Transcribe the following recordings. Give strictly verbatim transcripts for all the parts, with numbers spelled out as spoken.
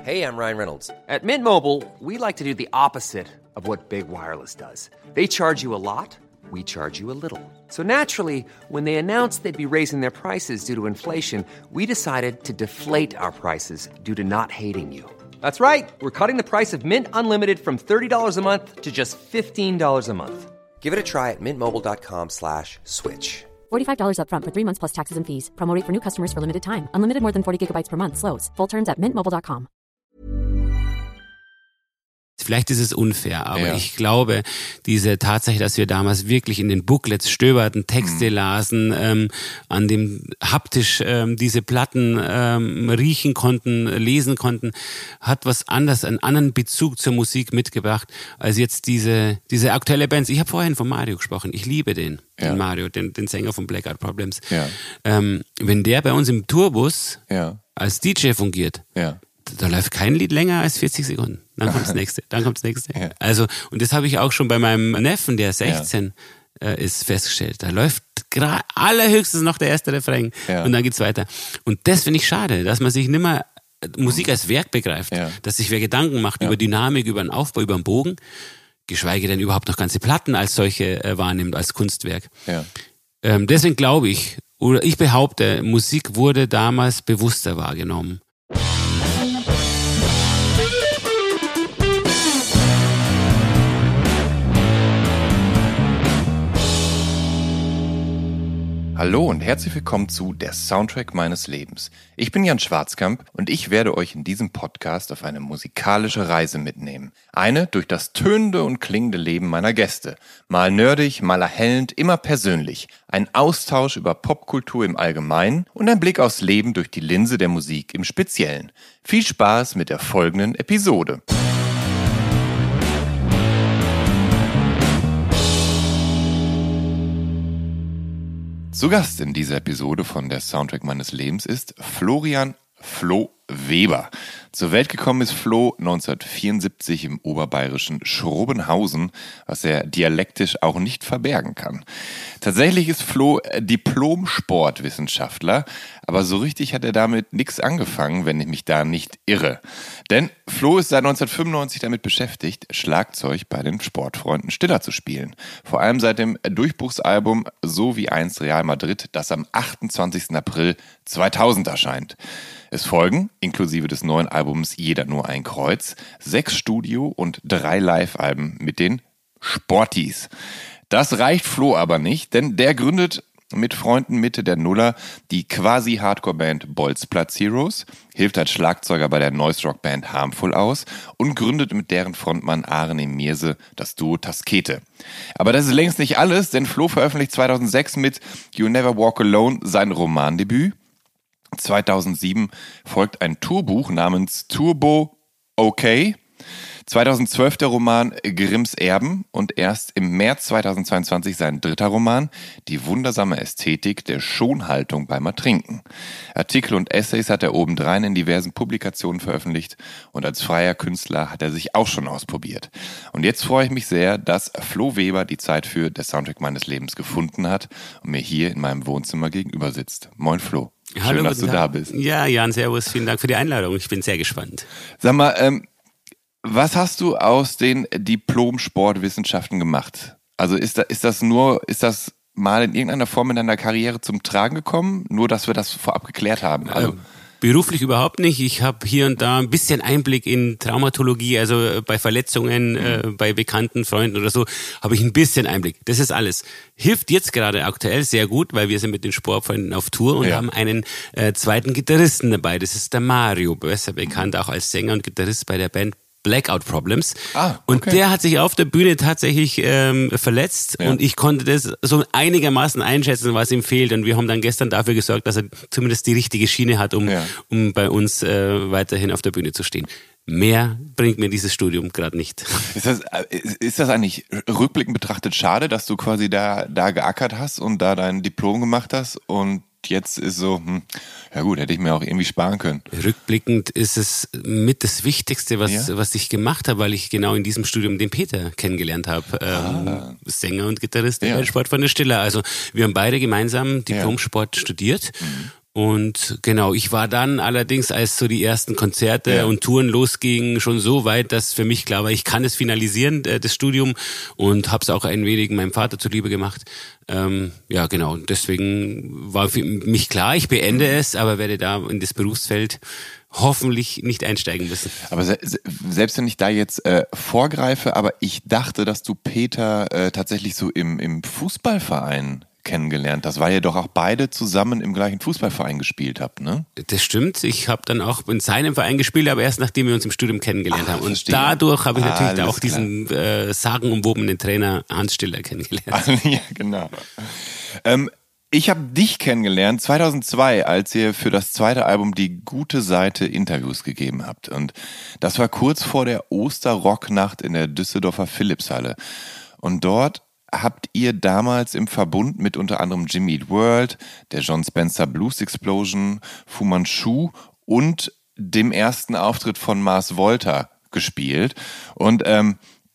Hey, I'm Ryan Reynolds. At Mint Mobile, we like to do the opposite of what Big Wireless does. They charge you a lot, we charge you a little. So naturally, when they announced they'd be raising their prices due to inflation, we decided to deflate our prices due to not hating you. That's right. We're cutting the price of Mint Unlimited from thirty dollars a month to just fifteen dollars a month. Give it a try at mintmobile.com slash switch. forty-five dollars up front for three months plus taxes and fees. Promo rate for new customers for limited time. Unlimited more than forty gigabytes per month. Slows full terms at mint mobile dot com. Vielleicht ist es unfair, aber ja. ich glaube, diese Tatsache, dass wir damals wirklich in den Booklets stöberten, Texte mhm. lasen, ähm, an dem haptisch ähm, diese Platten ähm, riechen konnten, lesen konnten, hat was anderes, einen anderen Bezug zur Musik mitgebracht, als jetzt diese diese aktuelle Bands. Ich habe vorhin von Mario gesprochen, ich liebe den, ja. den Mario, den, den Sänger von Blackout Problems. Ja. Ähm, wenn der bei uns im Tourbus ja. als D J fungiert, ja. da läuft kein Lied länger als vierzig Sekunden. Dann kommt das nächste, dann kommt das nächste. Ja. Also, und das habe ich auch schon bei meinem Neffen, der sechzehn ja. äh, ist, festgestellt. Da läuft gra- allerhöchstens noch der erste Refrain ja. und dann geht's weiter. Und das finde ich schade, dass man sich nicht mehr Musik als Werk begreift, ja. dass sich wer Gedanken macht ja. über Dynamik, über einen Aufbau, über einen Bogen, geschweige denn überhaupt noch ganze Platten als solche äh, wahrnimmt, als Kunstwerk. Ja. Ähm, deswegen glaube ich, oder ich behaupte, Musik wurde damals bewusster wahrgenommen. Hallo und herzlich willkommen zu Der Soundtrack meines Lebens. Ich bin Jan Schwarzkamp und ich werde euch in diesem Podcast auf eine musikalische Reise mitnehmen. Eine durch das tönende und klingende Leben meiner Gäste. Mal nerdig, mal erhellend, immer persönlich. Ein Austausch über Popkultur im Allgemeinen und ein Blick aufs Leben durch die Linse der Musik im Speziellen. Viel Spaß mit der folgenden Episode. Zu Gast in dieser Episode von Der Soundtrack meines Lebens ist Florian Flo Weber. Zur Welt gekommen ist Flo neunzehnhundertvierundsiebzig im oberbayerischen Schrobenhausen, was er dialektisch auch nicht verbergen kann. Tatsächlich ist Flo Diplom-Sportwissenschaftler, aber so richtig hat er damit nichts angefangen, wenn ich mich da nicht irre. Denn Flo ist seit neunzehnhundertfünfundneunzig damit beschäftigt, Schlagzeug bei den Sportfreunden Stiller zu spielen. Vor allem seit dem Durchbruchsalbum So wie einst Real Madrid, das am achtundzwanzigsten April zweitausend erscheint. Es folgen, inklusive des neuen Albums Jeder nur ein Kreuz, sechs Studio- und drei Live-Alben mit den Sportis. Das reicht Flo aber nicht, denn der gründet mit Freunden Mitte der Nuller die quasi-Hardcore-Band Bolzplatz Heroes, hilft als Schlagzeuger bei der Noise-Rock-Band Harmful aus und gründet mit deren Frontmann Arne Meerse das Duo Taskete. Aber das ist längst nicht alles, denn Flo veröffentlicht zweitausendsechs mit You Never Walk Alone sein Romandebüt. zweitausendsieben folgt ein Tourbuch namens Turbo OK. zweitausendzwölf der Roman Grimms Erben und erst im März zweitausendzweiundzwanzig sein dritter Roman Die wundersame Ästhetik der Schonhaltung beim Ertrinken. Artikel und Essays hat er obendrein in diversen Publikationen veröffentlicht und als freier Künstler hat er sich auch schon ausprobiert. Und jetzt freue ich mich sehr, dass Flo Weber die Zeit für Der Soundtrack meines Lebens gefunden hat und mir hier in meinem Wohnzimmer gegenüber sitzt. Moin Flo. Schön, Hallo, dass du Tag. da bist. Ja, Jan, servus, vielen Dank für die Einladung. Ich bin sehr gespannt. Sag mal, ähm, was hast du aus den Diplom-Sportwissenschaften gemacht? Also ist, da, ist das nur, ist das mal in irgendeiner Form in deiner Karriere zum Tragen gekommen? Nur, dass wir das vorab geklärt haben. Also äh, beruflich überhaupt nicht. Ich habe hier und da ein bisschen Einblick in Traumatologie, also bei Verletzungen, mhm. äh, bei bekannten Freunden oder so, habe ich ein bisschen Einblick. Das ist alles. Hilft jetzt gerade aktuell sehr gut, weil wir sind mit den Sportfreunden auf Tour und ja. haben einen äh, zweiten Gitarristen dabei. Das ist der Mario, besser bekannt auch als Sänger und Gitarrist bei der Band Blackout Problems. Ah, okay. Und der hat sich auf der Bühne tatsächlich ähm, verletzt ja. und ich konnte das so einigermaßen einschätzen, was ihm fehlt. Und wir haben dann gestern dafür gesorgt, dass er zumindest die richtige Schiene hat, um, ja. um bei uns äh, weiterhin auf der Bühne zu stehen. Mehr bringt mir dieses Studium gerade nicht. Ist das, ist das eigentlich rückblickend betrachtet schade, dass du quasi da, da geackert hast und da dein Diplom gemacht hast und jetzt ist so, hm, ja gut, hätte ich mir auch irgendwie sparen können. Rückblickend ist es mit das Wichtigste, was, ja. was ich gemacht habe, weil ich genau in diesem Studium den Peter kennengelernt habe. Ähm, ah. Sänger und Gitarrist ja. bei Sportfreunde Stiller. Also wir haben beide gemeinsam Diplom-Sport ja. studiert. Mhm. Und genau, ich war dann allerdings, als so die ersten Konzerte ja. und Touren losgingen, schon so weit, dass für mich klar war, ich kann es finalisieren, äh, das Studium, und habe es auch ein wenig meinem Vater zuliebe gemacht. Ähm, ja, genau, deswegen war für mich klar, ich beende es, aber werde da in das Berufsfeld hoffentlich nicht einsteigen müssen. Aber se- se- selbst wenn ich da jetzt äh, vorgreife, aber ich dachte, dass du Peter äh, tatsächlich so im, im Fußballverein kennengelernt. Das war ja doch auch beide zusammen im gleichen Fußballverein gespielt habt, ne? Das stimmt. Ich habe dann auch in seinem Verein gespielt, aber erst nachdem wir uns im Studium kennengelernt Ah, haben. Und verstehe. dadurch habe ich natürlich Alles da auch diesen äh, sagenumwobenen Trainer Hans Stiller kennengelernt. Ja, genau. Ähm, ich habe dich kennengelernt zweitausendzwei, als ihr für das zweite Album Die gute Seite Interviews gegeben habt. Und das war kurz vor der Osterrocknacht in der Düsseldorfer Philipshalle. Und dort habt ihr damals im Verbund mit unter anderem Jimmy Eat World, der John Spencer Blues Explosion, Fu Manchu und dem ersten Auftritt von Mars Volta gespielt. Und ähm,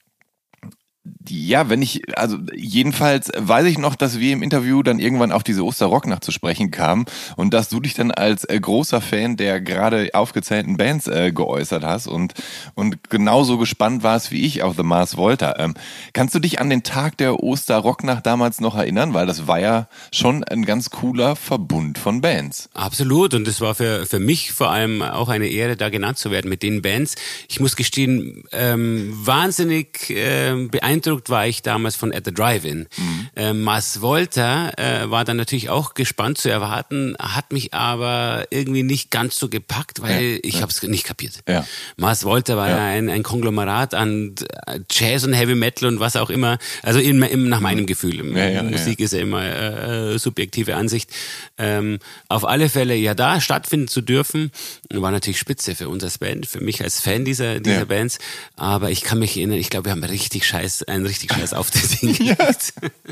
ja, wenn ich, also jedenfalls weiß ich noch, dass wir im Interview dann irgendwann auf diese Osterrocknacht zu sprechen kamen und dass du dich dann als äh, großer Fan der gerade aufgezählten Bands äh, geäußert hast und und genauso gespannt warst wie ich auf The Mars Volta. Ähm, kannst du dich an den Tag der Osterrocknacht damals noch erinnern? Weil das war ja schon ein ganz cooler Verbund von Bands. Absolut, und es war für für mich vor allem auch eine Ehre, da genannt zu werden mit den Bands. Ich muss gestehen, ähm, wahnsinnig äh, beeindruckend war ich damals von At the Drive-In. Mhm. Äh, Mars Volta äh, war dann natürlich auch gespannt zu erwarten, hat mich aber irgendwie nicht ganz so gepackt, weil ja, ich ja. habe es nicht kapiert. Ja. Mars Volta war ja ein, ein Konglomerat an Jazz und Heavy Metal und was auch immer, also in, in, nach meinem Gefühl. Ja, ja, Musik ja. ist ja immer äh, subjektive Ansicht. Ähm, auf alle Fälle, ja, da stattfinden zu dürfen, war natürlich spitze für uns als Band, für mich als Fan dieser, dieser ja. Bands, aber ich kann mich erinnern, ich glaube, wir haben richtig scheiß einen richtig scheiß Auftritt hingekriegt.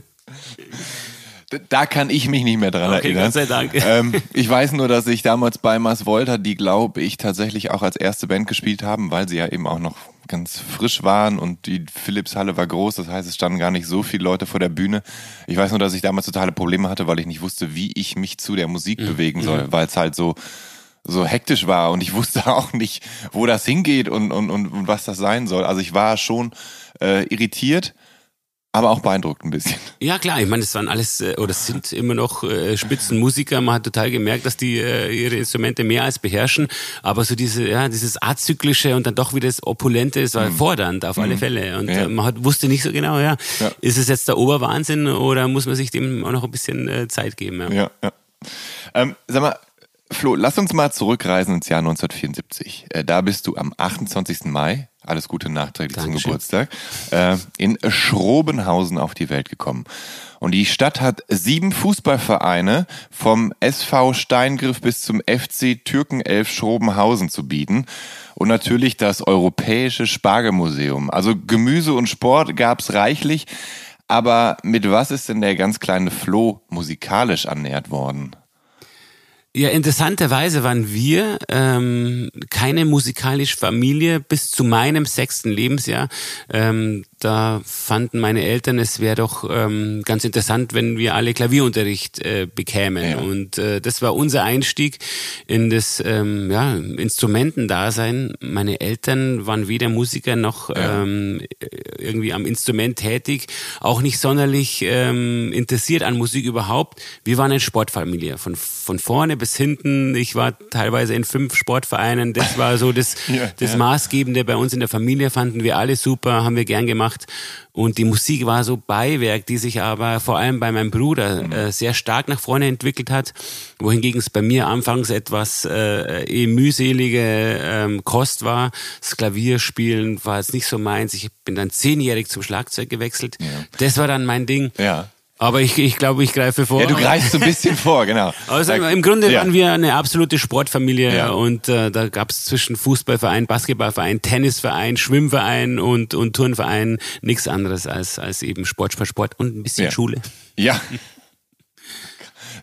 Da kann ich mich nicht mehr dran okay, erinnern. Gott sei Dank. Ähm, ich weiß nur, dass ich damals bei Mars Volta, die glaube ich tatsächlich auch als erste Band gespielt haben, weil sie ja eben auch noch ganz frisch waren und die Philipshalle war groß, das heißt, es standen gar nicht so viele Leute vor der Bühne. Ich weiß nur, dass ich damals totale Probleme hatte, weil ich nicht wusste, wie ich mich zu der Musik mhm. bewegen soll, mhm. weil es halt so so hektisch war und ich wusste auch nicht, wo das hingeht und, und, und, und was das sein soll. Also ich war schon äh, irritiert, aber auch beeindruckt ein bisschen. Ja klar, ich meine, es waren alles, äh, oder es sind immer noch äh, Spitzenmusiker. Man hat total gemerkt, dass die äh, ihre Instrumente mehr als beherrschen. Aber so diese, ja, dieses Azyklische und dann doch wieder das Opulente, das war mhm. fordernd auf alle mhm. Fälle. Und ja. äh, man hat, wusste nicht so genau, ja, ja, ist es jetzt der Oberwahnsinn oder muss man sich dem auch noch ein bisschen äh, Zeit geben? Ja, ja. ja. Ähm, sag mal, Flo, lass uns mal zurückreisen ins Jahr neunzehnhundertvierundsiebzig. Äh, da bist du am achtundzwanzigsten Mai, alles Gute nachträglich Dankeschön. Zum Geburtstag, äh, in Schrobenhausen auf die Welt gekommen. Und die Stadt hat sieben Fußballvereine vom S V Steingriff bis zum F C Türkenelf Schrobenhausen zu bieten. Und natürlich das Europäische Spargelmuseum. Also Gemüse und Sport gab's reichlich. Aber mit was ist denn der ganz kleine Flo musikalisch ernährt worden? Ja, interessanterweise waren wir ähm, keine musikalische Familie bis zu meinem sechsten Lebensjahr. Ähm, da fanden meine Eltern, es wäre doch ähm, ganz interessant, wenn wir alle Klavierunterricht äh, bekämen. Ja. Und äh, das war unser Einstieg in das ähm, ja, Instrumentendasein. Meine Eltern waren weder Musiker noch ja. ähm, irgendwie am Instrument tätig, auch nicht sonderlich ähm, interessiert an Musik überhaupt. Wir waren eine Sportfamilie, von, von vorne bis hinten. Ich war teilweise in fünf Sportvereinen. Das war so das, ja, das ja. Maßgebende bei uns in der Familie, fanden wir alle super, haben wir gern gemacht. Und die Musik war so Beiwerk, die sich aber vor allem bei meinem Bruder äh, sehr stark nach vorne entwickelt hat, wohingegen es bei mir anfangs etwas äh, eh mühselige ähm, Kost war. Das Klavierspielen war jetzt nicht so meins. Ich bin dann zehnjährig zum Schlagzeug gewechselt. Ja. Das war dann mein Ding. Ja. Aber ich, ich glaube, ich greife vor. Ja, du greifst so ein bisschen vor, genau. Also im Grunde ja. waren wir eine absolute Sportfamilie ja. und äh, da gab es zwischen Fußballverein, Basketballverein, Tennisverein, Schwimmverein und, und Turnverein nichts anderes als, als eben Sport, Sport, Sport und ein bisschen ja. Schule. Ja.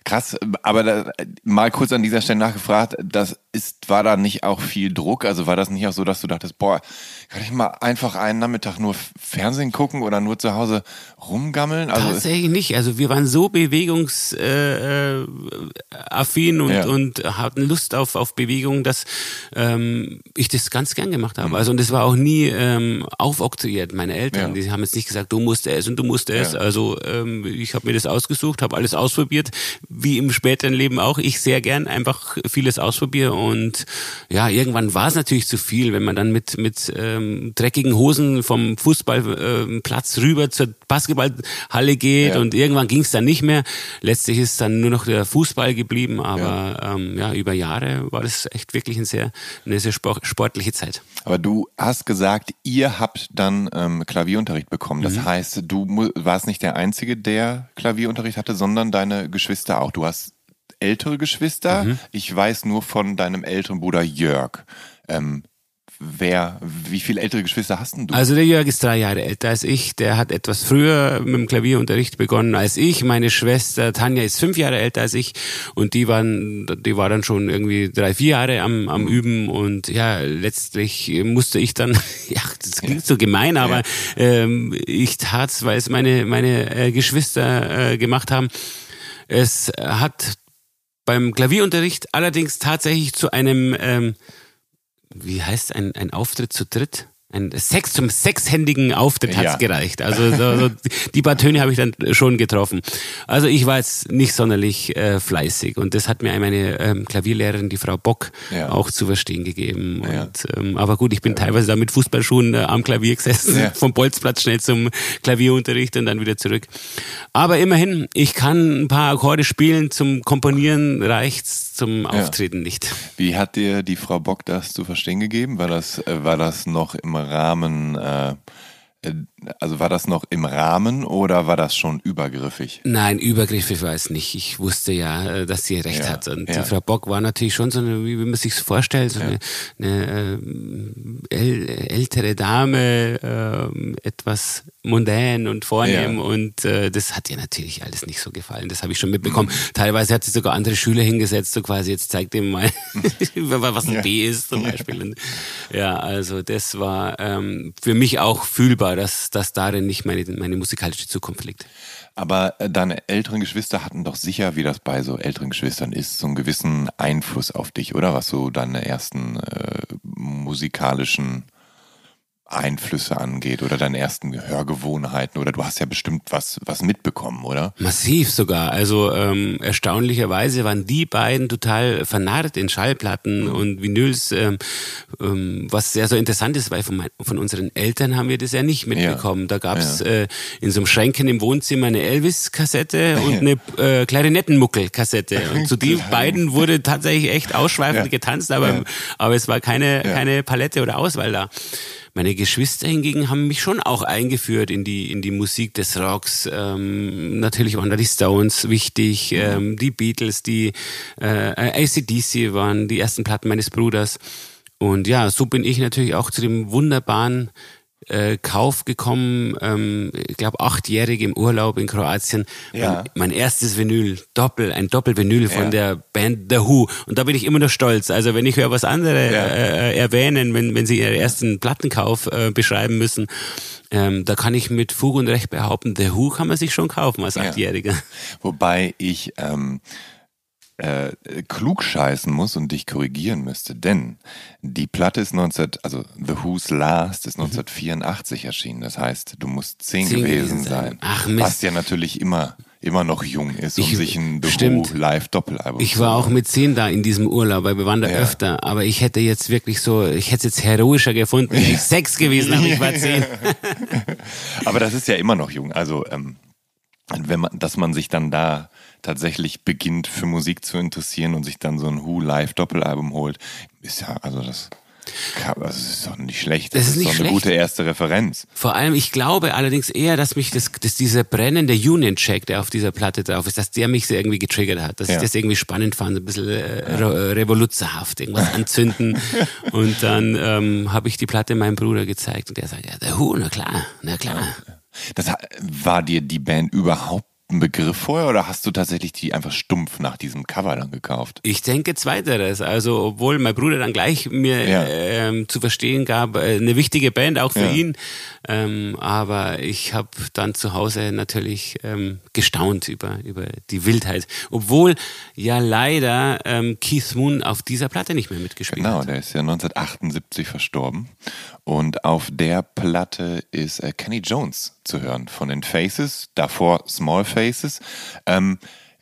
Krass, aber da, mal kurz an dieser Stelle nachgefragt, das ist, war da nicht auch viel Druck? Also war das nicht auch so, dass du dachtest, boah, kann ich mal einfach einen Nachmittag nur Fernsehen gucken oder nur zu Hause rumgammeln? Also tatsächlich nicht. Also wir waren so bewegungsaffin äh, affin und, ja. und hatten Lust auf, auf Bewegung, dass ähm, ich das ganz gern gemacht habe. Mhm. Also und das war auch nie ähm, aufoktroyiert. Meine Eltern, Ja. die haben jetzt nicht gesagt, du musst es und du musst es. Ja. Also ähm, ich habe mir das ausgesucht, habe alles ausprobiert, wie im späteren Leben auch. Ich sehr gern einfach vieles ausprobiere und ja, irgendwann war es natürlich zu viel, wenn man dann mit mit ähm, dreckigen Hosen vom Fußballplatz äh, rüber zur Basketballhalle geht ja. und irgendwann ging es dann nicht mehr. Letztlich ist dann nur noch der Fußball geblieben, aber ja, ähm, ja über Jahre war das echt wirklich ein sehr, eine sehr sportliche Zeit. Aber du hast gesagt, ihr habt dann ähm, Klavierunterricht bekommen. Das mhm. heißt, du mu- warst nicht der Einzige, der Klavierunterricht hatte, sondern deine Geschwister auch. Du hast ältere Geschwister. Mhm. Ich weiß nur von deinem älteren Bruder Jörg. Ähm, wer, wie viele ältere Geschwister hast denn du? Also der Jörg ist drei Jahre älter als ich. Der hat etwas früher mit dem Klavierunterricht begonnen als ich. Meine Schwester Tanja ist fünf Jahre älter als ich und die waren, die war dann schon irgendwie drei, vier Jahre am, am Üben und ja, letztlich musste ich dann, ja, das klingt so gemein, aber ja. ähm, ich tat's, weil es meine, meine äh, Geschwister äh, gemacht haben. Es hat beim Klavierunterricht allerdings tatsächlich zu einem, ähm, wie heißt ein, ein Auftritt zu dritt? Ein Sex zum sechshändigen Auftritt hat's ja. gereicht. Also so, so, die paar Töne habe ich dann schon getroffen. Also ich war jetzt nicht sonderlich äh, fleißig und das hat mir meine ähm, Klavierlehrerin, die Frau Bock, ja. auch zu verstehen gegeben. Ja. Und, ähm, aber gut, ich bin ja. teilweise da mit Fußballschuhen äh, am Klavier gesessen, ja. vom Bolzplatz schnell zum Klavierunterricht und dann wieder zurück. Aber immerhin, ich kann ein paar Akkorde spielen, zum Komponieren reicht's, zum Auftreten ja. nicht. Wie hat dir die Frau Bock das zu verstehen gegeben? War das, äh, war das noch im Rahmen, äh, also war das noch im Rahmen oder war das schon übergriffig? Nein, übergriffig war es nicht. Ich wusste ja, dass sie recht ja, hat. Und ja. die Frau Bock war natürlich schon so eine, wie man sich vorstellt, so ja. eine, eine äh, äl- ältere Dame, äh, etwas mondän und vornehm ja. und äh, das hat ihr natürlich alles nicht so gefallen. Das habe ich schon mitbekommen. Mhm. Teilweise hat sie sogar andere Schüler hingesetzt, so quasi, jetzt zeigt ihm mal, was ein ja. B ist zum Beispiel. Ja, und, ja also das war ähm, für mich auch fühlbar, dass, dass darin nicht meine, meine musikalische Zukunft liegt. Aber deine älteren Geschwister hatten doch sicher, wie das bei so älteren Geschwistern ist, so einen gewissen Einfluss auf dich, oder? Was so deine ersten äh, musikalischen Einflüsse angeht oder deine ersten Hörgewohnheiten, oder du hast ja bestimmt was was mitbekommen, oder? Massiv sogar. Also ähm, erstaunlicherweise waren die beiden total vernarrt in Schallplatten mhm. und Vinyls, ähm, ähm, was sehr so interessant ist, weil von, mein, von unseren Eltern haben wir das ja nicht mitbekommen. Ja. Da gab es ja. äh, in so einem Schränkchen im Wohnzimmer eine Elvis-Kassette und eine äh, Klarinettenmuckel-Kassette. Und zu den beiden wurde tatsächlich echt ausschweifend ja. getanzt, aber, ja. aber es war keine, ja. keine Palette oder Auswahl da. Meine Geschwister hingegen haben mich schon auch eingeführt in die in die Musik des Rocks. Ähm, natürlich waren da die Stones wichtig, ähm, die Beatles, die äh, A C D C waren die ersten Platten meines Bruders. Und ja, so bin ich natürlich auch zu dem wunderbaren äh, Kauf gekommen, ähm, ich glaube achtjährig im Urlaub in Kroatien. Ja. Mein, mein erstes Vinyl, Doppel, ein Doppelvinyl von ja. der Band The Who. Und da bin ich immer noch stolz. Also wenn ich höre, was andere ja. äh, erwähnen, wenn, wenn sie ihren ersten Plattenkauf äh, beschreiben müssen, ähm, da kann ich mit Fug und Recht behaupten, The Who kann man sich schon kaufen als Achtjähriger. Ja. Wobei ich ähm, äh, klug scheißen muss und dich korrigieren müsste, denn die Platte ist neunzehn, also The Who's Last ist neunzehnhundertvierundachtzig erschienen. Das heißt, du musst zehn, zehn gewesen sein. Ach Mist. Was ja natürlich immer immer noch jung ist, um ich, sich ein The stimmt. Who Live-Doppelalbum Ich war auch mit zehn da in diesem Urlaub, weil wir waren da ja. öfter, aber ich hätte jetzt wirklich so, ich hätte es jetzt heroischer gefunden, wenn ich sechs gewesen habe, ich war zehn. Aber das ist ja immer noch jung, also ähm, wenn man, dass man sich dann da tatsächlich beginnt für Musik zu interessieren und sich dann so ein Who Live-Doppelalbum holt, ist ja, also das... Das ist doch nicht schlecht. Das, das ist, ist doch eine schlecht. Gute erste Referenz. Vor allem, ich glaube allerdings eher, dass mich das, dass dieser brennende Union Jack, der auf dieser Platte drauf ist, dass der mich so irgendwie getriggert hat, dass ja. ich das irgendwie spannend fand, ein bisschen äh, ja. revoluzerhaft, irgendwas anzünden. Und dann ähm, habe ich die Platte meinem Bruder gezeigt und der sagt, ja, The Who, na klar, na klar. Das war dir die Band überhaupt einen Begriff vorher oder hast du tatsächlich die einfach stumpf nach diesem Cover dann gekauft? Ich denke zweiteres. Also obwohl mein Bruder dann gleich mir Ja. ähm, zu verstehen gab, äh, eine wichtige Band auch für Ja. ihn. Ähm, aber ich habe dann zu Hause natürlich ähm, gestaunt über, über die Wildheit. Obwohl ja leider ähm, Keith Moon auf dieser Platte nicht mehr mitgespielt Genau, hat. der ist ja neunzehnhundertachtundsiebzig verstorben. Und auf der Platte ist äh, Kenny Jones zu hören von den Faces, davor Small Faces. Ähm,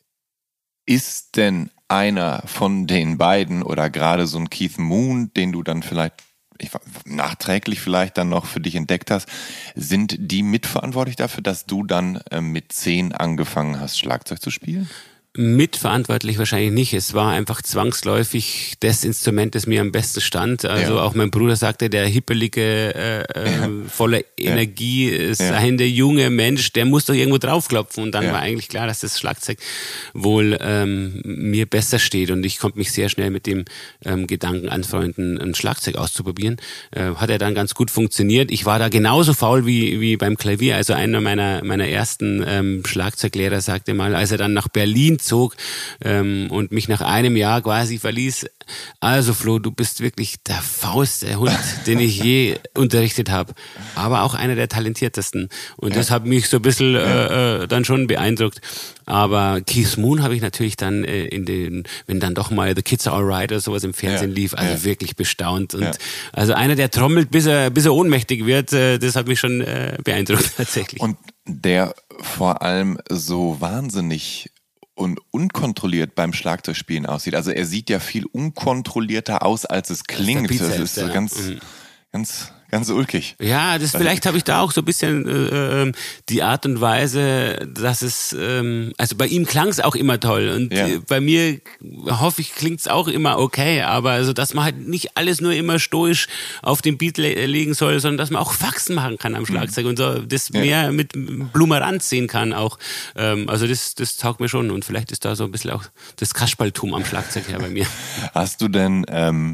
ist denn einer von den beiden oder gerade so ein Keith Moon, den du dann vielleicht ich, nachträglich vielleicht dann noch für dich entdeckt hast, sind die mitverantwortlich dafür, dass du dann äh, mit zehn angefangen hast, Schlagzeug zu spielen? Mitverantwortlich wahrscheinlich nicht. Es war einfach zwangsläufig das Instrument, das mir am besten stand. Also Ja. auch mein Bruder sagte, der hippelige, äh, äh, voller Energie äh, seiende junge Mensch, der muss doch irgendwo draufklopfen. Und dann Ja. war eigentlich klar, dass das Schlagzeug wohl ähm, mir besser steht. Und ich konnte mich sehr schnell mit dem ähm, Gedanken anfreunden, ein Schlagzeug auszuprobieren. Äh, hat er dann ganz gut funktioniert. Ich war da genauso faul wie, wie beim Klavier. Also einer meiner, meiner ersten ähm, Schlagzeuglehrer sagte mal, als er dann nach Berlin zog ähm, und mich nach einem Jahr quasi verließ. Also Flo, du bist wirklich der faulste Hund, den ich je unterrichtet habe. Aber auch einer der talentiertesten. Und ja. das hat mich so ein bisschen äh, äh, dann schon beeindruckt. Aber Keith Moon habe ich natürlich dann äh, in den, wenn dann doch mal The Kids Are Alright oder sowas im Fernsehen Ja. lief, also Ja. wirklich bestaunt. Und Ja. also einer, der trommelt, bis er, bis er ohnmächtig wird, äh, das hat mich schon äh, beeindruckt tatsächlich. Und der vor allem so wahnsinnig und unkontrolliert beim Schlagzeugspielen aussieht. Also er sieht ja viel unkontrollierter aus, als es klingt. Bizeps, Das ist so ja. ganz, Mhm. ganz, ganz ulkig. Ja, das vielleicht habe ich da auch so ein bisschen äh, ähm, die Art und Weise, dass es, ähm, also bei ihm klang es auch immer toll und Ja. äh, bei mir hoffe ich klingt es auch immer okay, aber also dass man halt nicht alles nur immer stoisch auf den Beat le- legen soll, sondern dass man auch Faxen machen kann am Schlagzeug und so das Ja. mehr mit Blumeranz sehen kann auch. Ähm, also das, das taugt mir schon und vielleicht ist da so ein bisschen auch das Kasperltum am Schlagzeug her bei mir. Hast du denn ähm,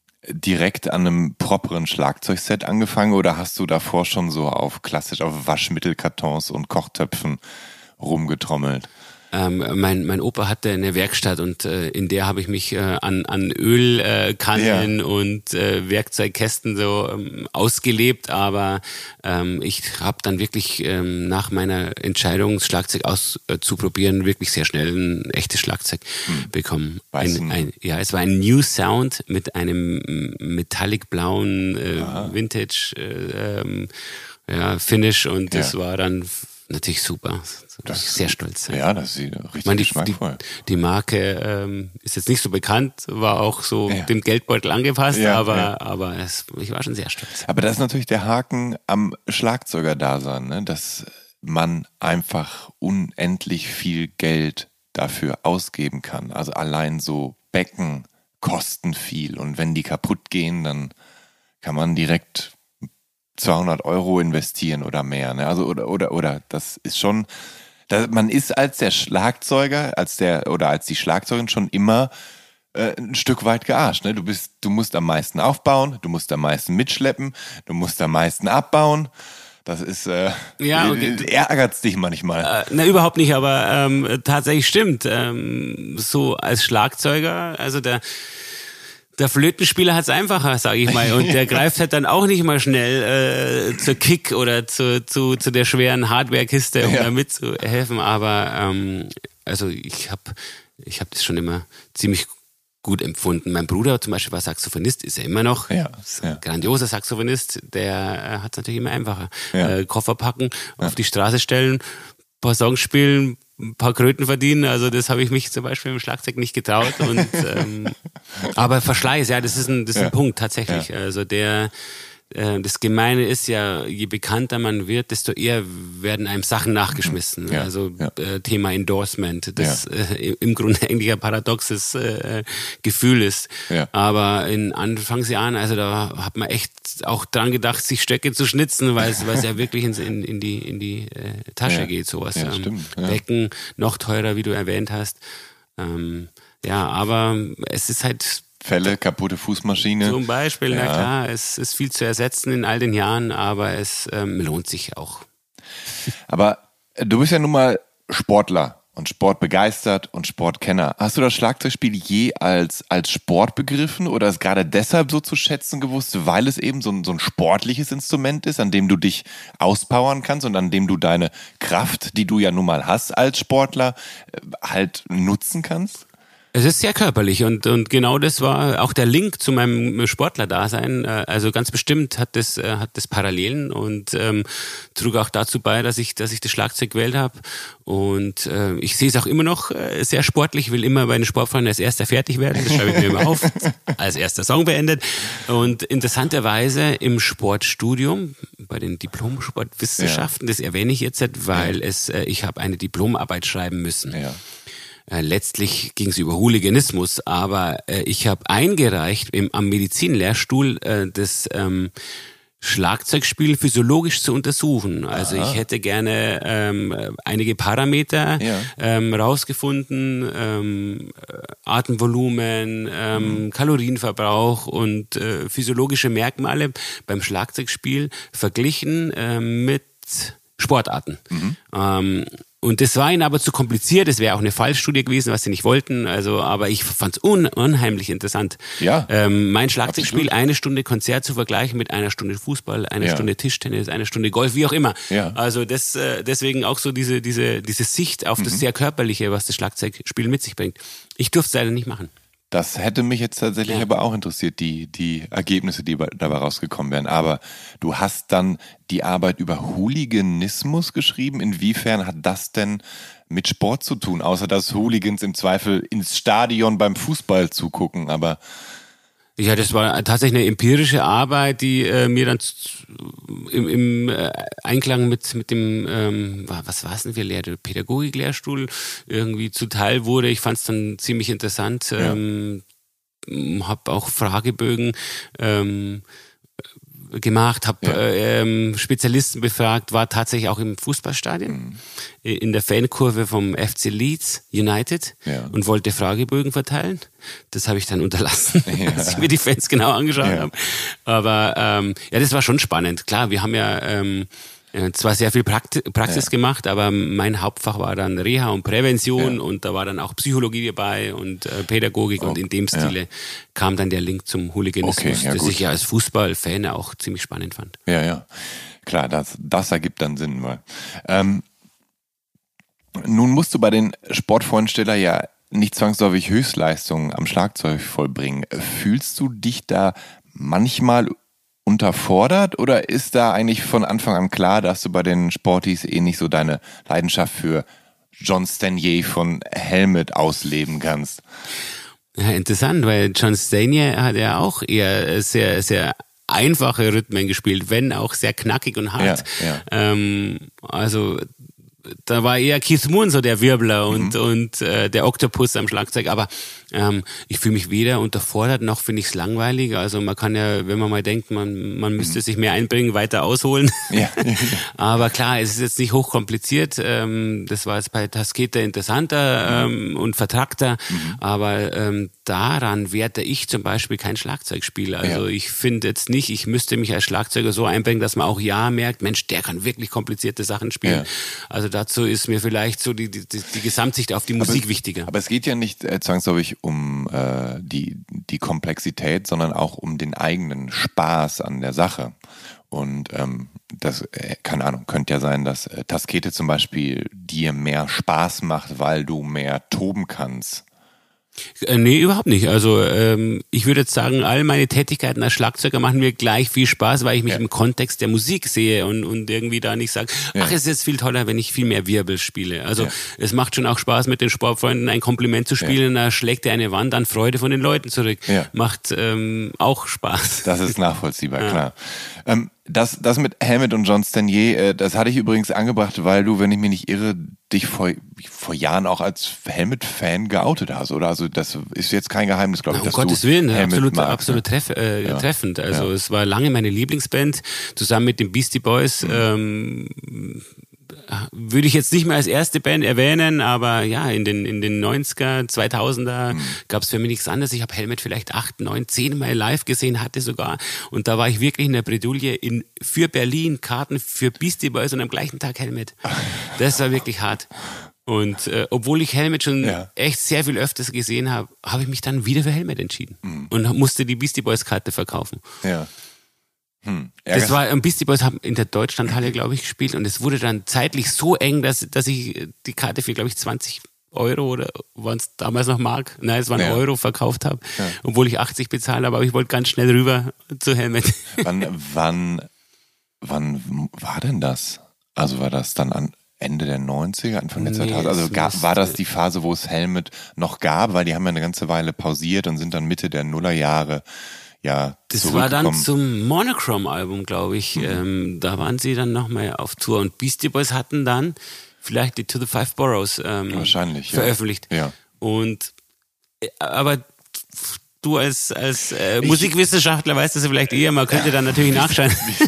direkt an einem properen Schlagzeugset angefangen oder hast du davor schon so auf klassisch auf Waschmittelkartons und Kochtöpfen rumgetrommelt? Ähm, mein, mein Opa hatte eine Werkstatt und äh, in der habe ich mich äh, an, an Ölkannen äh, Kannen Ja. und äh, Werkzeugkästen so ähm, ausgelebt, aber ähm, ich habe dann wirklich ähm, nach meiner Entscheidung, das Schlagzeug auszuprobieren, wirklich sehr schnell ein echtes Schlagzeug Hm. bekommen. Weißt Ein, du- ein, ja, es war ein New Sound mit einem metallic blauen äh, Vintage äh, ähm, ja, Finish und das Ja. war dann natürlich super. Da bin ich sehr stolz. Ja, das sieht richtig Ich meine, die, die, geschmackvoll. die Marke ähm, ist jetzt nicht so bekannt, war auch so Ja. dem Geldbeutel angepasst, Ja, aber, ja. aber es, ich war schon sehr stolz. Aber das ist natürlich der Haken am Schlagzeuger-Dasein, ne? Dass man einfach unendlich viel Geld dafür ausgeben kann. Also allein so Becken kosten viel und wenn die kaputt gehen, dann kann man direkt zweihundert Euro investieren oder mehr. Ne? Also oder oder oder das ist schon, da, man ist als der Schlagzeuger, als der oder als die Schlagzeugerin schon immer äh, ein Stück weit gearscht. Ne? Du bist, du musst am meisten aufbauen, du musst am meisten mitschleppen, du musst am meisten abbauen. Das ist, äh, Ja, okay. ärgert's dich manchmal. Äh, na, überhaupt nicht, aber ähm, tatsächlich stimmt. Ähm, so als Schlagzeuger, also der Der Flötenspieler hat es einfacher, sage ich mal. Und der greift halt dann auch nicht mal schnell äh, zur Kick oder zu, zu, zu der schweren Hardware-Kiste, um Ja. da mitzuhelfen. Aber ähm, also ich habe ich hab das schon immer ziemlich gut empfunden. Mein Bruder zum Beispiel war Saxophonist, ist er immer noch. Ja, Ist ein ja. grandioser Saxophonist, der hat es natürlich immer einfacher. Ja. Äh, Koffer packen, auf die Straße stellen, ein paar Songs spielen, ein paar Kröten verdienen. Also das habe ich mich zum Beispiel im Schlagzeug nicht getraut. Und, ähm, aber Verschleiß, ja, das ist ein, das ist Ja. ein Punkt tatsächlich. Ja. Also der äh, das Gemeine ist ja, je bekannter man wird, desto eher werden einem Sachen nachgeschmissen. Ja. Also Ja. äh, Thema Endorsement, das äh, im Grunde eigentlich ein paradoxes äh, Gefühl ist. Ja. Aber in Anfangsjahren, also da hat man echt auch dran gedacht, sich Stöcke zu schnitzen, weil es weil es ja wirklich in, in, in die, in die äh, Tasche Ja. geht, sowas. Ja, Ähm, stimmt, ja. Becken, noch teurer, wie du erwähnt hast. Ähm, ja, aber es ist halt Fälle, kaputte Fußmaschine. zum Beispiel, na Ja. klar, es ist viel zu ersetzen in all den Jahren, aber es ähm, lohnt sich auch. Aber du bist ja nun mal Sportler und sportbegeistert und Sportkenner. Hast du das Schlagzeugspiel je als, als Sport begriffen oder es gerade deshalb so zu schätzen gewusst, weil es eben so ein, so ein sportliches Instrument ist, an dem du dich auspowern kannst und an dem du deine Kraft, die du ja nun mal hast als Sportler, halt nutzen kannst? Es ist sehr körperlich und, und genau das war auch der Link zu meinem Sportlerdasein. Also ganz bestimmt hat das, hat das Parallelen und ähm, trug auch dazu bei, dass ich, dass ich das Schlagzeug gewählt habe. Und äh, ich sehe es auch immer noch äh, sehr sportlich, will immer bei den Sportfreunden als erster fertig werden. Das schreibe ich mir immer auf, als erster Song beendet. Und interessanterweise im Sportstudium, bei den Diplom-Sportwissenschaften, ja. das erwähne ich jetzt, weil ja. es, äh, ich habe eine Diplomarbeit schreiben müssen. Ja. Letztlich ging es über Hooliganismus, aber äh, ich habe eingereicht im, am Medizinlehrstuhl äh, das ähm, Schlagzeugspiel physiologisch zu untersuchen. Also Aha. ich hätte gerne ähm, einige Parameter ja. ähm, rausgefunden, ähm, Atemvolumen, ähm, mhm. Kalorienverbrauch und äh, physiologische Merkmale beim Schlagzeugspiel verglichen äh, mit Sportarten. Mhm. Ähm, Und das war ihnen aber zu kompliziert, das wäre auch eine Fallstudie gewesen, was sie nicht wollten, also, aber ich fand es un- unheimlich interessant. Ja. Ähm, mein Schlagzeugspiel, absolut. Eine Stunde Konzert zu vergleichen mit einer Stunde Fußball, einer ja. Stunde Tischtennis, einer Stunde Golf, wie auch immer. Ja. Also das, äh, deswegen auch so diese, diese, diese Sicht auf mhm. das sehr Körperliche, was das Schlagzeugspiel mit sich bringt. Ich durfte es leider nicht machen. Das hätte mich jetzt tatsächlich ja. aber auch interessiert, die, die Ergebnisse, die dabei rausgekommen wären. Aber du hast dann die Arbeit über Hooliganismus geschrieben. Inwiefern hat das denn mit Sport zu tun? Außer dass Hooligans im Zweifel ins Stadion beim Fußball zugucken, aber... Ja, das war tatsächlich eine empirische Arbeit, die äh, mir dann im, im äh, Einklang mit mit dem, ähm, was war es denn für Lehr- Pädagogik-Lehrstuhl irgendwie zuteil wurde. Ich fand es dann ziemlich interessant, ja. ähm, habe auch Fragebögen ähm, gemacht, habe ja. ähm, Spezialisten befragt, war tatsächlich auch im Fußballstadion, mhm. in der Fankurve vom F C Leeds United ja. und wollte Fragebögen verteilen. Das habe ich dann unterlassen, ja. als ich mir die Fans genau angeschaut ja. habe. Aber ähm, ja, das war schon spannend. Klar, wir haben ja ähm, zwar sehr viel Praxis, Praxis ja. gemacht, aber mein Hauptfach war dann Reha und Prävention ja. und da war dann auch Psychologie dabei und äh, Pädagogik okay. und in dem Stile ja. kam dann der Link zum Hooliganismus, okay, ja, das gut. ich ja als Fußballfan auch ziemlich spannend fand. Ja, ja, klar, das, das ergibt dann Sinn. Weil, ähm, nun musst du bei den Sportfreundsteller ja nicht zwangsläufig Höchstleistungen am Schlagzeug vollbringen. Fühlst du dich da manchmal unterfordert oder ist da eigentlich von Anfang an klar, dass du bei den Sportis eh nicht so deine Leidenschaft für John Stanier von Helmet ausleben kannst? Ja, interessant, weil John Stanier hat ja auch eher sehr, sehr einfache Rhythmen gespielt, wenn auch sehr knackig und hart. Ja, ja. Ähm, also da war eher Keith Moon so der Wirbler und, mhm. und äh, der Oktopus am Schlagzeug, aber ähm, ich fühle mich weder unterfordert, noch finde ich es langweilig. Also man kann ja, wenn man mal denkt, man, man müsste mhm. sich mehr einbringen, weiter ausholen. Ja. Aber klar, es ist jetzt nicht hochkompliziert. Ähm, das war jetzt bei Tasketa interessanter mhm. ähm, und vertrackter, mhm. aber ähm, daran werte ich zum Beispiel kein Schlagzeugspiel. Also ja. ich finde jetzt nicht, ich müsste mich als Schlagzeuger so einbringen, dass man auch ja merkt, Mensch, der kann wirklich komplizierte Sachen spielen. Ja. Also dazu ist mir vielleicht so die, die, die Gesamtsicht auf die Musik aber, wichtiger. Aber es geht ja nicht äh, zwangsläufig um äh, die, die Komplexität, sondern auch um den eigenen Spaß an der Sache. Und ähm, das, äh, keine Ahnung, könnte ja sein, dass äh, Taskete zum Beispiel dir mehr Spaß macht, weil du mehr toben kannst. Äh, nee, überhaupt nicht. Also ähm, ich würde jetzt sagen, all meine Tätigkeiten als Schlagzeuger machen mir gleich viel Spaß, weil ich mich ja. im Kontext der Musik sehe und, und irgendwie da nicht sage, ja. ach, es ist jetzt viel toller, wenn ich viel mehr Wirbel spiele. Also ja. es macht schon auch Spaß, mit den Sportfreunden ein Kompliment zu spielen, ja. da schlägt er eine Wand an Freude von den Leuten zurück. Ja. Macht ähm, auch Spaß. Das ist nachvollziehbar, ja. klar. Ähm, das, das mit Helmet und John Stanier, äh, das hatte ich übrigens angebracht, weil du, wenn ich mich nicht irre, dich vor, vor Jahren auch als Helmet-Fan geoutet hast, oder? Also das ist jetzt kein Geheimnis, glaube ich, um dass Gottes du Willen, Helmet absolut, magst, absolut ne? treff, äh, ja. treffend. Also ja. es war lange meine Lieblingsband, zusammen mit den Beastie Boys. Mhm. Ähm, würde ich jetzt nicht mehr als erste Band erwähnen, aber ja, in den, in den neunziger, zweitausender mhm. gab es für mich nichts anderes. Ich habe Helmet vielleicht acht, neun, zehn Mal live gesehen, hatte sogar. Und da war ich wirklich in der Bredouille in, für Berlin, Karten für Beastie Boys und am gleichen Tag Helmet. Das war wirklich hart. Und äh, obwohl ich Helmet schon Ja. echt sehr viel öfters gesehen habe, habe ich mich dann wieder für Helmet entschieden Mhm. und musste die Beastie Boys Karte verkaufen. Ja. Hm. Das war, und Beastie Boys haben in der Deutschlandhalle, glaube ich, gespielt und es wurde dann zeitlich so eng, dass, dass ich die Karte für, glaube ich, zwanzig Euro oder waren es damals noch Mark? Nein, es waren Ja. Euro verkauft habe, Ja. obwohl ich achtzig bezahlt habe, aber ich wollte ganz schnell rüber zu Helmet. Wann, wann, wann war denn das? Also war das dann an Ende der neunziger, Anfang der Nee, zweitausender? Also es gab, war das müsste- die Phase, wo es Helmet noch gab? Weil die haben ja eine ganze Weile pausiert und sind dann Mitte der Nullerjahre ja Das war dann zurückgekommen. zum Monochrome-Album, glaube ich. Mhm. Ähm, da waren sie dann nochmal auf Tour und Beastie Boys hatten dann vielleicht die To the Five Boroughs ähm, Wahrscheinlich, ja. veröffentlicht. Ja. Und äh, aber du als, als äh, Musikwissenschaftler weißt das ja vielleicht eher, man könnte dann natürlich nachschauen.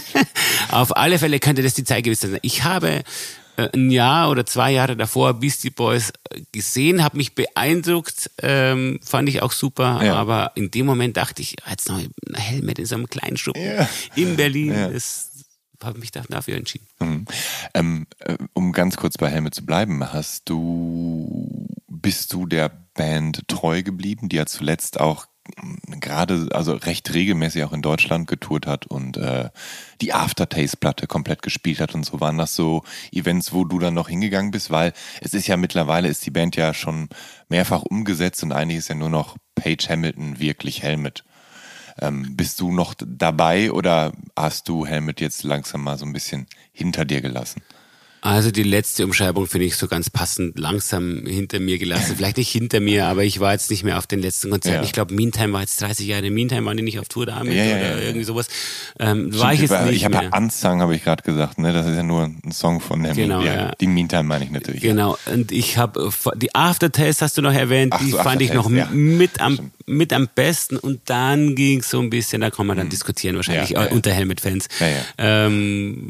Auf alle Fälle könnte das die Zeit gewesen sein. Ich habe äh, ein Jahr oder zwei Jahre davor Beastie Boys gesehen, habe mich beeindruckt, ähm, fand ich auch super, Ja. aber in dem Moment dachte ich, jetzt noch ein Helmet in so einem kleinen Schuppen Ja. in Berlin, Ja. das habe mich dafür entschieden. Mhm. Ähm, äh, um ganz kurz bei Helmet zu bleiben, hast du, bist du der Band treu geblieben, die ja zuletzt auch mh, gerade, also recht regelmäßig auch in Deutschland getourt hat und äh, die Aftertaste-Platte komplett gespielt hat und so. Waren das so Events, wo du dann noch hingegangen bist? Weil es ist ja mittlerweile, ist die Band ja schon mehrfach umgesetzt und eigentlich ist ja nur noch Page Hamilton wirklich Helmet. Ähm, bist du noch dabei oder hast du Helmet jetzt langsam mal so ein bisschen hinter dir gelassen? Also die letzte Umschreibung finde ich so ganz passend, langsam hinter mir gelassen. Vielleicht nicht hinter mir, aber ich war jetzt nicht mehr auf den letzten Konzerten. Ja. Ich glaube, Meantime war jetzt dreißig Jahre. Meantime waren die nicht auf Tour damit Ja, ja, oder ja, ja. irgendwie sowas. Ähm, war ich jetzt Stimmt, nicht ich habe ja mehr. Unsung, habe ich gerade gesagt, ne? Das ist ja nur ein Song von der Genau, ja, ja. Die Meantime meine ich natürlich. Genau, und ich habe, die Aftertaste hast du noch erwähnt, Ach die so, fand ich noch Aftertaste, ja. mit, am, Stimmt. mit am besten und dann ging es so ein bisschen, da kann man dann diskutieren wahrscheinlich Ja, ja, äh, unter Helmet-Fans. Ja, ja. Ähm,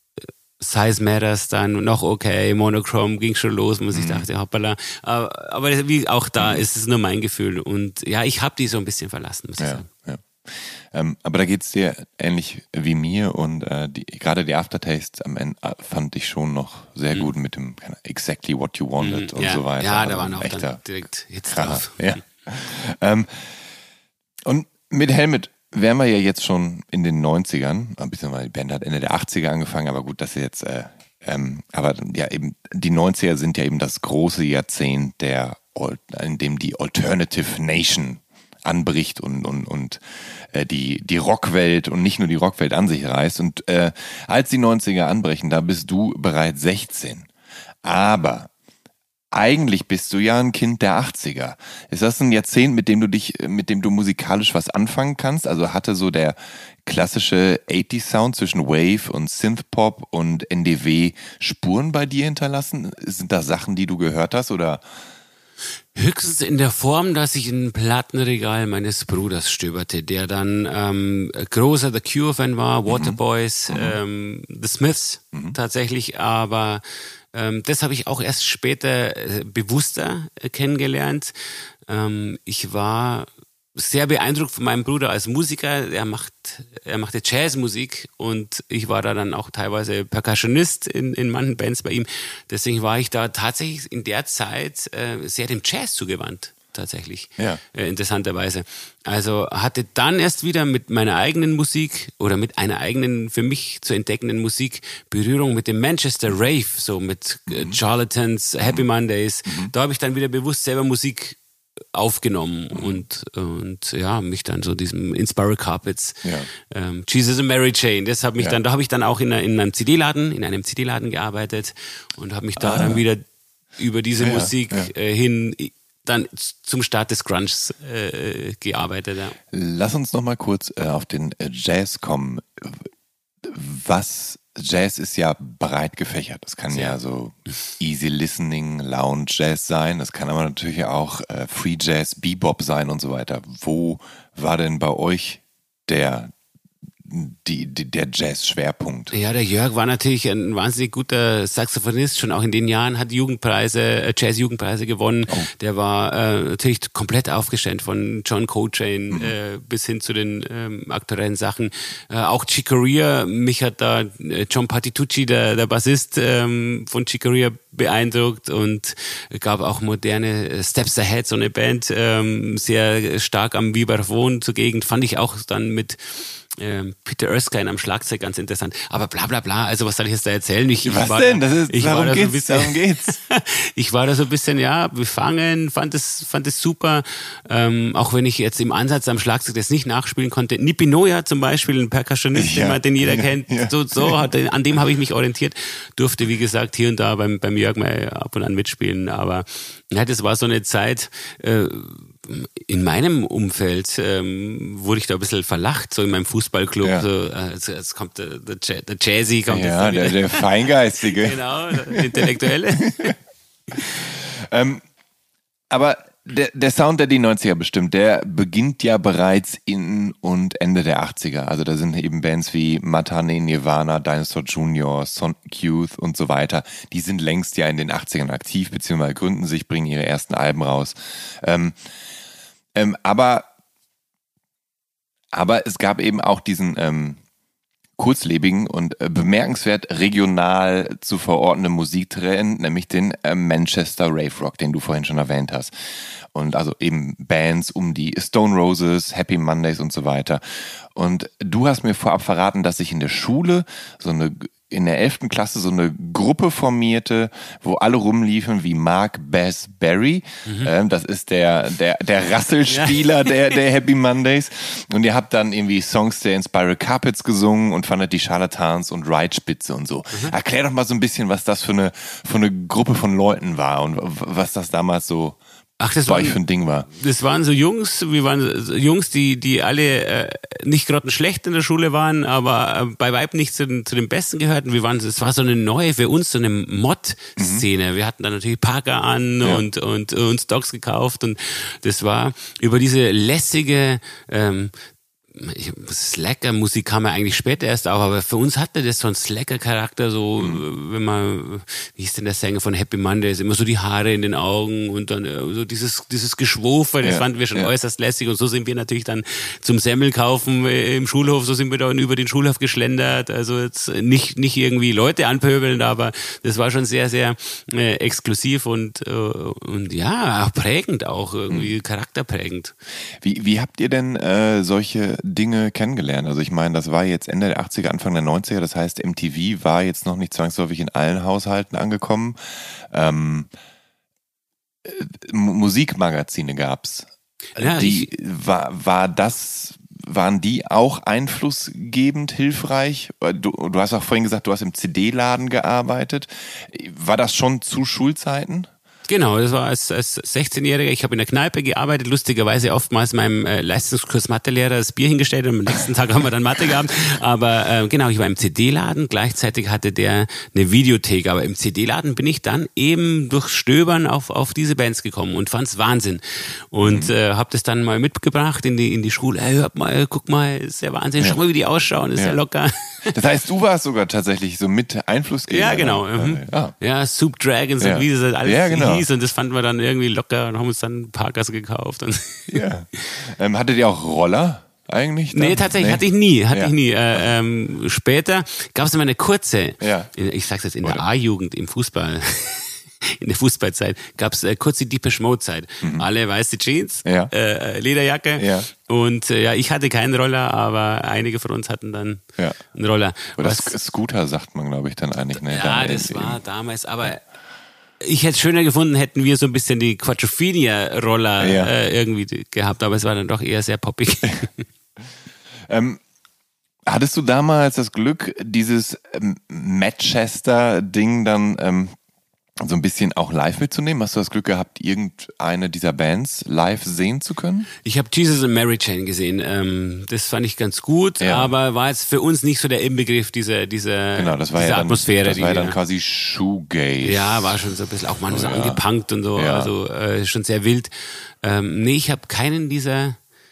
Size Matters dann noch okay, Monochrome ging schon los, muss Mhm. ich dachte, hoppala. Aber, aber wie auch da ist es nur mein Gefühl und ja, ich habe die so ein bisschen verlassen, muss ich Ja, sagen. ja. Ähm, aber da geht's dir ähnlich wie mir und äh, die, gerade die Aftertaste am Ende äh, fand ich schon noch sehr gut mit dem keine, Exactly What You Wanted und Mhm. ja, so weiter. ja, Also da waren auch echter dann direkt Hits Kracher. drauf. Ja. ähm, und mit Helmet wären wir ja jetzt schon in den neunzigern, ein bisschen, weil die Band hat Ende der achtziger angefangen, aber gut, das ist jetzt, äh, ähm, aber ja eben, die neunziger sind ja eben das große Jahrzehnt, der, in dem die Alternative Nation anbricht und, und, und äh, die, die Rockwelt und nicht nur die Rockwelt an sich reißt. Und äh, als die neunziger anbrechen, da bist du bereits sechzehn. Aber eigentlich bist du ja ein Kind der achtziger. Ist das ein Jahrzehnt, mit dem du dich, mit dem du musikalisch was anfangen kannst? Also hatte so der klassische achtziger Sound zwischen Wave und Synthpop und N D W Spuren bei dir hinterlassen? Sind das Sachen, die du gehört hast oder? Höchstens in der Form, dass ich in ein Plattenregal meines Bruders stöberte, der dann ähm, großer The Cure-Fan war, Waterboys, mhm. ähm, The Smiths mhm. tatsächlich, aber ähm, das habe ich auch erst später äh, bewusster äh, kennengelernt. Ähm, ich war sehr beeindruckt von meinem Bruder als Musiker. Er macht, er machte Jazzmusik und ich war da dann auch teilweise Percussionist in, in manchen Bands bei ihm. Deswegen war ich da tatsächlich in der Zeit äh, sehr dem Jazz zugewandt. Tatsächlich, ja. äh, interessanterweise. Also hatte dann erst wieder mit meiner eigenen Musik oder mit einer eigenen, für mich zu entdeckenden Musik Berührung mit dem Manchester Rave, so mit äh, Charlatans, Happy Mondays. Mhm. Da habe ich dann wieder bewusst selber Musik aufgenommen und, und ja, mich dann so diesem Inspire Carpets, ja. ähm, Jesus and Mary Chain, das hat mich ja. dann, da habe ich dann auch in, in einem C D-Laden, in einem C D-Laden gearbeitet und habe mich da ah. dann wieder über diese ja, Musik ja. Äh, hin dann zum Start des Grunges äh, gearbeitet. Ja. Lass uns noch mal kurz äh, auf den Jazz kommen. Was Jazz ist ja breit gefächert. Das kann ja, ja so Easy Listening, Lounge Jazz sein. Das kann aber natürlich auch äh, Free Jazz, Bebop sein und so weiter. Wo war denn bei euch der die, die, der Jazz-Schwerpunkt. Ja, der Jörg war natürlich ein wahnsinnig guter Saxophonist, schon auch in den Jahren, hat Jugendpreise, äh, Jazz-Jugendpreise gewonnen. Oh. Der war äh, natürlich komplett aufgestellt, von John Coltrane mhm. äh, bis hin zu den ähm, aktuellen Sachen. Äh, auch Chick Corea, mich hat da äh, John Patitucci, der, der Bassist ähm, von Chick Corea, beeindruckt, und gab auch moderne Steps Ahead, so eine Band, ähm, sehr stark am Vibraphon zugegen, fand ich auch dann mit ähm, Peter Erskine am Schlagzeug ganz interessant. Aber bla bla bla, also was soll ich jetzt da erzählen? Ich, was ich war denn? Da, das ist, ich darum, war da geht's, so ein bisschen, darum geht's. Ich war da so ein bisschen, ja, befangen, fand es, fand es super, ähm, auch wenn ich jetzt im Ansatz am Schlagzeug das nicht nachspielen konnte. Nippi Noya zum Beispiel, ein Percussionist, ja, den jeder ja, kennt, ja. so, so hat, an dem habe ich mich orientiert, durfte, wie gesagt, hier und da beim, beim Jörg mal ab und an mitspielen, aber ja, das war so eine Zeit, äh, in meinem Umfeld ähm, wurde ich da ein bisschen verlacht, so in meinem Fußballclub. Ja. So, äh, jetzt kommt der, der, der Jazzy, kommt ja, jetzt da der, der Feingeistige. Genau, der Intellektuelle. ähm, aber der, der Sound, der die neunziger bestimmt, der beginnt ja bereits in und Ende der achtziger. Also da sind eben Bands wie Matane, Nirvana, Dinosaur Junior, Sonic Youth und so weiter. Die sind längst ja in den achtzigern aktiv, beziehungsweise gründen sich, bringen ihre ersten Alben raus. Ähm, ähm, aber, aber es gab eben auch diesen ähm, kurzlebigen und äh, bemerkenswert regional zu verortenden Musiktrend, nämlich den äh, Manchester Rave Rock, den du vorhin schon erwähnt hast. Und also eben Bands um die Stone Roses, Happy Mondays und so weiter. Und du hast mir vorab verraten, dass sich in der Schule so eine in der elften Klasse so eine Gruppe formierte, wo alle rumliefen wie Mark Bass Berry. Mhm. Ähm, das ist der, der, der Rasselspieler ja. der, der Happy Mondays. Und ihr habt dann irgendwie Songs der Inspiral Carpets gesungen und fandet die Charlatans und Reitspitze und so. Mhm. Erklär doch mal so ein bisschen, was das für eine, für eine Gruppe von Leuten war und was das damals so Ach, das bei waren, euch für ein Ding war. Das waren so Jungs, wir waren so Jungs, die, die alle äh, nicht gerade schlecht in der Schule waren, aber äh, bei Weitem nicht zu den, zu den Besten gehörten. Wir waren, es war so eine neue, für uns so eine Mod-Szene. Mhm. Wir hatten dann natürlich Parker an ja. und, und, und uns Dogs gekauft, und das war über diese lässige, ähm, Slacker-Musik kam ja eigentlich später erst auch, aber für uns hatte das so einen Slacker-Charakter, so, mhm. wenn man, wie hieß denn der Sänger von Happy Mondays, immer so die Haare in den Augen und dann so dieses, dieses Geschwufe, das ja, fanden wir schon ja. äußerst lässig, und so sind wir natürlich dann zum Semmelkaufen im Schulhof, so sind wir dann über den Schulhof geschlendert, also jetzt nicht, nicht irgendwie Leute anpöbeln, aber das war schon sehr, sehr äh, exklusiv und, äh, und ja, auch prägend auch, irgendwie mhm. charakterprägend. Wie, wie habt ihr denn äh, solche Dinge kennengelernt? Also ich meine, das war jetzt Ende der achtziger, Anfang der neunziger, das heißt, M T V war jetzt noch nicht zwangsläufig in allen Haushalten angekommen. Ähm, äh, Musikmagazine gab's. Ja, die, ich, war, war das, waren die auch einflussgebend, hilfreich? Du, du hast auch vorhin gesagt, du hast im C D-Laden gearbeitet. War das schon zu Schulzeiten? Genau, das war als, als sechzehnjähriger, ich habe in der Kneipe gearbeitet, lustigerweise oftmals meinem äh, Leistungskurs Mathelehrer das Bier hingestellt und am nächsten Tag haben wir dann Mathe gehabt, aber äh, genau, ich war im C D-Laden, gleichzeitig hatte der eine Videothek, aber im C D-Laden bin ich dann eben durch Stöbern auf, auf diese Bands gekommen und fand's Wahnsinn und mhm. äh, habe das dann mal mitgebracht in die, in die Schule, hey, hört mal, guck mal, ist ja Wahnsinn, ja. schau mal, wie die ausschauen, ist ja, ja locker. Das heißt, du warst sogar tatsächlich so mit Einflussgeber. Ja, genau. Mhm. Ja. ja, Soup Dragons ja. und wie das halt alles ja, genau. hieß, und das fanden wir dann irgendwie locker und haben uns dann Parkers gekauft. Und ja. Ähm, hattet ihr auch Roller eigentlich? Dann? Nee, tatsächlich nee. hatte ich nie. Hatte ja. ich nie. Äh, ähm, später gab es immer eine kurze, ja. in, ich sag's jetzt in Oder? der A-Jugend im Fußball. In der Fußballzeit gab es äh, kurz die Depeche Mode Zeit. Mhm. Alle weiße Jeans, ja. äh, Lederjacke ja. und äh, ja, ich hatte keinen Roller, aber einige von uns hatten dann ja. einen Roller. Oder Was, Scooter sagt man, glaube ich, dann eigentlich. Ne? Ja, dann das war damals, aber ich hätte es schöner gefunden, hätten wir so ein bisschen die Quadrophenia-Roller ja. äh, irgendwie gehabt, aber es war dann doch eher sehr poppig. ähm, hattest du damals das Glück, dieses ähm, Manchester-Ding dann ähm, so ein bisschen auch live mitzunehmen? Hast du das Glück gehabt, irgendeine dieser Bands live sehen zu können? Ich habe Jesus and Mary Chain gesehen. Ähm, das fand ich ganz gut, ja. aber war jetzt für uns nicht so der Inbegriff dieser, dieser, genau, das war dieser ja dann, Atmosphäre. Das war ja dann quasi Shoegaze. Ja, war schon so ein bisschen, auch manchmal so ja. angepunkt und so, ja. also äh, schon sehr wild. Ähm, nee, ich habe keinen dieser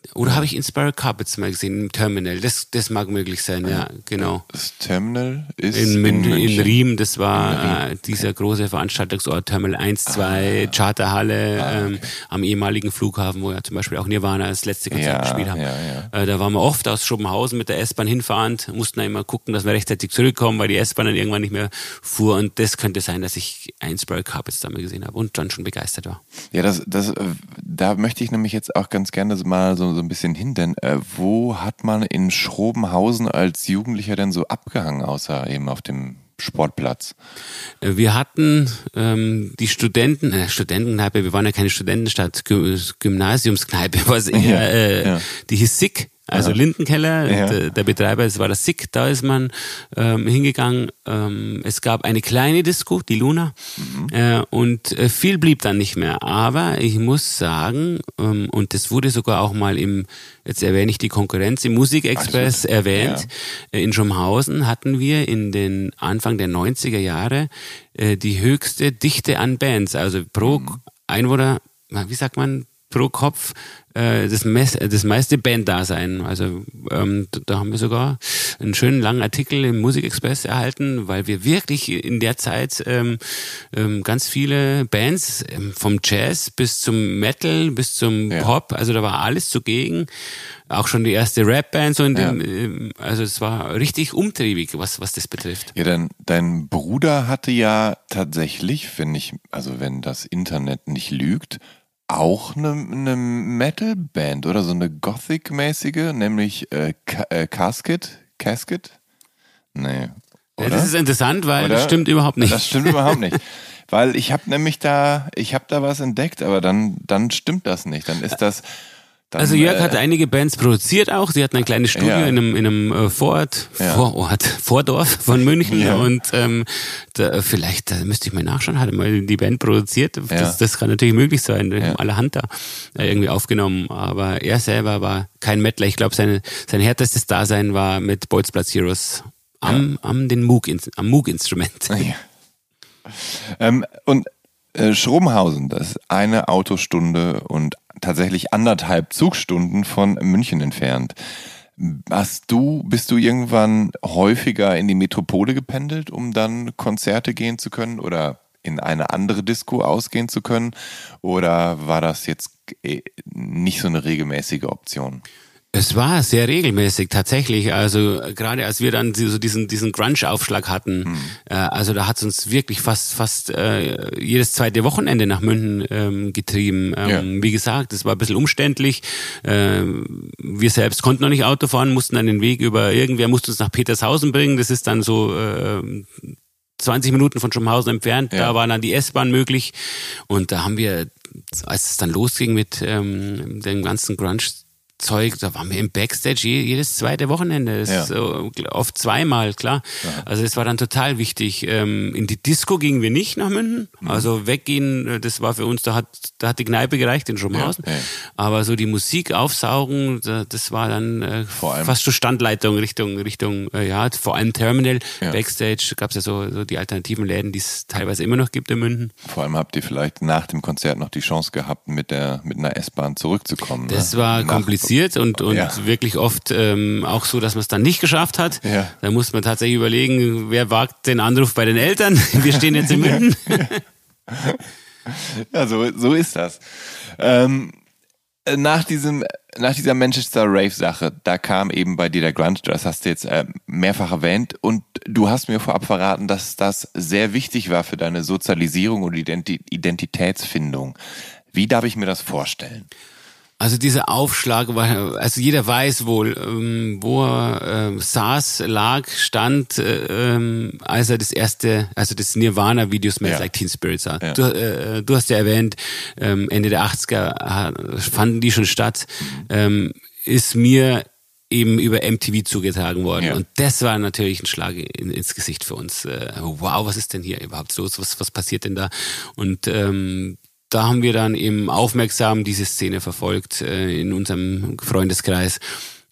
Oder habe ich Inspired Carpets mal gesehen im Terminal? Das, das mag möglich sein, ja, genau. Das Terminal ist in, in, München, in München. Riem, das war In Riem. äh, dieser okay. große Veranstaltungsort, Terminal eins, zwei, ah. Charterhalle ah, okay. ähm, am ehemaligen Flughafen, wo ja zum Beispiel auch Nirvana das letzte Konzert ja, gespielt haben. Ja, ja. Äh, da waren wir oft aus Schopenhausen mit der S-Bahn hinfahrend, mussten dann immer gucken, dass wir rechtzeitig zurückkommen, weil die S-Bahn dann irgendwann nicht mehr fuhr, und das könnte sein, dass ich Inspired Carpets da mal gesehen habe und dann schon begeistert war. Ja, das, das, da möchte ich nämlich jetzt auch ganz gerne mal so, so ein bisschen hin, denn äh, wo hat man in Schrobenhausen als Jugendlicher denn so abgehangen, außer eben auf dem Sportplatz? Wir hatten ähm, die Studenten, äh, Studentenkneipe, wir waren ja keine Studentenstadt, G- Gymnasiumskneipe, was eher, ja, äh, ja. die hieß S I C. Also ja. Lindenkeller, ja. der, der Betreiber, es war das S I C, da ist man ähm, hingegangen. Ähm, es gab eine kleine Disco, die Luna, mhm. äh, und äh, viel blieb dann nicht mehr. Aber ich muss sagen, ähm, und das wurde sogar auch mal im, jetzt erwähne ich die Konkurrenz, im Musikexpress also, erwähnt, ja. äh, in Schrobenhausen hatten wir in den Anfang der neunziger Jahre äh, die höchste Dichte an Bands, also pro mhm. Einwohner, wie sagt man, pro Kopf das, Mess, das meiste Banddasein. Also ähm, da haben wir sogar einen schönen langen Artikel im Musikexpress erhalten, weil wir wirklich in der Zeit ähm, ähm, ganz viele Bands ähm, vom Jazz bis zum Metal bis zum ja. Pop, also da war alles zugegen. Auch schon die erste Rap-Band, so in dem, ja. also es war richtig umtriebig, was was das betrifft. Ja, dein, dein Bruder hatte ja tatsächlich, wenn ich, also wenn das Internet nicht lügt, auch eine, eine Metal-Band oder so eine Gothic-mäßige, nämlich äh, Ka- äh, Casket? Casket? Nee. Ja, das ist interessant, weil oder? Das stimmt überhaupt nicht. Das stimmt überhaupt nicht. Weil ich habe nämlich da, ich habe da was entdeckt, aber dann, dann stimmt das nicht. Dann ist das... Dann, also Jörg äh, hat einige Bands produziert auch. Sie hatten ein kleines Studio ja. in einem, in einem äh, Vorort, ja. Vorort, Vordorf von München. Ja. Und ähm, da, vielleicht, da müsste ich mal nachschauen, hat er mal die Band produziert. Das, ja. das kann natürlich möglich sein. Wir ja. haben allerhand da äh, irgendwie aufgenommen. Aber er selber war kein Mettler. Ich glaube, seine, sein härtestes Dasein war mit Bolzplatz Heroes am, ja. am, den Moog, am Moog-Instrument. Ja. ähm, und äh, Schrobenhausen, das ist eine Autostunde und tatsächlich anderthalb Zugstunden von München entfernt. Hast du, bist du irgendwann häufiger in die Metropole gependelt, um dann Konzerte gehen zu können oder in eine andere Disco ausgehen zu können? Oder war das jetzt nicht so eine regelmäßige Option? Es war sehr regelmäßig tatsächlich, also gerade als wir dann so diesen diesen Grunge-Aufschlag hatten, mhm. äh, also da hat es uns wirklich fast fast äh, jedes zweite Wochenende nach München ähm, getrieben. Ähm, ja. Wie gesagt, es war ein bisschen umständlich. Äh, wir selbst konnten noch nicht Auto fahren, mussten dann den Weg über irgendwer musste uns nach Petershausen bringen. Das ist dann so äh, zwanzig Minuten von Schrobenhausen entfernt. Ja. Da war dann die S-Bahn möglich und da haben wir, als es dann losging mit ähm, dem ganzen Grunge Zeug, da waren wir im Backstage jedes zweite Wochenende, das ja. ist so, oft zweimal, klar. Ja. Also es war dann total wichtig. In die Disco gingen wir nicht nach München, mhm. also weggehen, das war für uns, da hat, da hat die Kneipe gereicht in Schrobenhausen. Ja. Ja. Aber so die Musik aufsaugen, das war dann äh, fast schon Standleitung Richtung, Richtung, äh, ja, vor allem Terminal, ja. Backstage, gab es ja so, so die alternativen Läden, die es teilweise immer noch gibt in München. Vor allem habt ihr vielleicht nach dem Konzert noch die Chance gehabt, mit der mit einer S-Bahn zurückzukommen. Das ne? war nach, kompliziert. Und, und ja. wirklich oft ähm, auch so, dass man es dann nicht geschafft hat. Ja. Da muss man tatsächlich überlegen, wer wagt den Anruf bei den Eltern? Wir stehen jetzt in München. Ja, so, so ist das. Ähm, nach diesem, nach dieser Manchester Rave-Sache, da kam eben bei dir der Grunge, das hast du jetzt äh, mehrfach erwähnt und du hast mir vorab verraten, dass das sehr wichtig war für deine Sozialisierung und Identi- Identitätsfindung. Wie darf ich mir das vorstellen? Also dieser Aufschlag war, also jeder weiß wohl, ähm, wo er äh, saß, lag, stand, äh, ähm, als er das erste, also das Nirvana-Video Smells ja. Like Teen Spirit sah. Ja. Du, äh, du hast ja erwähnt, ähm, Ende der achtziger äh, fanden die schon statt, mhm. ähm, ist mir eben über M T V zugetragen worden. Ja. Und das war natürlich ein Schlag in, ins Gesicht für uns. Äh, wow, was ist denn hier überhaupt los? Was, was passiert denn da? Und ähm, da haben wir dann eben aufmerksam diese Szene verfolgt äh, in unserem Freundeskreis.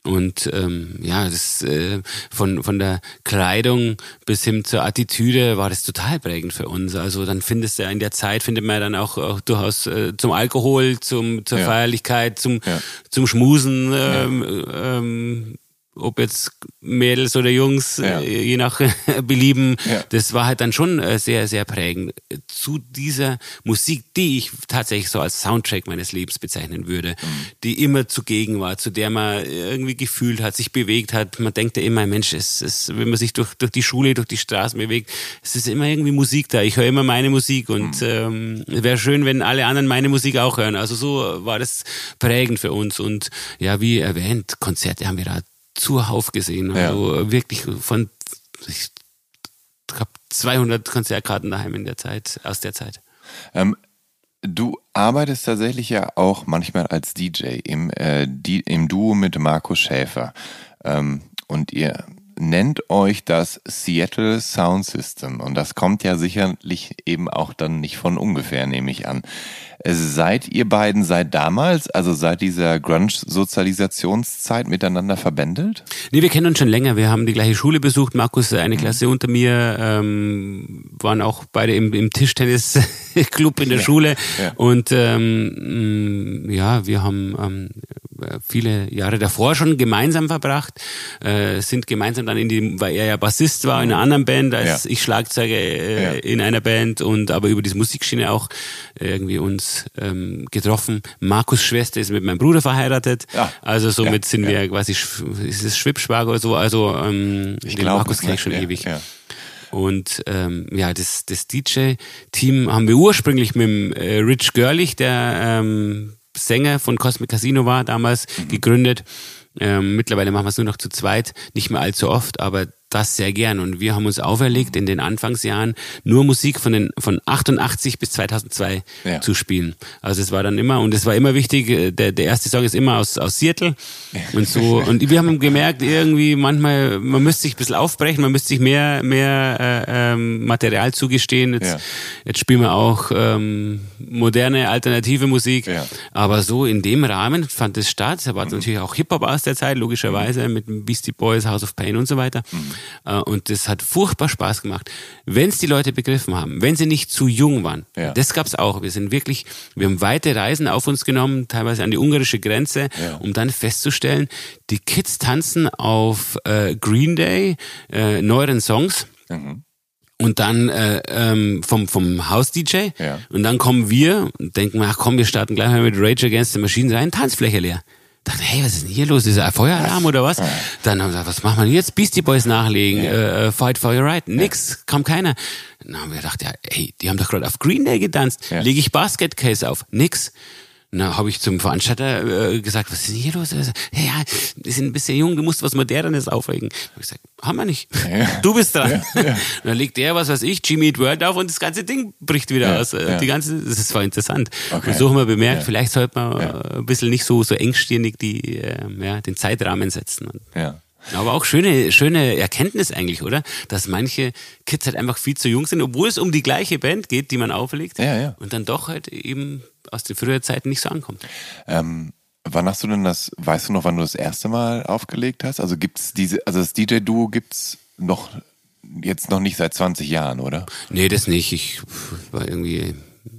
Und ähm, ja, das äh, von von der Kleidung bis hin zur Attitüde war das total prägend für uns. Also dann findest du in der Zeit findet man dann auch, auch durchaus äh, zum Alkohol, zum zur ja. Feierlichkeit, zum ja. zum Schmusen, ähm, ja. ähm, ob jetzt Mädels oder Jungs, ja. äh, je nach Belieben, ja. das war halt dann schon äh, sehr, sehr prägend. Zu dieser Musik, die ich tatsächlich so als Soundtrack meines Lebens bezeichnen würde, mhm. die immer zugegen war, zu der man irgendwie gefühlt hat, sich bewegt hat. Man denkt ja immer, Mensch, es, es, wenn man sich durch, durch die Schule, durch die Straßen bewegt, es ist immer irgendwie Musik da. Ich höre immer meine Musik und mhm. ähm, wäre schön, wenn alle anderen meine Musik auch hören. Also so war das prägend für uns. Und ja, wie erwähnt, Konzerte haben wir da zuhauf gesehen. Also ja. wirklich von, ich habe zweihundert Konzertkarten daheim in der Zeit, aus der Zeit. Ähm, du arbeitest tatsächlich ja auch manchmal als D J im, äh, die, im Duo mit Markus Schäfer. Ähm, und ihr nennt euch das Seattle Sound System. Und das kommt ja sicherlich eben auch dann nicht von ungefähr, nehme ich an. Seid ihr beiden seit damals, also seit dieser Grunge-Sozialisationszeit miteinander verbändelt? Nee, wir kennen uns schon länger. Wir haben die gleiche Schule besucht. Markus eine Klasse mhm. unter mir, ähm, waren auch beide im, im Tischtennis-Club in der ja. Schule. Ja. Und ähm, ja, wir haben ähm, viele Jahre davor schon gemeinsam verbracht, äh, sind gemeinsam dann in die, weil er ja Bassist war in einer anderen Band, als ja. ich Schlagzeuger äh, ja. in einer Band und aber über diese Musikschiene auch irgendwie uns ähm, getroffen. Markus' Schwester ist mit meinem Bruder verheiratet, ja. also somit ja. sind wir ja. quasi, ist es Schwippschwager oder so, also ähm, ich den glaub, Markus kenne ich schon ja. ewig. Ja. Und ähm, ja, das, das D J-Team haben wir ursprünglich mit dem äh, Rich Görlich, der ähm, Sänger von Cosmic Casino war, damals mhm. gegründet. Ähm, mittlerweile machen wir es nur noch zu zweit, nicht mehr allzu oft, aber das sehr gern. Und wir haben uns auferlegt, in den Anfangsjahren nur Musik von den von achtundachtzig bis zweitausendzwei ja. zu spielen. Also es war dann immer, und es war immer wichtig, der, der erste Song ist immer aus, aus Seattle und so. Und wir haben gemerkt, irgendwie manchmal, man müsste sich ein bisschen aufbrechen, man müsste sich mehr, mehr äh, ähm, Material zugestehen. Jetzt, ja. jetzt spielen wir auch ähm, moderne, alternative Musik. Ja. Aber so in dem Rahmen fand es statt. Da war mhm. natürlich auch Hip-Hop aus der Zeit, logischerweise, mhm. mit den Beastie Boys, House of Pain und so weiter. Mhm. Und das hat furchtbar Spaß gemacht. Wenn es die Leute begriffen haben, wenn sie nicht zu jung waren, ja. das gab's auch. Wir sind wirklich, wir haben weite Reisen auf uns genommen, teilweise an die ungarische Grenze, ja. um dann festzustellen, die Kids tanzen auf äh, Green Day, äh, neueren Songs. Mhm. Und dann äh, ähm, vom vom House-D J. Ja. Und dann kommen wir und denken, ach komm, wir starten gleich mal mit Rage Against the Machine rein, Tanzfläche leer. Dachte, hey, was ist denn hier los? Ist das ein Feueralarm oder was? Ja. Dann haben wir gesagt, was machen wir denn jetzt? Beastie Boys nachlegen, ja. äh, Fight for Your Right. Nix, ja. kam keiner. Dann haben wir gedacht, ja, hey, die haben doch gerade auf Green Day getanzt. Ja. Lege ich Basket Case auf. Nix. Na, habe ich zum Veranstalter äh, gesagt, was ist denn hier los? Er sagt, hey, ja, die sind ein bisschen jung, du musst was Modernes aufregen. Hab ich gesagt, haben wir nicht. Ja. Du bist dran. Ja, ja. Dann legt der, was weiß ich, Jimmy Eat World auf und das ganze Ding bricht wieder ja, aus. Ja. Die ganze, das ist voll interessant. Okay. Und so haben wir bemerkt, ja. vielleicht sollte man ja. ein bisschen nicht so, so engstirnig die, äh, ja, den Zeitrahmen setzen. Ja. Aber auch schöne, schöne Erkenntnis eigentlich, oder? Dass manche Kids halt einfach viel zu jung sind, obwohl es um die gleiche Band geht, die man auflegt. Ja, ja. Und dann doch halt eben aus den früheren Zeiten nicht so ankommt. Ähm, wann hast du denn das, weißt du noch, wann du das erste Mal aufgelegt hast? Also gibt's diese, also das D J-Duo gibt's noch, jetzt noch nicht seit zwanzig Jahren, oder? Nee, das nicht. Ich war irgendwie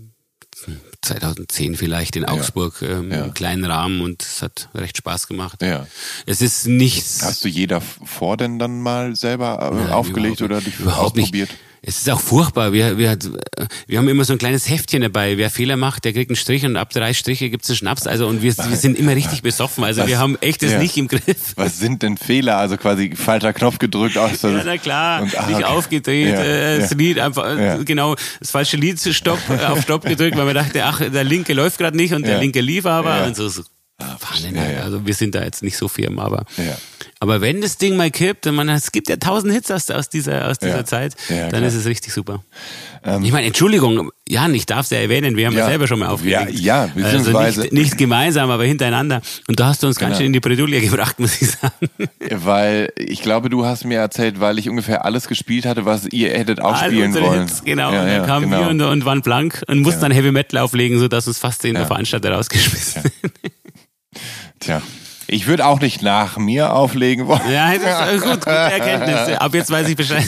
zweitausendzehn vielleicht in Augsburg, ja. ähm, ja. im kleinen Rahmen, und es hat recht Spaß gemacht. Ja. Es ist nichts. Hast du jeder vor denn dann mal selber Nein, aufgelegt oder dich überhaupt ausprobiert? Nicht. Es ist auch furchtbar. Wir, wir, wir haben immer so ein kleines Heftchen dabei. Wer Fehler macht, der kriegt einen Strich, und ab drei Striche gibt's einen Schnaps. Also, und wir, wir sind immer richtig besoffen. Also was, wir haben echt das ja. nicht im Griff. Was sind denn Fehler? Also quasi falscher Knopf gedrückt. Auch so ja, na klar. Und, ah, nicht okay. aufgedreht. Ja, äh, das ja. Lied einfach, ja. genau, das falsche Lied zu Stopp, auf Stopp gedrückt, weil man dachte, ach, der linke läuft gerade nicht und ja. der linke lief aber. Ja. Und so, so. Ah, ja, ja. Also wir sind da jetzt nicht so firm, aber ja. aber wenn das Ding mal kippt, und man, es gibt ja tausend Hits aus, aus dieser, aus dieser ja. Zeit, ja, dann klar. ist es richtig super. Ähm, ich meine, Entschuldigung, Jan, ich darf es ja erwähnen, wir haben ja, ja selber schon mal aufgelegt. Ja, ja, beziehungsweise. Also nicht, nicht gemeinsam, aber hintereinander. Und da hast du uns genau. ganz schön in die Bredouille gebracht, muss ich sagen. Weil, ich glaube, du hast mir erzählt, weil ich ungefähr alles gespielt hatte, was ihr hättet auch All spielen wollen. Hits, genau, ja, und dann ja, kamen genau. wir und, und waren blank und mussten ja. dann Heavy Metal auflegen, sodass uns fast den ja. Veranstalter rausgeschmissen ja. Tja. Ich würde auch nicht nach mir auflegen wollen. Ja, das ist gut, gute Erkenntnis. Ab jetzt weiß ich Bescheid.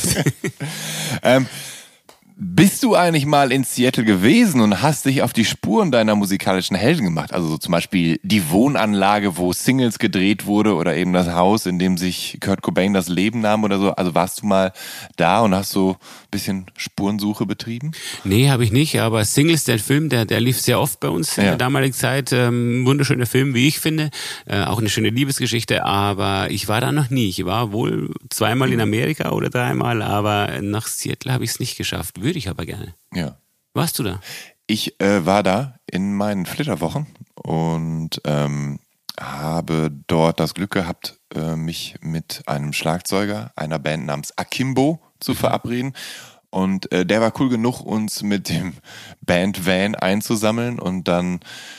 ähm, Bist du eigentlich mal in Seattle gewesen und hast dich auf die Spuren deiner musikalischen Helden gemacht? Also so zum Beispiel die Wohnanlage, wo Singles gedreht wurde oder eben das Haus, in dem sich Kurt Cobain das Leben nahm oder so. Also warst du mal da und hast so ein bisschen Spurensuche betrieben? Nee, habe ich nicht, aber Singles, der Film, der, der lief sehr oft bei uns in Ja. der damaligen Zeit. Ähm, wunderschöner Film, wie ich finde. Äh, auch eine schöne Liebesgeschichte, aber ich war da noch nie. Ich war wohl zweimal in Amerika oder dreimal, aber nach Seattle habe ich es nicht geschafft. Würde ich aber gerne. Ja. Warst du da? Ich äh, war da in meinen Flitterwochen und ähm, habe dort das Glück gehabt, äh, mich mit einem Schlagzeuger einer Band namens Akimbo zu verabreden. Und äh, der war cool genug, uns mit dem Bandvan einzusammeln und dann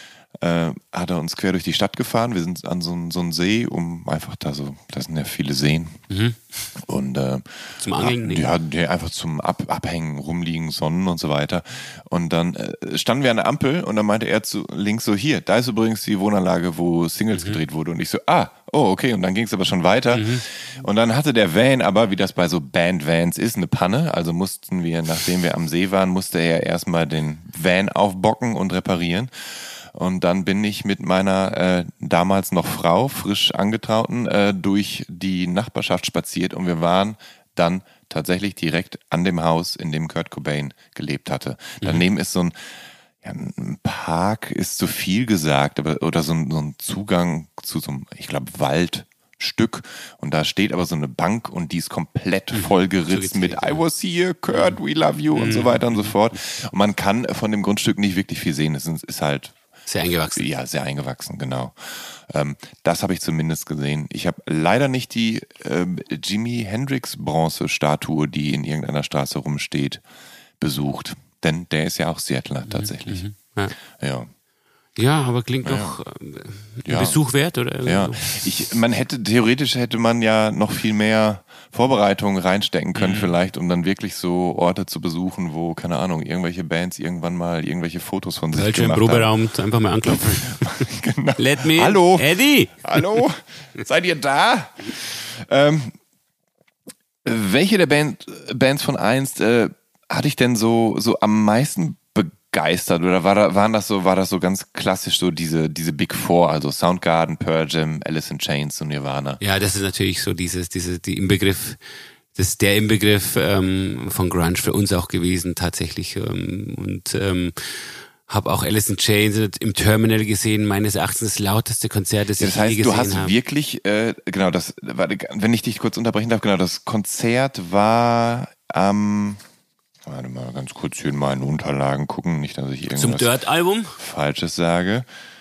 äh, hat er uns quer durch die Stadt gefahren. Wir sind an so, so einem See, um einfach da so, das sind ja viele Seen. Mhm. Und äh, Zum Angeln? Nee. ja, die einfach zum Ab Abhängen, rumliegen, Sonnen und so weiter. Und dann äh, standen wir an der Ampel und dann meinte er zu links so, hier, da ist übrigens die Wohnanlage, wo Singles mhm. gedreht wurde. Und ich so, ah, oh, okay. Und dann ging es aber schon weiter. Mhm. Und dann hatte der Van aber, wie das bei so Bandvans ist, eine Panne. Also mussten wir, nachdem wir am See waren, musste er erstmal den Van aufbocken und reparieren. Und dann bin ich mit meiner äh, damals noch Frau, frisch angetrauten, äh, durch die Nachbarschaft spaziert und wir waren dann tatsächlich direkt an dem Haus, in dem Kurt Cobain gelebt hatte. Mhm. Daneben ist so ein, ja, ein Park, ist zu viel gesagt, aber oder so ein, so ein Zugang zu so einem, ich glaube, Waldstück. Und da steht aber so eine Bank und die ist komplett mhm. vollgeritzt so mit I was here, Kurt, we love you mhm. und so weiter und so fort. Und man kann von dem Grundstück nicht wirklich viel sehen. Es ist halt sehr eingewachsen. Ja, sehr eingewachsen, genau. Ähm, das habe ich zumindest gesehen. Ich habe leider nicht die äh, Jimi Hendrix Bronze-Statue, die in irgendeiner Straße rumsteht, besucht. Denn der ist ja auch Seattler tatsächlich. Mhm, ja. ja. Ja, aber klingt ja. doch äh, ein ja. Besuch wert, oder? Ja, ich, man hätte, theoretisch hätte man ja noch viel mehr Vorbereitungen reinstecken können, mhm. vielleicht, um dann wirklich so Orte zu besuchen, wo, keine Ahnung, irgendwelche Bands irgendwann mal irgendwelche Fotos von sich Welche gemacht im Proberaum haben. Einfach mal anklopfen. Genau. Let me Hallo. Eddie! Hallo? Seid ihr da? Ähm, welche der Band, Bands von einst äh, hatte ich denn so, so am meisten begeistert? Oder war, da, waren das so, war das so ganz klassisch so diese, diese Big Four, also Soundgarden, Pearl Jam, Alice in Chains und Nirvana? Ja, das ist natürlich so dieses, diese, die Inbegriff, das ist der Inbegriff ähm, von Grunge für uns auch gewesen, tatsächlich. Ähm, und ähm, habe auch Alice in Chains im Terminal gesehen, meines Erachtens das lauteste Konzert, das, ja, das ich heißt, je gesehen habe. Das heißt, du hast wirklich, äh, genau, das, wenn ich dich kurz unterbrechen darf, genau, das Konzert war am... Ähm, Warte mal, ganz kurz hier in meinen Unterlagen gucken, nicht, dass ich irgendwas Zum Dirt-Album? Falsches sage.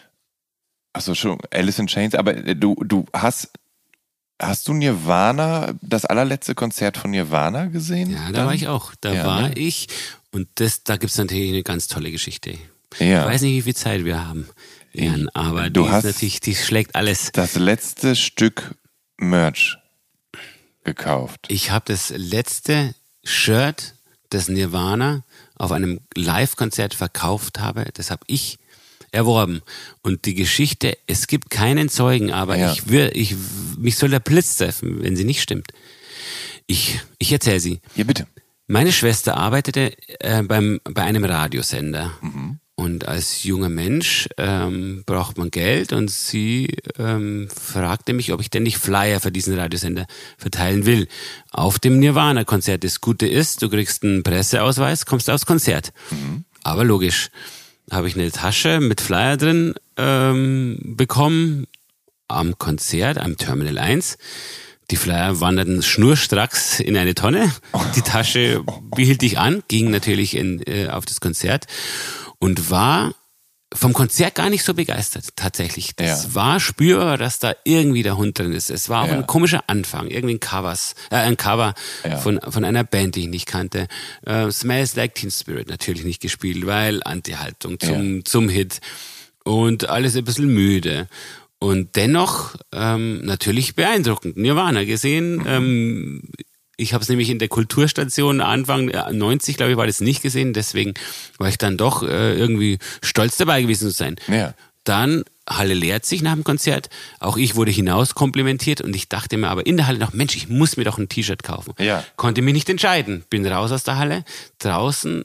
Achso, schon, Alice in Chains, aber du, du hast, hast du Nirvana, das allerletzte Konzert von Nirvana gesehen? Ja, da dann? war ich auch. Da ja, war ne? ich und das, da gibt's natürlich eine ganz tolle Geschichte. Ja. Ich weiß nicht, wie viel Zeit wir haben, Jan, aber du die, hast ist natürlich, die schlägt alles. Das letzte Stück Merch gekauft. Ich habe das letzte Shirt, das Nirvana auf einem Live-Konzert verkauft habe, das habe ich erworben. Und die Geschichte, es gibt keinen Zeugen, aber ja. ich will, ich, mich soll der Blitz treffen, wenn sie nicht stimmt. Ich, ich erzähle sie. Ja, bitte. Meine Schwester arbeitete äh, beim, bei einem Radiosender. Mhm. Und als junger Mensch ähm, braucht man Geld und sie ähm, fragte mich, ob ich denn nicht Flyer für diesen Radiosender verteilen will. Auf dem Nirvana-Konzert. Das Gute ist, du kriegst einen Presseausweis, kommst aufs Konzert. Mhm. Aber logisch, habe ich eine Tasche mit Flyer drin ähm, bekommen am Konzert, am Terminal eins. Die Flyer wanderten schnurstracks in eine Tonne. Die Tasche behielt ich an, ging natürlich in, äh, auf das Konzert. Und war vom Konzert gar nicht so begeistert, tatsächlich. Das ja. war spürbar, dass da irgendwie der Hund drin ist. Es war auch ja. ein komischer Anfang, irgendwie ein, Covers, äh, ein Cover ja. von, von einer Band, die ich nicht kannte. Äh, Smells Like Teen Spirit natürlich nicht gespielt, weil Anti-Haltung zum, ja. zum Hit. Und alles ein bisschen müde. Und dennoch ähm, natürlich beeindruckend. Nirvana gesehen, mhm. ähm, ich habe es nämlich in der Kulturstation Anfang neunzig, glaube ich, war das nicht gesehen. Deswegen war ich dann doch äh, irgendwie stolz dabei gewesen zu sein. Ja. Dann Halle leert sich nach dem Konzert. Auch ich wurde hinaus komplimentiert und ich dachte mir aber in der Halle noch, Mensch, ich muss mir doch ein T-Shirt kaufen. Ja. Konnte mich nicht entscheiden. Bin raus aus der Halle. Draußen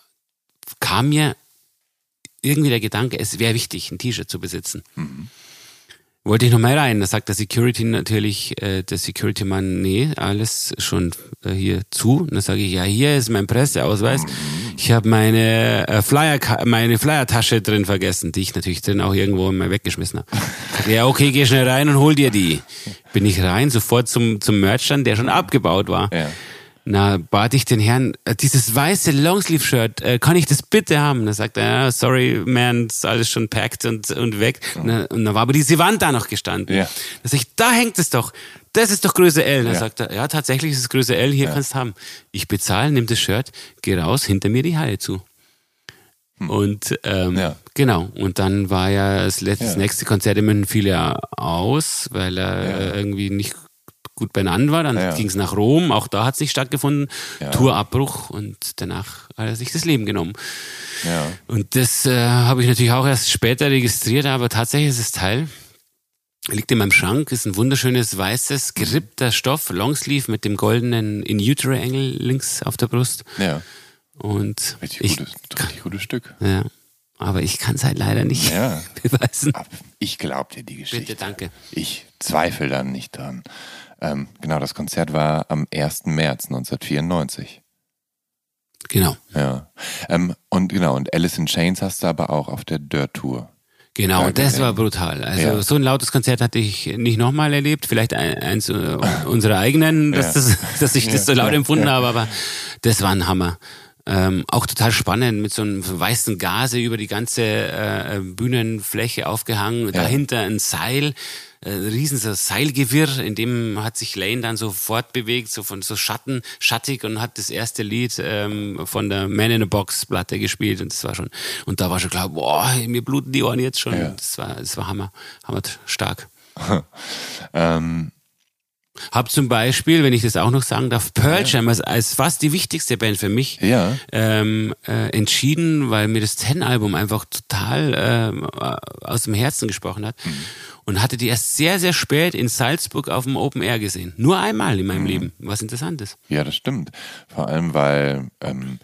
kam mir irgendwie der Gedanke, es wäre wichtig, ein T-Shirt zu besitzen. Mhm. Wollte ich noch mal rein. Da sagt der Security natürlich, äh, der Security-Mann, nee, alles schon äh, hier zu. Und dann sage ich, ja, hier ist mein Presseausweis. Ich habe meine äh, Flyer, meine Flyertasche drin vergessen, die ich natürlich drin auch irgendwo mal weggeschmissen habe. Ja, okay, geh schnell rein und hol dir die. Bin ich rein, sofort zum zum Merchstand, der schon abgebaut war. Ja. Na, bat ich den Herrn, dieses weiße Longsleeve-Shirt, äh, kann ich das bitte haben? Da sagt er, ja, sorry, man, ist alles schon packt und, und weg. Und dann, und dann war aber diese Wand da noch gestanden. Ja. Da sag ich, da hängt es doch. Das ist doch Größe L. Da ja. sagt er, ja, tatsächlich ist es Größe L, hier ja. kannst du haben. Ich bezahle, nimm das Shirt, geh raus, hinter mir die Halle zu. Hm. Und ähm, ja. genau, und dann war ja das, letzte, ja. das nächste Konzert in München fiel ja aus, weil er ja. irgendwie nicht gut benannt war, dann ja. ging es nach Rom, auch da hat es nicht stattgefunden, ja. Tourabbruch und danach hat er sich das Leben genommen. Ja. Und das äh, habe ich natürlich auch erst später registriert, aber tatsächlich ist das Teil, liegt in meinem Schrank, ist ein wunderschönes weißes, gerippter Stoff, Longsleeve mit dem goldenen In Utero-Engel links auf der Brust. Ja. Und richtig, ich, gutes, richtig gutes Stück. Ja. Aber ich kann es halt leider nicht ja. beweisen. Ich glaube dir die Geschichte. Bitte, danke. Ich zweifle dann nicht dran. Ähm, genau, das Konzert war am ersten März neunzehnhundertvierundneunzig. Genau. Ja. Ähm, und genau, und Alice in Chains hast du aber auch auf der Dirt Tour. Genau, und das war brutal. Also ja. so ein lautes Konzert hatte ich nicht nochmal erlebt. Vielleicht eins äh, unserer eigenen, dass, ja. das, dass ich das so laut ja. empfunden ja. habe, aber das war ein Hammer. Ähm, auch total spannend, mit so einem weißen Gase über die ganze äh, Bühnenfläche aufgehangen, ja. dahinter ein Seil, äh, riesen so Seilgewirr, in dem hat sich Lane dann so fortbewegt, so von so Schatten, schattig und hat das erste Lied ähm, von der Man in a Box Platte gespielt und das war schon, und da war schon klar, boah, mir bluten die Ohren jetzt schon, ja. das war, das war hammer, hammer stark. ähm. Hab zum Beispiel, wenn ich das auch noch sagen darf, Pearl Jam ja. als, als fast die wichtigste Band für mich ja. ähm, äh, entschieden, weil mir das Ten-Album einfach total ähm, aus dem Herzen gesprochen hat. Mhm. Und hatte die erst sehr, sehr spät in Salzburg auf dem Open Air gesehen. Nur einmal in meinem mhm. Leben. Was Interessantes. Ja, das stimmt. Vor allem, weil ähm,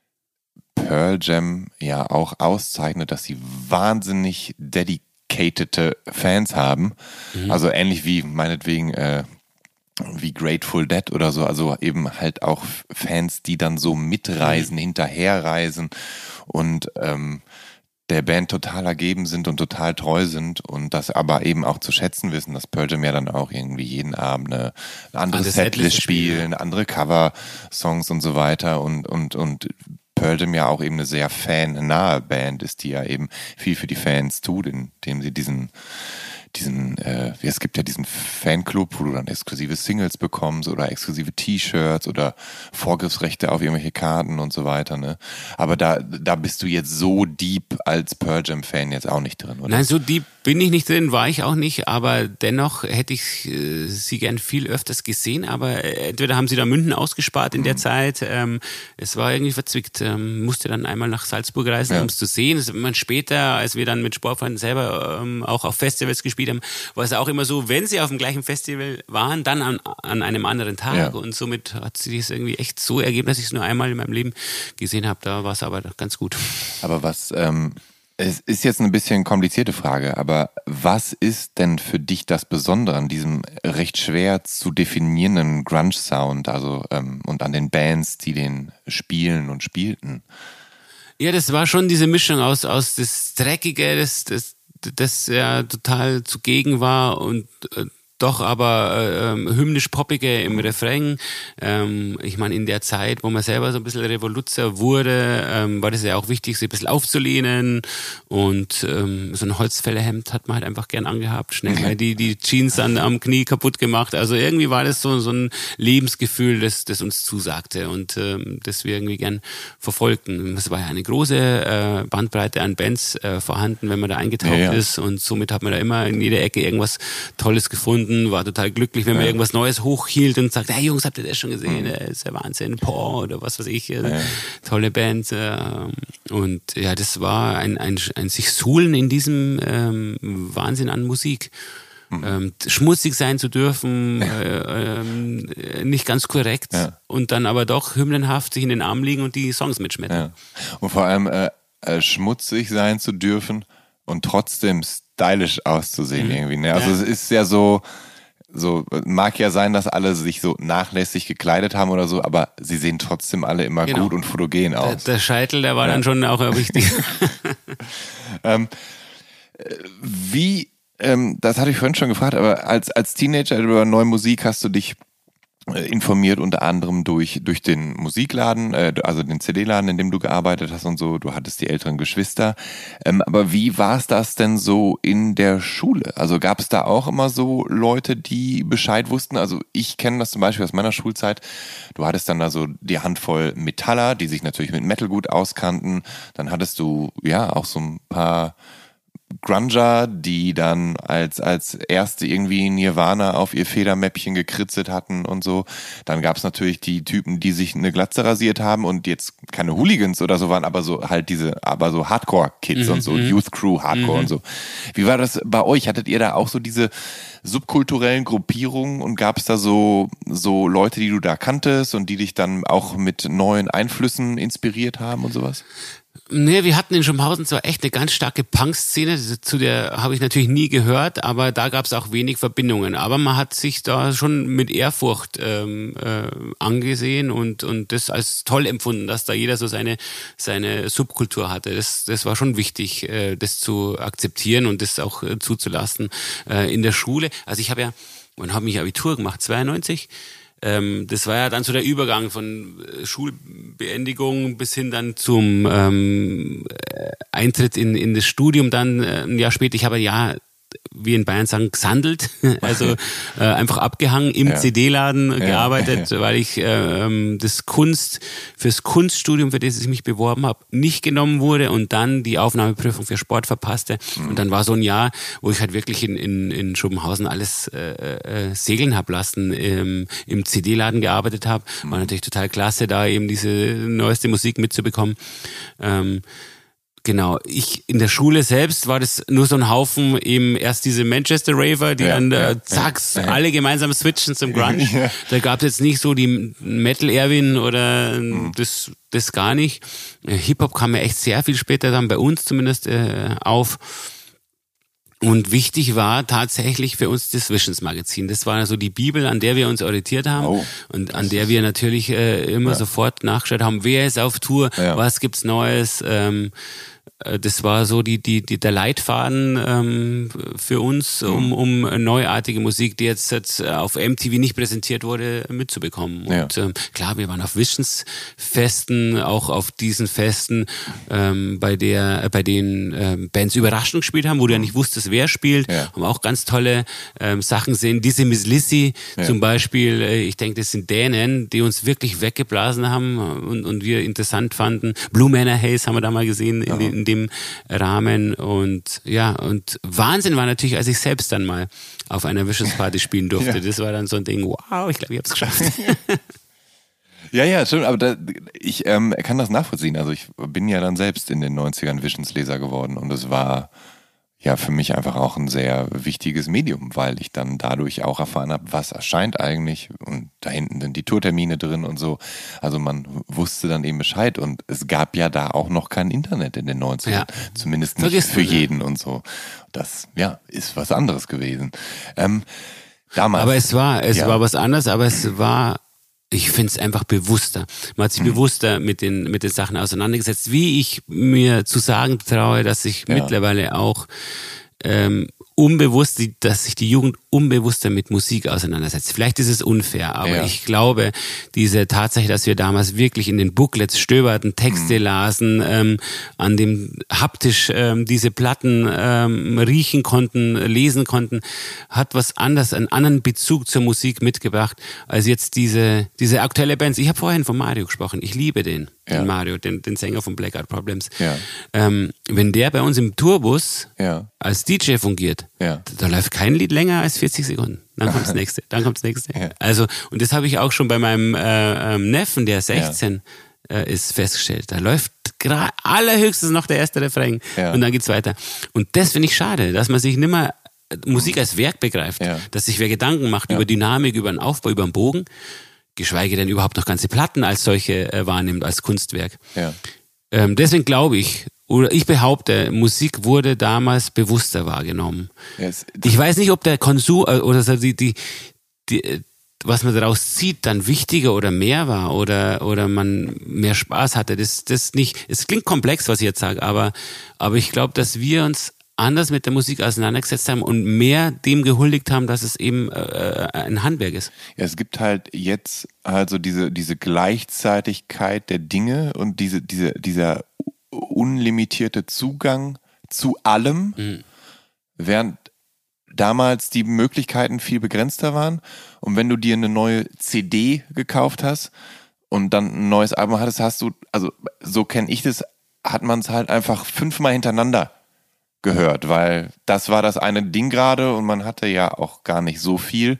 Pearl Jam ja auch auszeichnet, dass sie wahnsinnig dedicated Fans haben. Mhm. Also ähnlich wie meinetwegen äh, wie Grateful Dead oder so, also eben halt auch Fans, die dann so mitreisen, mhm. hinterherreisen und ähm, der Band total ergeben sind und total treu sind und das aber eben auch zu schätzen wissen, dass Pearl Jam ja dann auch irgendwie jeden Abend eine, eine andere also Setlist spielen, ja. andere Cover-Songs und so weiter und, und, und Pearl Jam ja auch eben eine sehr fannahe Band ist, die ja eben viel für die Fans tut, indem sie diesen diesen, äh, es gibt ja diesen Fanclub, wo du dann exklusive Singles bekommst oder exklusive T-Shirts oder Vorgriffsrechte auf irgendwelche Karten und so weiter, ne? Aber da, da bist du jetzt so deep als Pearl Jam-Fan jetzt auch nicht drin, oder? Nein, so deep bin ich nicht drin, war ich auch nicht, aber dennoch hätte ich äh, sie gern viel öfters gesehen, aber äh, entweder haben sie da München ausgespart in mhm. der Zeit, ähm, es war irgendwie verzwickt, ähm, musste dann einmal nach Salzburg reisen, ja. um es zu sehen. Das, man später, als wir dann mit Sportfreunden selber ähm, auch auf Festivals gespielt haben, war es auch immer so, wenn sie auf dem gleichen Festival waren, dann an, an einem anderen Tag ja. und somit hat sich das irgendwie echt so ergeben, dass ich es nur einmal in meinem Leben gesehen habe, da war es aber ganz gut. Aber was, ähm, es ist jetzt eine bisschen komplizierte Frage, aber was ist denn für dich das Besondere an diesem recht schwer zu definierenden Grunge-Sound, also ähm, und an den Bands, die den spielen und spielten? Ja, das war schon diese Mischung aus, aus das Dreckige, das, das das ja total zugegen war und äh, doch aber äh, hymnisch-poppige im Refrain. Ähm, ich meine, in der Zeit, wo man selber so ein bisschen Revoluzer wurde, ähm, war das ja auch wichtig, sich ein bisschen aufzulehnen und ähm, so ein Holzfällerhemd hat man halt einfach gern angehabt, schnell mal die, die Jeans an, am Knie kaputt gemacht. Also irgendwie war das so, so ein Lebensgefühl, das, das uns zusagte und ähm, das wir irgendwie gern verfolgten. Es war ja eine große äh, Bandbreite an Bands äh, vorhanden, wenn man da eingetaucht ja, ja. ist und somit hat man da immer in jeder Ecke irgendwas Tolles gefunden. konnten, war total glücklich, wenn ja. man irgendwas Neues hochhielt und sagt, hey Jungs, habt ihr das schon gesehen? Mhm. Das ist ja Wahnsinn, Paw oder was weiß ich, ja. tolle Band. Und ja, das war ein, ein, ein sich suhlen in diesem ähm, Wahnsinn an Musik. Mhm. Ähm, schmutzig sein zu dürfen, äh, ähm, nicht ganz korrekt ja. und dann aber doch hymnenhaft sich in den Arm liegen und die Songs mitschmettern. Ja. Und vor allem äh, äh, schmutzig sein zu dürfen und trotzdem stylisch auszusehen mhm. irgendwie. Ne? Also ja. es ist ja so, so, mag ja sein, dass alle sich so nachlässig gekleidet haben oder so, aber sie sehen trotzdem alle immer genau. gut und fotogen aus. Der, der Scheitel, der war ja. dann schon auch wichtig. ähm, wie Ähm, das hatte ich vorhin schon gefragt, aber als, als Teenager über neue Musik hast du dich äh, informiert, unter anderem durch, durch den Musikladen, äh, also den C D-Laden, in dem du gearbeitet hast und so. Du hattest die älteren Geschwister. Ähm, aber wie war es das denn so in der Schule? Also gab es da auch immer so Leute, die Bescheid wussten? Also ich kenne das zum Beispiel aus meiner Schulzeit. Du hattest dann da so die Handvoll Metaller, die sich natürlich mit Metal gut auskannten. Dann hattest du ja auch so ein paar Grunger, die dann als als erste irgendwie Nirvana auf ihr Federmäppchen gekritzelt hatten und so. Dann gab es natürlich die Typen, die sich eine Glatze rasiert haben und jetzt keine Hooligans oder so waren, aber so halt diese, aber so Hardcore-Kids mhm, und so, Youth Crew Hardcore mhm. und so. Wie war das bei euch? Hattet ihr da auch so diese subkulturellen Gruppierungen und gab es da so so Leute, die du da kanntest und die dich dann auch mit neuen Einflüssen inspiriert haben und sowas? Nee, wir hatten in Schumhausen zwar echt eine ganz starke Punk-Szene, zu der habe ich natürlich nie gehört, aber da gab es auch wenig Verbindungen. Aber man hat sich da schon mit Ehrfurcht ähm, äh, angesehen und und das als toll empfunden, dass da jeder so seine seine Subkultur hatte. Das das war schon wichtig, äh, das zu akzeptieren und das auch äh, zuzulassen. Äh, in der Schule, also ich habe ja, wann habe ich Abitur gemacht? zweiundneunzig. Ähm, das war ja dann so der Übergang von Schulbeendigung bis hin dann zum ähm, Eintritt in, in das Studium dann äh, ein Jahr später. Ich habe ja, wie in Bayern sagen, gesandelt, also äh, einfach abgehangen, im ja. C D-Laden ja. gearbeitet, ja. weil ich äh, das Kunst, fürs Kunststudium, für das ich mich beworben habe, nicht genommen wurde und dann die Aufnahmeprüfung für Sport verpasste. Mhm. Und dann war so ein Jahr, wo ich halt wirklich in, in, in Schuppenhausen alles äh, äh, segeln habe lassen, ähm, im C D-Laden gearbeitet habe. Mhm. War natürlich total klasse, da eben diese neueste Musik mitzubekommen. Ähm, Genau, ich in der Schule selbst war das nur so ein Haufen, eben erst diese Manchester Raver, die ja, dann äh, ja, zack, ja. alle gemeinsam switchen zum Grunge. Ja. Da gab es jetzt nicht so die Metal-Erwin oder mhm. das, das gar nicht. Hip-Hop kam ja echt sehr viel später dann bei uns zumindest äh, auf. Und wichtig war tatsächlich für uns das Visions-Magazin. Das war also die Bibel, an der wir uns orientiert haben oh, und an der wir natürlich äh, immer ja. sofort nachgeschaut haben, wer ist auf Tour, ja. was gibt's Neues. Ähm, das war so die, die, die, der Leitfaden ähm, für uns, um, um neuartige Musik, die jetzt, jetzt auf M T V nicht präsentiert wurde, mitzubekommen. Ja. Und ähm, klar, wir waren auf Visions-Festen, auch auf diesen Festen, ähm, bei der, bei denen ähm, Bands Überraschung gespielt haben, wo du ja nicht wusstest, wer spielt. Ja. Haben auch ganz tolle ähm, Sachen gesehen. Diese Miss Lissy ja. zum Beispiel, äh, ich denke, das sind Dänen, die uns wirklich weggeblasen haben und, und wir interessant fanden. Blue Manor Haze haben wir da mal gesehen in, in, in dem Rahmen und ja, und Wahnsinn war natürlich, als ich selbst dann mal auf einer Visions-Party spielen durfte. Ja. Das war dann so ein Ding, wow, ich glaube, ich habe es geschafft. Ja, ja, stimmt, aber da, ich ähm, kann das nachvollziehen. Also ich bin ja dann selbst in den neunzigern Visions-Leser geworden und es war ja für mich einfach auch ein sehr wichtiges Medium, weil ich dann dadurch auch erfahren habe, was erscheint eigentlich und da hinten sind die Tourtermine drin und so. Also man wusste dann eben Bescheid und es gab ja da auch noch kein Internet in den neunzigern, ja. zumindest nicht Vergiss für jeden und so. Das, ja, ist was anderes gewesen. Ähm, damals. Aber es war, es ja. war was anderes, aber es war, ich finde es einfach bewusster. Man hat sich mhm. bewusster mit den, mit den Sachen auseinandergesetzt, wie ich mir zu sagen traue, dass ich ja. mittlerweile auch ähm, unbewusst, dass sich die Jugend unbewusster mit Musik auseinandersetzt. Vielleicht ist es unfair, aber ja. ich glaube, diese Tatsache, dass wir damals wirklich in den Booklets stöberten, Texte mhm. lasen, ähm, an dem haptisch ähm, diese Platten ähm, riechen konnten, lesen konnten, hat was anderes, einen anderen Bezug zur Musik mitgebracht, als jetzt diese diese aktuelle Bands. Ich habe vorhin von Mario gesprochen, ich liebe den, ja. den Mario, den, den Sänger von Blackout Problems. Ja. Ähm, wenn der bei uns im Tourbus ja. als D J fungiert, Konzert. Ja. Da, da läuft kein Lied länger als vierzig Sekunden. Dann kommt das nächste, dann kommt das nächste. Ja. Also, und das habe ich auch schon bei meinem äh, ähm, Neffen, der sechzehn ja. äh, ist, festgestellt. Da läuft gra- allerhöchstens noch der erste Refrain ja. und dann geht's weiter. Und das finde ich schade, dass man sich nimmer Musik als Werk begreift, ja. dass sich wer Gedanken macht ja. über Dynamik, über einen Aufbau, über einen Bogen, geschweige denn überhaupt noch ganze Platten als solche äh, wahrnimmt, als Kunstwerk. Ja. Ähm, deswegen glaube ich, oder ich behaupte, Musik wurde damals bewusster wahrgenommen. Yes. Ich weiß nicht, ob der Konsum äh, oder so die, die, die, was man daraus zieht, dann wichtiger oder mehr war oder, oder man mehr Spaß hatte. Das, das nicht, es klingt komplex, was ich jetzt sage, aber, aber ich glaube, dass wir uns anders mit der Musik auseinandergesetzt haben und mehr dem gehuldigt haben, dass es eben äh, ein Handwerk ist. Ja, es gibt halt jetzt also diese, diese Gleichzeitigkeit der Dinge und diese, diese, dieser unlimitierte Zugang zu allem, mhm. während damals die Möglichkeiten viel begrenzter waren. Und wenn du dir eine neue C D gekauft hast und dann ein neues Album hattest, hast du, also so kenne ich das, hat man es halt einfach fünfmal hintereinander gehört, weil das war das eine Ding gerade und man hatte ja auch gar nicht so viel.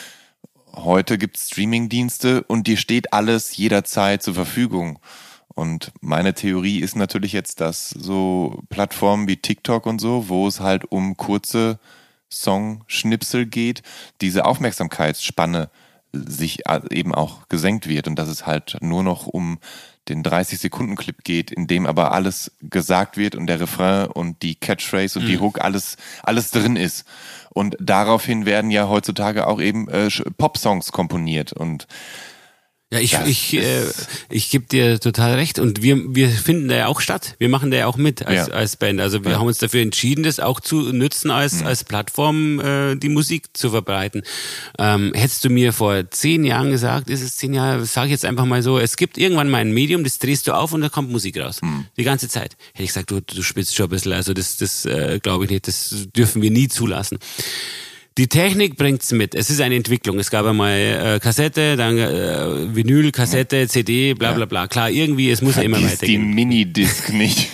Heute gibt es Streamingdienste und dir steht alles jederzeit zur Verfügung. Und meine Theorie ist natürlich jetzt, dass so Plattformen wie TikTok und so, wo es halt um kurze Songschnipsel geht, diese Aufmerksamkeitsspanne sich eben auch gesenkt wird und dass es halt nur noch um den dreißig-Sekunden-Clip geht, in dem aber alles gesagt wird und der Refrain und die Catchphrase und mhm. die Hook, alles, alles drin ist. Und daraufhin werden ja heutzutage auch eben äh, Pop-Songs komponiert und ja, ich, ich, äh, ich gebe dir total recht und wir, wir finden da ja auch statt. Wir machen da ja auch mit als, ja. als Band. Also wir ja. haben uns dafür entschieden, das auch zu nutzen als, mhm. als Plattform, äh, die Musik zu verbreiten. Ähm, hättest du mir vor zehn Jahren gesagt, ist es zehn Jahre, sage ich jetzt einfach mal so, es gibt irgendwann mal ein Medium, das drehst du auf und da kommt Musik raus. Mhm. Die ganze Zeit. Hätte ich gesagt, du, du spitzt schon ein bisschen, also das, das äh, glaube ich nicht, das dürfen wir nie zulassen. Die Technik bringt's mit. Es ist eine Entwicklung. Es gab einmal äh, Kassette, dann äh, Vinyl, Kassette, C D, bla bla bla. Klar, irgendwie, es muss ja immer weitergehen. Die Minidisc nicht.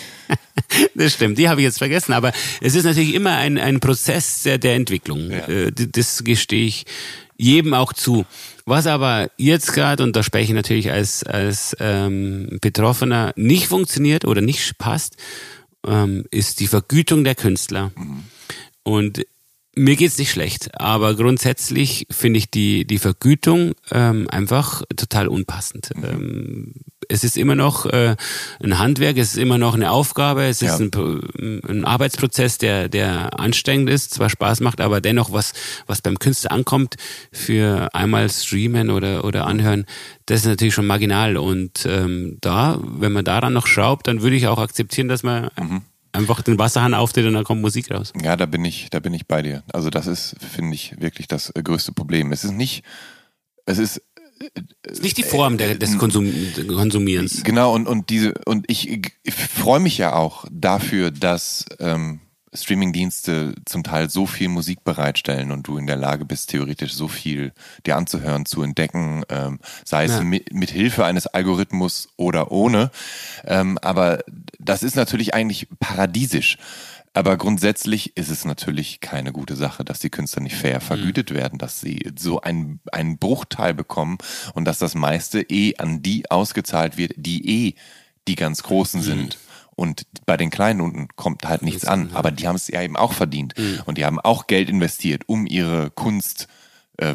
Das stimmt, die habe ich jetzt vergessen. Aber es ist natürlich immer ein, ein Prozess der, der Entwicklung. Ja. Äh, das gestehe ich jedem auch zu. Was aber jetzt gerade, und da spreche ich natürlich als, als ähm, Betroffener, nicht funktioniert oder nicht passt, ähm, ist die Vergütung der Künstler. Mhm. Und mir geht's nicht schlecht, aber grundsätzlich finde ich die, die Vergütung ähm, einfach total unpassend. Mhm. Ähm, es ist immer noch äh, ein Handwerk, es ist immer noch eine Aufgabe, es ist ja. ein, ein Arbeitsprozess, der, der anstrengend ist, zwar Spaß macht, aber dennoch was, was beim Künstler ankommt, für einmal streamen oder, oder anhören, das ist natürlich schon marginal. Und ähm, da, wenn man daran noch schraubt, dann würde ich auch akzeptieren, dass man mhm. einfach den Wasserhahn aufdreht und dann kommt Musik raus. Ja, da bin ich, da bin ich bei dir. Also das ist, finde ich, wirklich das größte Problem. Es ist nicht, es ist, es ist nicht die Form der, des Konsum, Konsumierens. Genau, und, und diese, und ich, ich freue mich ja auch dafür, dass ähm, Streamingdienste zum Teil so viel Musik bereitstellen und du in der Lage bist, theoretisch so viel dir anzuhören, zu entdecken, ähm, sei es ja. mit, mit Hilfe eines Algorithmus oder ohne. Ähm, aber das ist natürlich eigentlich paradiesisch. Aber grundsätzlich ist es natürlich keine gute Sache, dass die Künstler nicht fair vergütet mhm. werden, dass sie so einen, einen Bruchteil bekommen und dass das meiste eh an die ausgezahlt wird, die eh die ganz Großen mhm. sind. Und bei den Kleinen unten kommt halt nichts an. Aber die haben es ja eben auch verdient. Mhm. Und die haben auch Geld investiert, um ihre Kunst äh,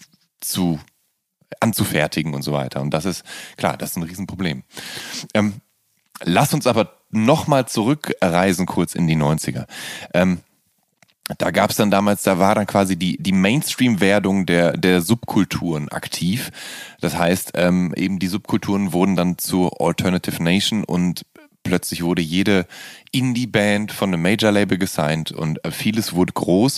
zu anzufertigen und so weiter. Und das ist, klar, das ist ein Riesenproblem. Ähm, lass uns aber nochmal zurückreisen kurz in die neunziger. Ähm, da gab es dann damals, da war dann quasi die, die Mainstream-Werdung der, der Subkulturen aktiv. Das heißt, ähm, eben die Subkulturen wurden dann zur Alternative Nation und plötzlich wurde jede Indie-Band von einem Major-Label gesigned und vieles wurde groß.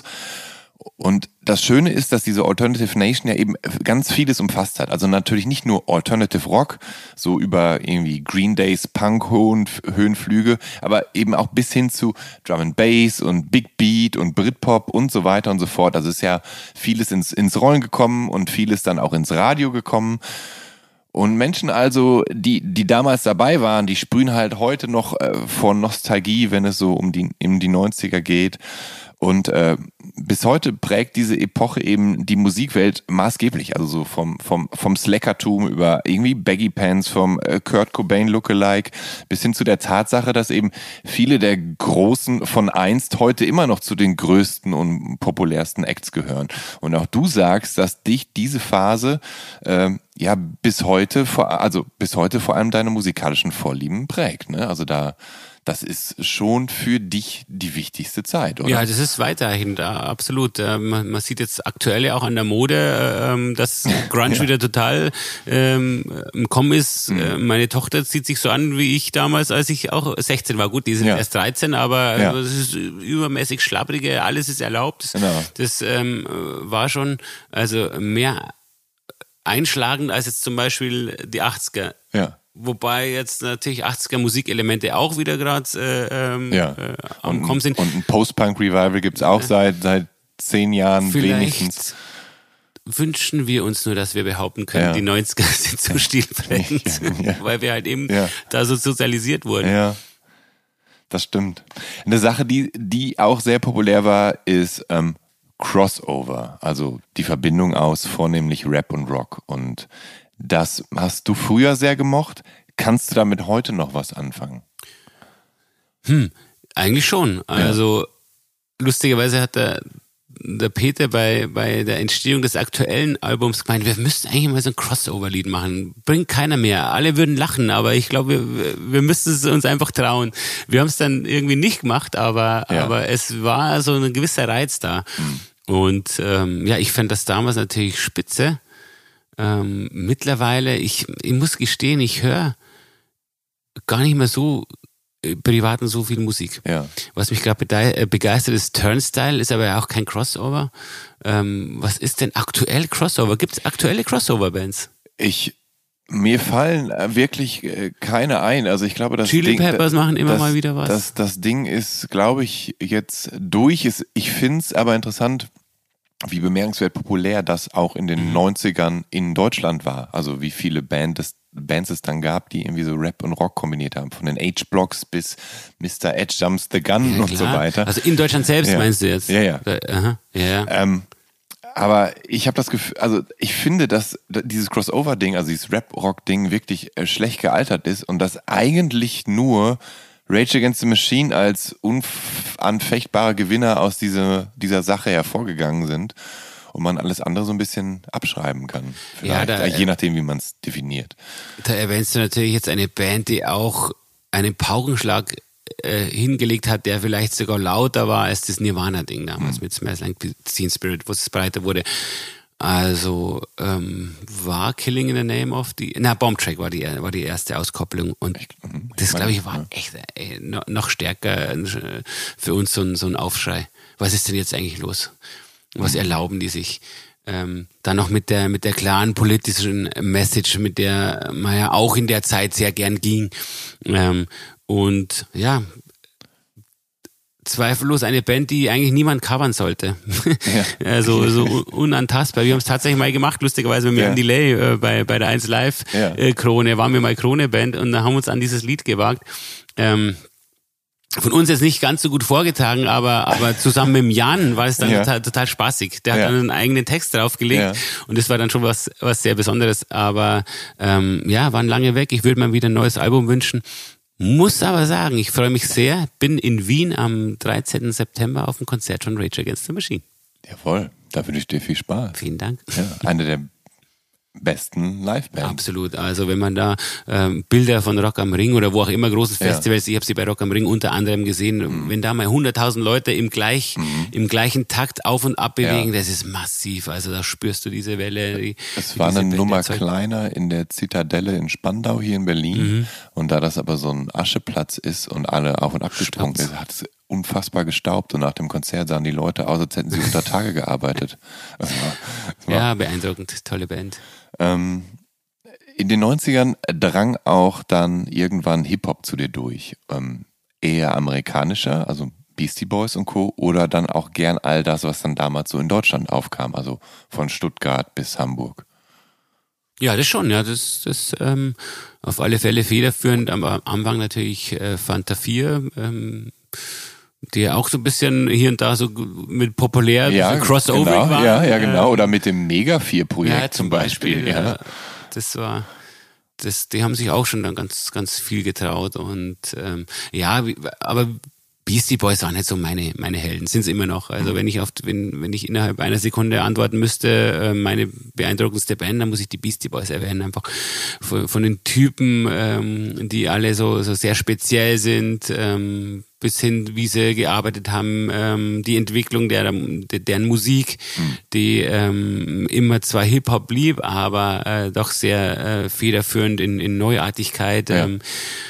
Und das Schöne ist, dass diese Alternative Nation ja eben ganz vieles umfasst hat. Also natürlich nicht nur Alternative Rock, so über irgendwie Green Days Punk-Höhenflüge, aber eben auch bis hin zu Drum and Bass und Big Beat und Britpop und so weiter und so fort. Also ist ja vieles ins, ins Rollen gekommen und vieles dann auch ins Radio gekommen. Und Menschen also, die die damals dabei waren, die sprühen halt heute noch äh, vor Nostalgie, wenn es so um die, um die neunziger geht. Und äh, bis heute prägt diese Epoche eben die Musikwelt maßgeblich. Also so vom, vom, vom Slackertum über irgendwie Baggy Pants, vom äh, Kurt Cobain Lookalike bis hin zu der Tatsache, dass eben viele der Großen von einst heute immer noch zu den größten und populärsten Acts gehören. Und auch du sagst, dass dich diese Phase äh, ja bis heute, vor, also bis heute vor allem deine musikalischen Vorlieben prägt. Ne? Also da das ist schon für dich die wichtigste Zeit, oder? Ja, das ist weiterhin da, absolut. Man, man sieht jetzt aktuell auch an der Mode, ähm, dass Grunge ja. wieder total ähm, im Kommen ist. Mhm. Meine Tochter zieht sich so an wie ich damals, als ich auch sechzehn war. Gut, die sind ja. erst dreizehn, aber ja. es ist übermäßig schlapprige, alles ist erlaubt. Das, genau. das ähm, war schon also mehr einschlagend als jetzt zum Beispiel die achtziger. Ja. Wobei jetzt natürlich achtziger Musikelemente auch wieder gerade äh, ähm, ja. äh, am und, Kommen sind. Und ein Post-Punk-Revival gibt es auch ja. seit, seit zehn Jahren Vielleicht wenigstens. Wünschen wir uns nur, dass wir behaupten können, ja. die neunziger sind so stilprägend, ja. weil wir halt eben ja. da so sozialisiert wurden. Ja, das stimmt. Eine Sache, die, die auch sehr populär war, ist ähm, Crossover, also die Verbindung aus vornehmlich Rap und Rock. Und das hast du früher sehr gemocht. Kannst du damit heute noch was anfangen? Hm, eigentlich schon. Also ja. lustigerweise hat der, der Peter bei, bei der Entstehung des aktuellen Albums gemeint, wir müssten eigentlich mal so ein Crossover-Lied machen. Bringt keiner mehr. Alle würden lachen, aber ich glaube, wir, wir müssten es uns einfach trauen. Wir haben es dann irgendwie nicht gemacht, aber, ja. aber es war so ein gewisser Reiz da. Hm. Und ähm, ja, ich fand das damals natürlich spitze. Ähm, mittlerweile, ich, ich muss gestehen, ich höre gar nicht mehr so äh, privat so viel Musik. Ja. Was mich gerade bede- begeistert ist Turnstile, ist aber ja auch kein Crossover. Ähm, was ist denn aktuell Crossover? Gibt es aktuelle Crossover-Bands? Ich, mir fallen wirklich äh, keine ein. Also ich glaube, das Chili Ding, Peppers das, machen immer das, mal wieder was. Das, das Ding ist, glaube ich, jetzt durch. Ich finde es aber interessant, wie bemerkenswert populär das auch in den mhm. neunzigern in Deutschland war. Also wie viele Band es, Bands es dann gab, die irgendwie so Rap und Rock kombiniert haben. Von den H-Blocks bis Mister Edge Jumps the Gun ja, und so weiter. Also in Deutschland selbst ja. meinst du jetzt? Ja, ja. Da, aha, ja. Ähm, aber ich habe das Gefühl, also ich finde, dass dieses Crossover-Ding, also dieses Rap-Rock-Ding wirklich schlecht gealtert ist und dass eigentlich nur Rage Against the Machine als unanfechtbare Gewinner aus dieser, dieser Sache hervorgegangen sind und man alles andere so ein bisschen abschreiben kann. Vielleicht, ja, da, je nachdem, wie man es definiert. Da erwähnst du natürlich jetzt eine Band, die auch einen Paukenschlag äh, hingelegt hat, der vielleicht sogar lauter war als das Nirvana-Ding damals hm. mit Smells Like Teen Spirit, wo es breiter wurde. Also ähm, war Killing in the Name of die, na Bomb Track war die war die erste Auskopplung und ich, das glaube ich war echt ey, noch stärker für uns so ein, so ein Aufschrei. Was ist denn jetzt eigentlich los? Was mhm. erlauben die sich? Ähm, dann noch mit der mit der klaren politischen Message, mit der man ja auch in der Zeit sehr gern ging. Ähm, und ja, zweifellos eine Band, die eigentlich niemand covern sollte. Ja. Also so unantastbar. Wir haben es tatsächlich mal gemacht, lustigerweise mit ja. einem Delay äh, bei, bei der eins Live ja. äh, Krone, waren wir mal Krone-Band und da haben wir uns an dieses Lied gewagt. Ähm, von uns jetzt nicht ganz so gut vorgetragen, aber aber zusammen mit dem Jan war es dann ja. total, total spaßig. Der hat ja. dann einen eigenen Text draufgelegt ja. und das war dann schon was was sehr Besonderes. Aber ähm, ja, waren lange weg. Ich würde mir wieder ein neues Album wünschen. Muss aber sagen, ich freue mich sehr, bin in Wien am dreizehnten September auf dem Konzert von Rage Against the Machine. Jawohl, da wünsche ich dir viel Spaß. Vielen Dank. Ja, eine der besten Live-Bands. Absolut, also wenn man da ähm, Bilder von Rock am Ring oder wo auch immer großen Festivals, ja. ich habe sie bei Rock am Ring unter anderem gesehen, mhm. wenn da mal hunderttausend Leute im, gleich, mhm. im gleichen Takt auf und ab bewegen, ja. das ist massiv, also da spürst du diese Welle. Die, es war eine Nummer kleiner in der Zitadelle in Spandau hier in Berlin mhm. und da das aber so ein Ascheplatz ist und alle auf und ab gesprungen ist, hat es unfassbar gestaubt und nach dem Konzert sahen die Leute aus, als hätten sie unter Tage gearbeitet. Das war, das war ja, beeindruckend, tolle Band. Ähm, in den neunzigern drang auch dann irgendwann Hip-Hop zu dir durch. Ähm, eher amerikanischer, also Beastie Boys und Co. oder dann auch gern all das, was dann damals so in Deutschland aufkam, also von Stuttgart bis Hamburg. Ja, das schon, ja, das das ähm, auf alle Fälle federführend, am Anfang natürlich äh, Fanta vier, ähm, die ja auch so ein bisschen hier und da so mit populär, ja, so Crossover genau, waren. Ja, ja, genau. Oder mit dem Mega vier Projekt ja, zum Beispiel. Beispiel ja. ja. Das war, das, die haben sich auch schon dann ganz, ganz viel getraut und ähm, ja, aber Beastie Boys waren nicht so meine, meine Helden, sind es immer noch. Also mhm. wenn ich auf, wenn, wenn ich innerhalb einer Sekunde antworten müsste, äh, meine beeindruckendste Band, dann muss ich die Beastie Boys erwähnen. Einfach von, von den Typen, ähm, die alle so, so sehr speziell sind, ähm, bis hin, wie sie gearbeitet haben, ähm, die Entwicklung der, der deren Musik, mhm. die ähm, immer zwar Hip-Hop blieb, aber äh, doch sehr äh, federführend in, in Neuartigkeit. Ja. Ähm,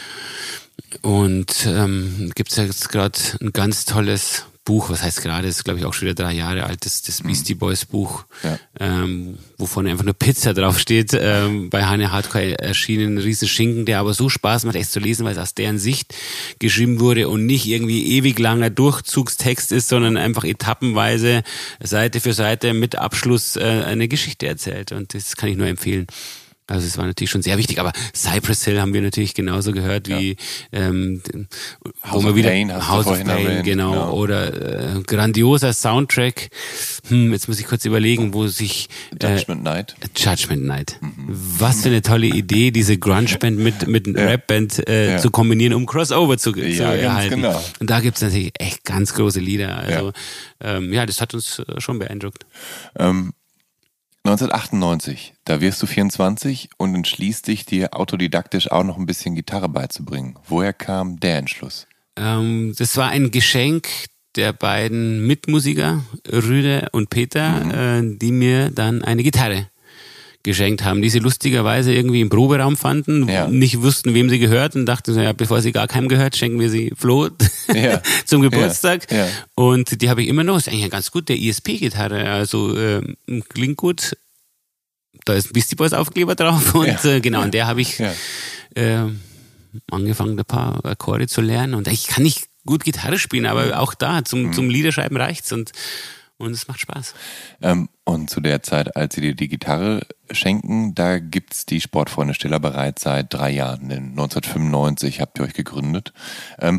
Und ähm, gibt es ja jetzt gerade ein ganz tolles Buch, was heißt gerade, ist glaube ich auch schon wieder drei Jahre alt, das, das Beastie Boys Buch, ja. ähm, wovon einfach nur Pizza draufsteht, ähm, bei Hane Hardcore erschienen, ein riesen Schinken, der aber so Spaß macht, echt zu lesen, weil es aus deren Sicht geschrieben wurde und nicht irgendwie ewig langer Durchzugstext ist, sondern einfach etappenweise, Seite für Seite mit Abschluss äh, eine Geschichte erzählt und das kann ich nur empfehlen. Also es war natürlich schon sehr wichtig, aber Cypress Hill haben wir natürlich genauso gehört wie ja. ähm, House of wieder, Pain, hast House du of vorhin Pain, erwähnt, genau, genau. Oder äh, grandioser Soundtrack. Hm, jetzt muss ich kurz überlegen, wo sich äh, Judgment Night. Judgment Night. Mhm. Was für eine tolle Idee, diese Grunge-Band mit mit ja. Rap-Band äh, ja. zu kombinieren, um Crossover zu, ja, zu erhalten. Genau. Und da gibt's natürlich echt ganz große Lieder. Also ja, ähm, ja das hat uns schon beeindruckt. Ähm, neunzehnhundertachtundneunzig, da wirst du vierundzwanzig und entschließt dich, dir autodidaktisch auch noch ein bisschen Gitarre beizubringen. Woher kam der Entschluss? Ähm, das war ein Geschenk der beiden Mitmusiker, Rüde und Peter, mhm. äh, die mir dann eine Gitarre geschenkt haben, die sie lustigerweise irgendwie im Proberaum fanden, ja. nicht wussten, wem sie gehört und dachten so, ja, bevor sie gar keinem gehört, schenken wir sie Flo ja. zum Geburtstag. Ja. Ja. Und die habe ich immer noch, ist eigentlich eine ganz gute I S P-Gitarre, also äh, klingt gut. Da ist ein Beastie Boys Aufkleber drauf und ja. äh, genau, und der habe ich ja. äh, angefangen, ein paar Akkorde zu lernen und ich kann nicht gut Gitarre spielen, aber auch da, zum, mhm. zum Liederschreiben reicht's und Und es macht Spaß. Ähm, und zu der Zeit, als sie dir die Gitarre schenken, da gibt's die Sportfreunde Stiller bereits seit drei Jahren. In neunzehnhundertfünfundneunzig habt ihr euch gegründet. Ähm,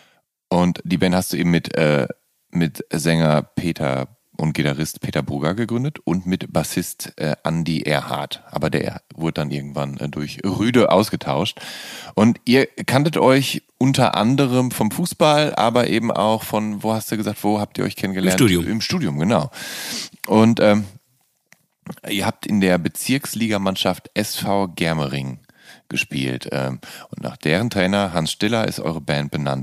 und die Band hast du eben mit, äh, mit Sänger Peter und Gitarrist Peter Brugger gegründet und mit Bassist äh, Andi Erhardt. Aber der wurde dann irgendwann äh, durch Rüde ausgetauscht. Und ihr kanntet euch unter anderem vom Fußball, aber eben auch von, wo hast du gesagt, wo habt ihr euch kennengelernt? Im Studium. Im Studium, genau. Und ähm, ihr habt in der Bezirksligamannschaft S V Germering gespielt. Ähm, und nach deren Trainer Hans Stiller ist eure Band benannt.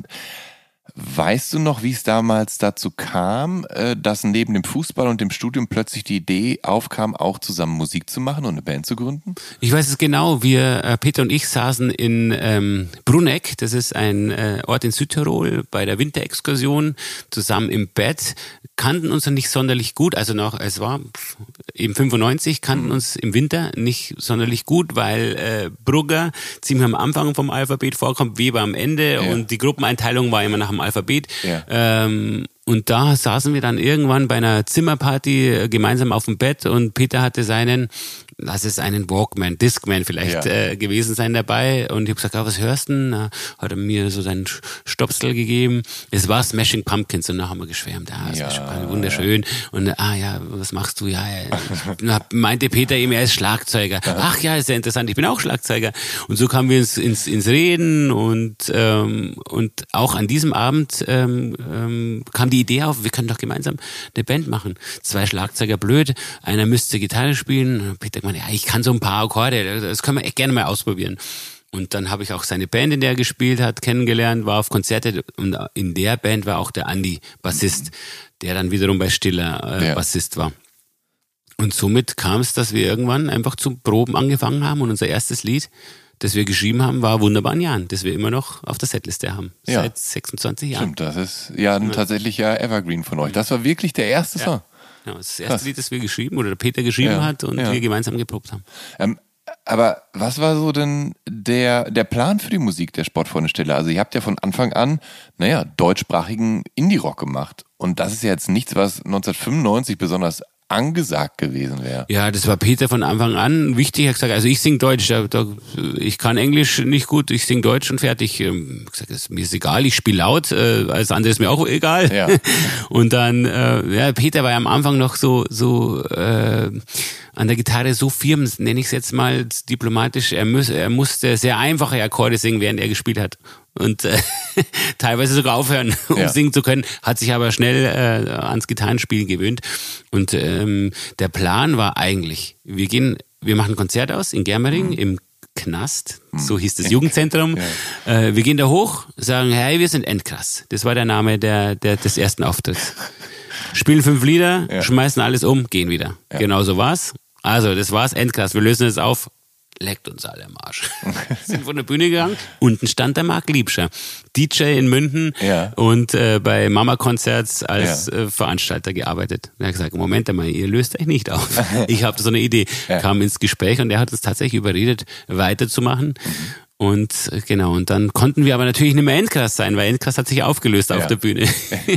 Weißt du noch, wie es damals dazu kam, dass neben dem Fußball und dem Studium plötzlich die Idee aufkam, auch zusammen Musik zu machen und eine Band zu gründen? Ich weiß es genau. Wir, Peter und ich, saßen in ähm, Bruneck, das ist ein äh, Ort in Südtirol, bei der Winterexkursion, zusammen im Bett, kannten uns noch nicht sonderlich gut, also noch, es war eben fünfundneunzig, kannten mhm. uns im Winter nicht sonderlich gut, weil äh, Brugger ziemlich am Anfang vom Alphabet vorkommt, Weber am Ende ja. und die Gruppeneinteilung war immer nach dem Alphabet. Ja. Ähm, und da saßen wir dann irgendwann bei einer Zimmerparty gemeinsam auf dem Bett und Peter hatte seinen, lass es einen Walkman, Discman vielleicht ja. äh, gewesen sein dabei und ich habe gesagt, ah, was hörst du denn? Na, hat er mir so seinen Stopsel gegeben. Es war Smashing Pumpkins und dann haben wir geschwärmt. Ah, ja, Smashing, wunderschön. Ja. Und ah ja, was machst du? Ja, ja. meinte Peter eben, er ist Schlagzeuger. Ja. Ach ja, ist ja interessant, ich bin auch Schlagzeuger. Und so kamen wir ins, ins, ins Reden und, ähm, und auch an diesem Abend ähm, ähm, kam die Idee auf, wir können doch gemeinsam eine Band machen. Zwei Schlagzeuger blöd, einer müsste Gitarre spielen. Peter meinte, ja, ich kann so ein paar Akkorde, das können wir echt gerne mal ausprobieren. Und dann habe ich auch seine Band, in der er gespielt hat, kennengelernt, war auf Konzerte und in der Band war auch der Andi, Bassist, der dann wiederum bei Stiller äh, ja. Bassist war. Und somit kam es, dass wir irgendwann einfach zum Proben angefangen haben und unser erstes Lied, das wir geschrieben haben, war Wunderbaren Jahren, das wir immer noch auf der Setliste haben, ja. seit sechsundzwanzig Jahren. Stimmt, das ist ja ein ja. tatsächlicher Evergreen von euch. Das war wirklich der erste ja. Song. Ja, das ist das erste Krass. Lied, das wir geschrieben oder der Peter geschrieben ja. hat und ja. wir gemeinsam geprobt haben. Ähm, aber was war so denn der, der Plan für die Musik der Sportfreunde Stiller? Also ihr habt ja von Anfang an, naja, deutschsprachigen Indie-Rock gemacht. Und das ist ja jetzt nichts, was neunzehnhundertfünfundneunzig besonders angesagt gewesen wäre. Ja, das war Peter von Anfang an wichtig. Er hat gesagt, also ich sing Deutsch, da, da, ich kann Englisch nicht gut, ich sing Deutsch und fertig. Ich hab gesagt, das, mir ist egal, ich spiele laut, äh, alles andere ist mir auch egal. Ja. Und dann, äh, ja, Peter war ja am Anfang noch so, so äh, an der Gitarre so firm, nenne ich es jetzt mal diplomatisch, er, muss, er musste sehr einfache Akkorde singen, während er gespielt hat. Und äh, teilweise sogar aufhören, um ja. singen zu können, hat sich aber schnell äh, ans Gitarrenspielen gewöhnt. Und ähm, der Plan war eigentlich, wir gehen, wir machen ein Konzert aus in Germering, mhm. im Knast, so hieß das Jugendzentrum. Ja. Äh, wir gehen da hoch, sagen, hey, wir sind Endkrass. Das war der Name der, der, des ersten Auftritts. Spielen fünf Lieder, ja. schmeißen alles um, gehen wieder. Ja. Genau so war's. Also, das war's, Endkrass. Wir lösen es auf. Leckt uns alle am Arsch. Sind von der Bühne gegangen. Unten stand der Marc Liebscher, D J in München ja. und äh, bei Mama-Konzerts als ja. äh, Veranstalter gearbeitet. Er hat gesagt, Moment einmal, ihr löst euch nicht auf. Ich habe so eine Idee. Ja. Kam ins Gespräch und er hat uns tatsächlich überredet, weiterzumachen. Mhm. Und äh, genau, und dann konnten wir aber natürlich nicht mehr Endkrass sein, weil Endkrass hat sich aufgelöst ja. auf der Bühne.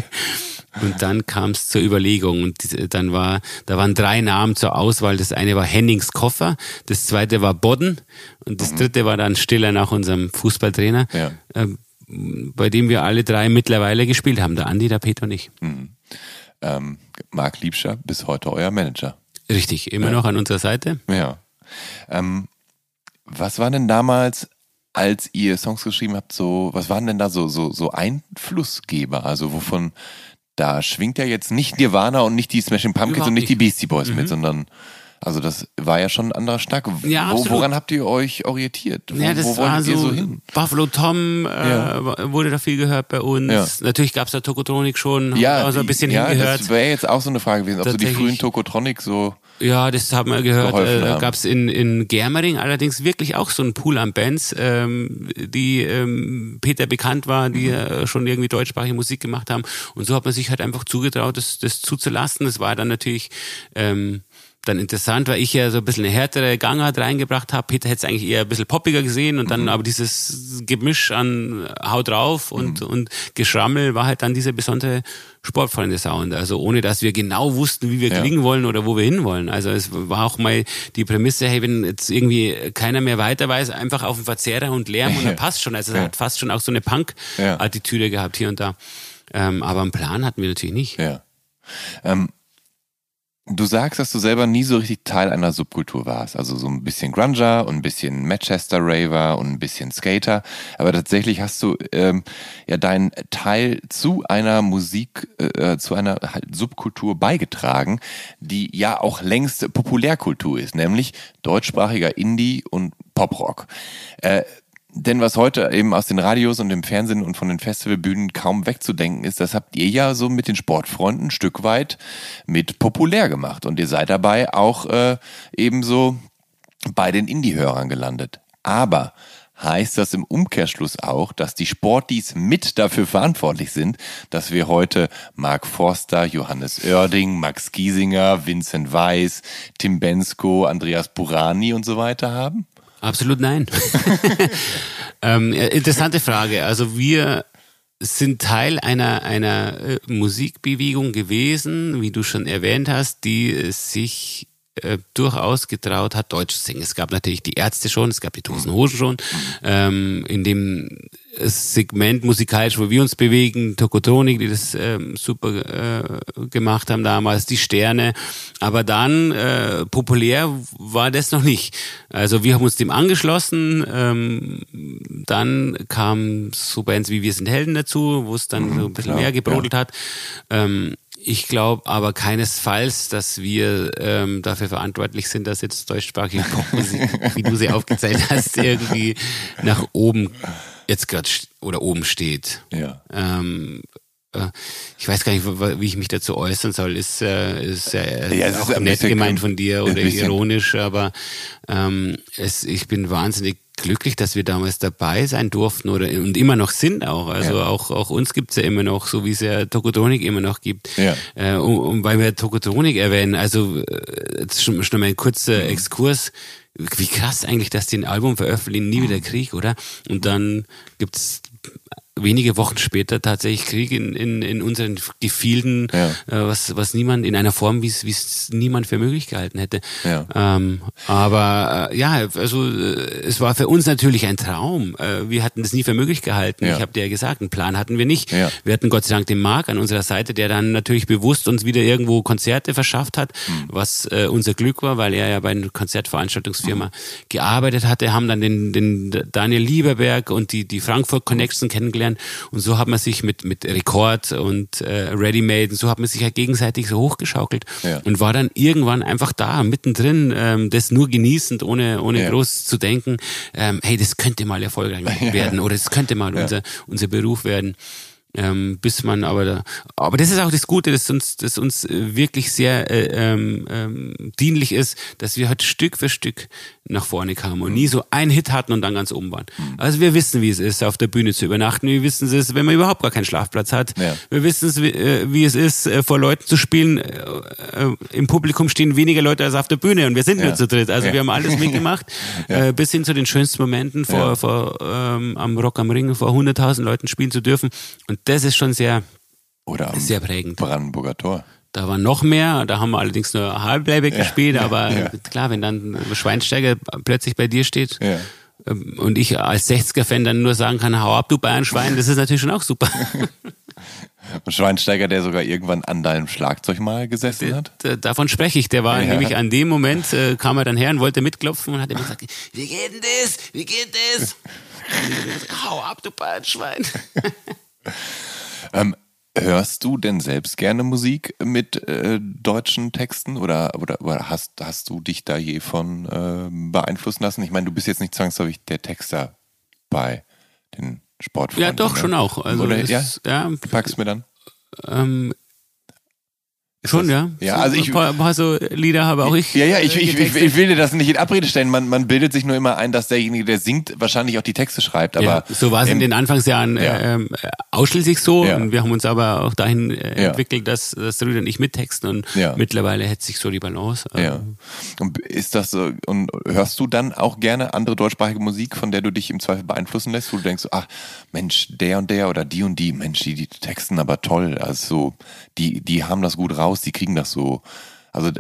Und dann kam es zur Überlegung und dann war, da waren drei Namen zur Auswahl. Das eine war Hennings Koffer, das zweite war Bodden und das mhm. dritte war dann Stiller nach unserem Fußballtrainer, ja. äh, bei dem wir alle drei mittlerweile gespielt haben, der Andi, der Peter und ich. Mhm. Ähm, Marc Liebscher, bis heute euer Manager. Richtig, immer ja. noch an unserer Seite. Ja. Ähm, was war denn damals, als ihr Songs geschrieben habt, so, was waren denn da so, so, so Einflussgeber? Also wovon da schwingt ja jetzt nicht Nirvana und nicht die Smashing Pumpkins Überhaupt und nicht die Beastie Boys mhm. mit, sondern also das war ja schon ein anderer Schnack. Ja, Wo, woran habt ihr euch orientiert? Wo, ja, das wo war wolltet so, ihr so hin? Buffalo Tom äh, ja. wurde da viel gehört bei uns. Ja. Natürlich gab es da Tokotronic schon, ja, haben so ein bisschen ja, hingehört. Das wäre jetzt auch so eine Frage gewesen, ob so die frühen Tokotronic so... Ja, das haben wir gehört. Äh, da gab es in, in Germering allerdings wirklich auch so einen Pool an Bands, ähm, die ähm, Peter bekannt war, die mhm. äh, schon irgendwie deutschsprachige Musik gemacht haben. Und so hat man sich halt einfach zugetraut, das, das zuzulassen. Das war dann natürlich ähm, dann interessant, weil ich ja so ein bisschen eine härtere Gangart reingebracht habe. Peter hätte es eigentlich eher ein bisschen poppiger gesehen und dann mhm. aber dieses Gemisch an Hau drauf und, mhm. und Geschrammel war halt dann dieser besondere sportfreunde Sound. Also ohne, dass wir genau wussten, wie wir ja. klingen wollen oder wo wir hinwollen. Also es war auch mal die Prämisse, hey, wenn jetzt irgendwie keiner mehr weiter weiß, einfach auf den Verzerrer und Lärm und dann passt schon. Also es ja. hat fast schon auch so eine Punk-Attitüde ja. gehabt hier und da. Ähm, aber einen Plan hatten wir natürlich nicht. Ja. Ähm. Du sagst, dass du selber nie so richtig Teil einer Subkultur warst. Also so ein bisschen Grunger und ein bisschen Manchester Raver und ein bisschen Skater. Aber tatsächlich hast du ähm, ja deinen Teil zu einer Musik, äh, zu einer halt Subkultur beigetragen, die ja auch längst Populärkultur ist, nämlich deutschsprachiger Indie und Poprock. Äh, Denn was heute eben aus den Radios und dem Fernsehen und von den Festivalbühnen kaum wegzudenken ist, das habt ihr ja so mit den Sportfreunden ein Stück weit mit populär gemacht. Und ihr seid dabei auch äh, ebenso bei den Indie-Hörern gelandet. Aber heißt das im Umkehrschluss auch, dass die Sportis mit dafür verantwortlich sind, dass wir heute Mark Forster, Johannes Oerding, Max Giesinger, Vincent Weiss, Tim Bensko, Andreas Burani und so weiter haben? Absolut nein. ähm, interessante Frage. Also wir sind Teil einer, einer äh, Musikbewegung gewesen, wie du schon erwähnt hast, die äh, sich äh, durchaus getraut hat, Deutsch zu singen. Es gab natürlich die Ärzte schon, es gab die Toten Hosen schon. Ähm, in dem Segment musikalisch, wo wir uns bewegen, Tokotronic, die das ähm, super äh, gemacht haben damals, die Sterne, aber dann äh, populär war das noch nicht. Also wir haben uns dem angeschlossen, ähm, dann kamen so Bands wie Wir sind Helden dazu, wo es dann mhm, so ein bisschen klar, mehr gebrodelt ja. hat. Ähm, Ich glaube aber keinesfalls, dass wir ähm, dafür verantwortlich sind, dass jetzt deutschsprachige Popmusik, wie du sie aufgezählt hast, irgendwie nach oben jetzt gerade oder oben steht. Ja. Ähm, äh, ich weiß gar nicht, wie ich mich dazu äußern soll. Ist, äh, ist äh, ja, es auch ist nett gemeint von dir oder bisschen ironisch, aber ähm, es, ich bin wahnsinnig glücklich, dass wir damals dabei sein durften oder und immer noch sind auch. Also ja. auch auch uns gibt's ja immer noch, so wie es ja Tokotronic immer noch gibt. Ja. Äh, und, und weil wir Tokotronic erwähnen, also äh, jetzt schon, schon mal ein kurzer mhm. Exkurs. Wie krass eigentlich, dass die ein Album veröffentlichen, Nie wieder Krieg, oder? Und dann gibt's wenige Wochen später tatsächlich Krieg in, in, in unseren Gefilden, ja. äh, was, was niemand in einer Form, wie es niemand für möglich gehalten hätte. Ja. Ähm, aber äh, ja, also äh, es war für uns natürlich ein Traum. Äh, wir hatten das nie für möglich gehalten. Ja. Ich habe dir ja gesagt, einen Plan hatten wir nicht. Ja. Wir hatten Gott sei Dank den Marc an unserer Seite, der dann natürlich bewusst uns wieder irgendwo Konzerte verschafft hat, mhm. was äh, unser Glück war, weil er ja bei einer Konzertveranstaltungsfirma mhm. gearbeitet hatte, haben dann den, den Daniel Lieberberg und die, die Frankfurt Connection mhm. kennengelernt und so hat man sich mit, mit Rekord und äh, Ready Made, so hat man sich ja gegenseitig so hochgeschaukelt ja. und war dann irgendwann einfach da, mittendrin, ähm, das nur genießend, ohne, ohne ja. groß zu denken, ähm, hey, das könnte mal erfolgreich ja. werden oder das könnte mal ja. unser, unser Beruf werden. Ähm, bis man aber da, aber das ist auch das Gute, das uns, das uns wirklich sehr äh, ähm, ähm, dienlich ist, dass wir halt Stück für Stück nach vorne kamen und nie so einen Hit hatten und dann ganz oben waren. Also wir wissen, wie es ist, auf der Bühne zu übernachten. Wir wissen es, wenn man überhaupt gar keinen Schlafplatz hat. Ja. Wir wissen es, wie, äh, wie es ist, äh, vor Leuten zu spielen. Äh, äh, Im Publikum stehen weniger Leute als auf der Bühne und wir sind ja. nur zu dritt. Also ja. wir haben alles mitgemacht, ja. äh, bis hin zu den schönsten Momenten vor, ja. vor ähm, am Rock am Ring vor hunderttausend Leuten spielen zu dürfen. Und das ist schon sehr, Oder am sehr prägend. Brandenburger Tor. Da war noch mehr, da haben wir allerdings nur Halbplayback ja, gespielt, ja, aber ja. klar, wenn dann Schweinsteiger plötzlich bei dir steht ja. und ich als sechziger-Fan dann nur sagen kann, hau ab, du Bayern-Schwein, das ist natürlich schon auch super. Und Schweinsteiger, der sogar irgendwann an deinem Schlagzeug mal gesessen hat? D- davon spreche ich. Der war ja. nämlich an dem Moment, äh, kam er dann her und wollte mitklopfen und hat immer gesagt, wie geht denn das? Wie geht das? Hau ab, du Bayern-Schwein. ähm, hörst du denn selbst gerne Musik mit äh, deutschen Texten oder, oder, oder hast, hast du dich da je von äh, beeinflussen lassen? Ich meine, du bist jetzt nicht zwangsläufig der Texter bei den Sportfreunden. Ja, doch, ne? schon auch. Also oder, es, ja? ja? Du packst mir dann? Ähm, Ist Schon, das, ja. Ja, also ich, ein paar, ein paar so Lieder habe auch ich. Ja, ja, ich, äh, ich, ich, ich will dir das nicht in Abrede stellen. Man, man bildet sich nur immer ein, dass derjenige, der singt, wahrscheinlich auch die Texte schreibt. Aber ja, so war es ähm, in den Anfangsjahren ja. äh, äh, ausschließlich so. Ja. Und wir haben uns aber auch dahin äh, ja. entwickelt, dass, dass Rüder und ich mittexten. Und ja. mittlerweile hält sich so die Balance. Ja. Und ist das so, und hörst du dann auch gerne andere deutschsprachige Musik, von der du dich im Zweifel beeinflussen lässt, wo du denkst, ach Mensch, der und der oder die und die, Mensch, die, die texten aber toll. Also so, die, die haben das gut raus, die kriegen das so. Also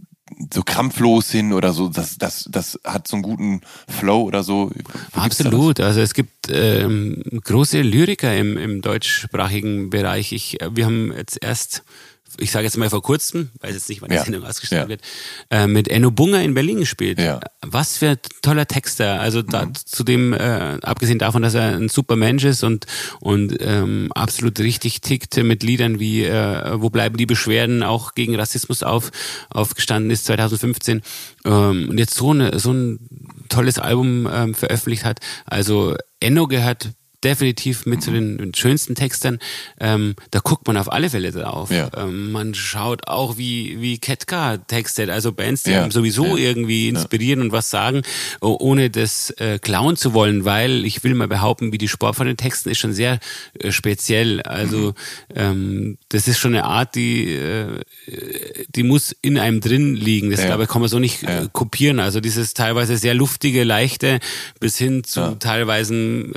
so krampflos hin oder so, das, das, das hat so einen guten Flow oder so. Absolut, also es gibt ähm, große Lyriker im, im deutschsprachigen Bereich. Ich, wir haben jetzt erst, ich sage jetzt mal vor kurzem, weiß jetzt nicht, wann die ja. Sendung ausgestrahlt ja. wird, äh, mit Enno Bunger in Berlin gespielt. Ja. Was für ein toller Texter. Also da, mhm. zudem, äh, abgesehen davon, dass er ein super Mensch ist und, und ähm, absolut richtig tickt mit Liedern wie äh, Wo bleiben die Beschwerden, auch gegen Rassismus auf, aufgestanden ist zwanzig fünfzehn ähm, und jetzt so, eine, so ein tolles Album ähm, veröffentlicht hat. Also Enno gehört definitiv mit zu den, den schönsten Textern. Ähm, da guckt man auf alle Fälle drauf. Ja. Ähm, man schaut auch, wie, wie Ketka textet, also Bands, die ja. einem sowieso ja. irgendwie inspirieren ja. und was sagen, ohne das äh, klauen zu wollen, weil ich will mal behaupten, wie die Sport von den Texten ist schon sehr äh, speziell. Also mhm. ähm, das ist schon eine Art, die äh, die muss in einem drin liegen. Das ja. glaube ich, kann man so nicht ja. äh, kopieren. Also dieses teilweise sehr luftige, leichte bis hin zu ja. teilweise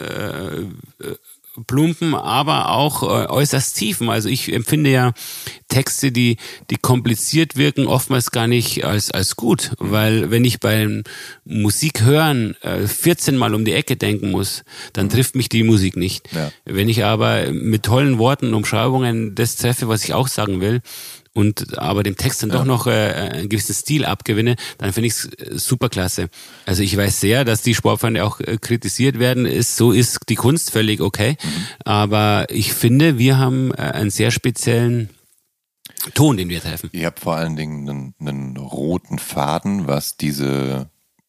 äh, plumpen, aber auch äh, äußerst tiefen. Also ich empfinde ja Texte, die die kompliziert wirken, oftmals gar nicht als als gut, weil wenn ich beim Musik hören äh, vierzehn Mal um die Ecke denken muss, dann mhm. trifft mich die Musik nicht. Ja. Wenn ich aber mit tollen Worten und Umschreibungen das treffe, was ich auch sagen will, und aber dem Text dann ja. doch noch äh, einen gewissen Stil abgewinne, dann finde ich es super klasse. Also ich weiß sehr, dass die Sportfreunde auch äh, kritisiert werden. Ist, so ist die Kunst völlig okay. Mhm. Aber ich finde, wir haben äh, einen sehr speziellen Ton, den wir treffen. Ihr habt vor allen Dingen einen, einen roten Faden, was diese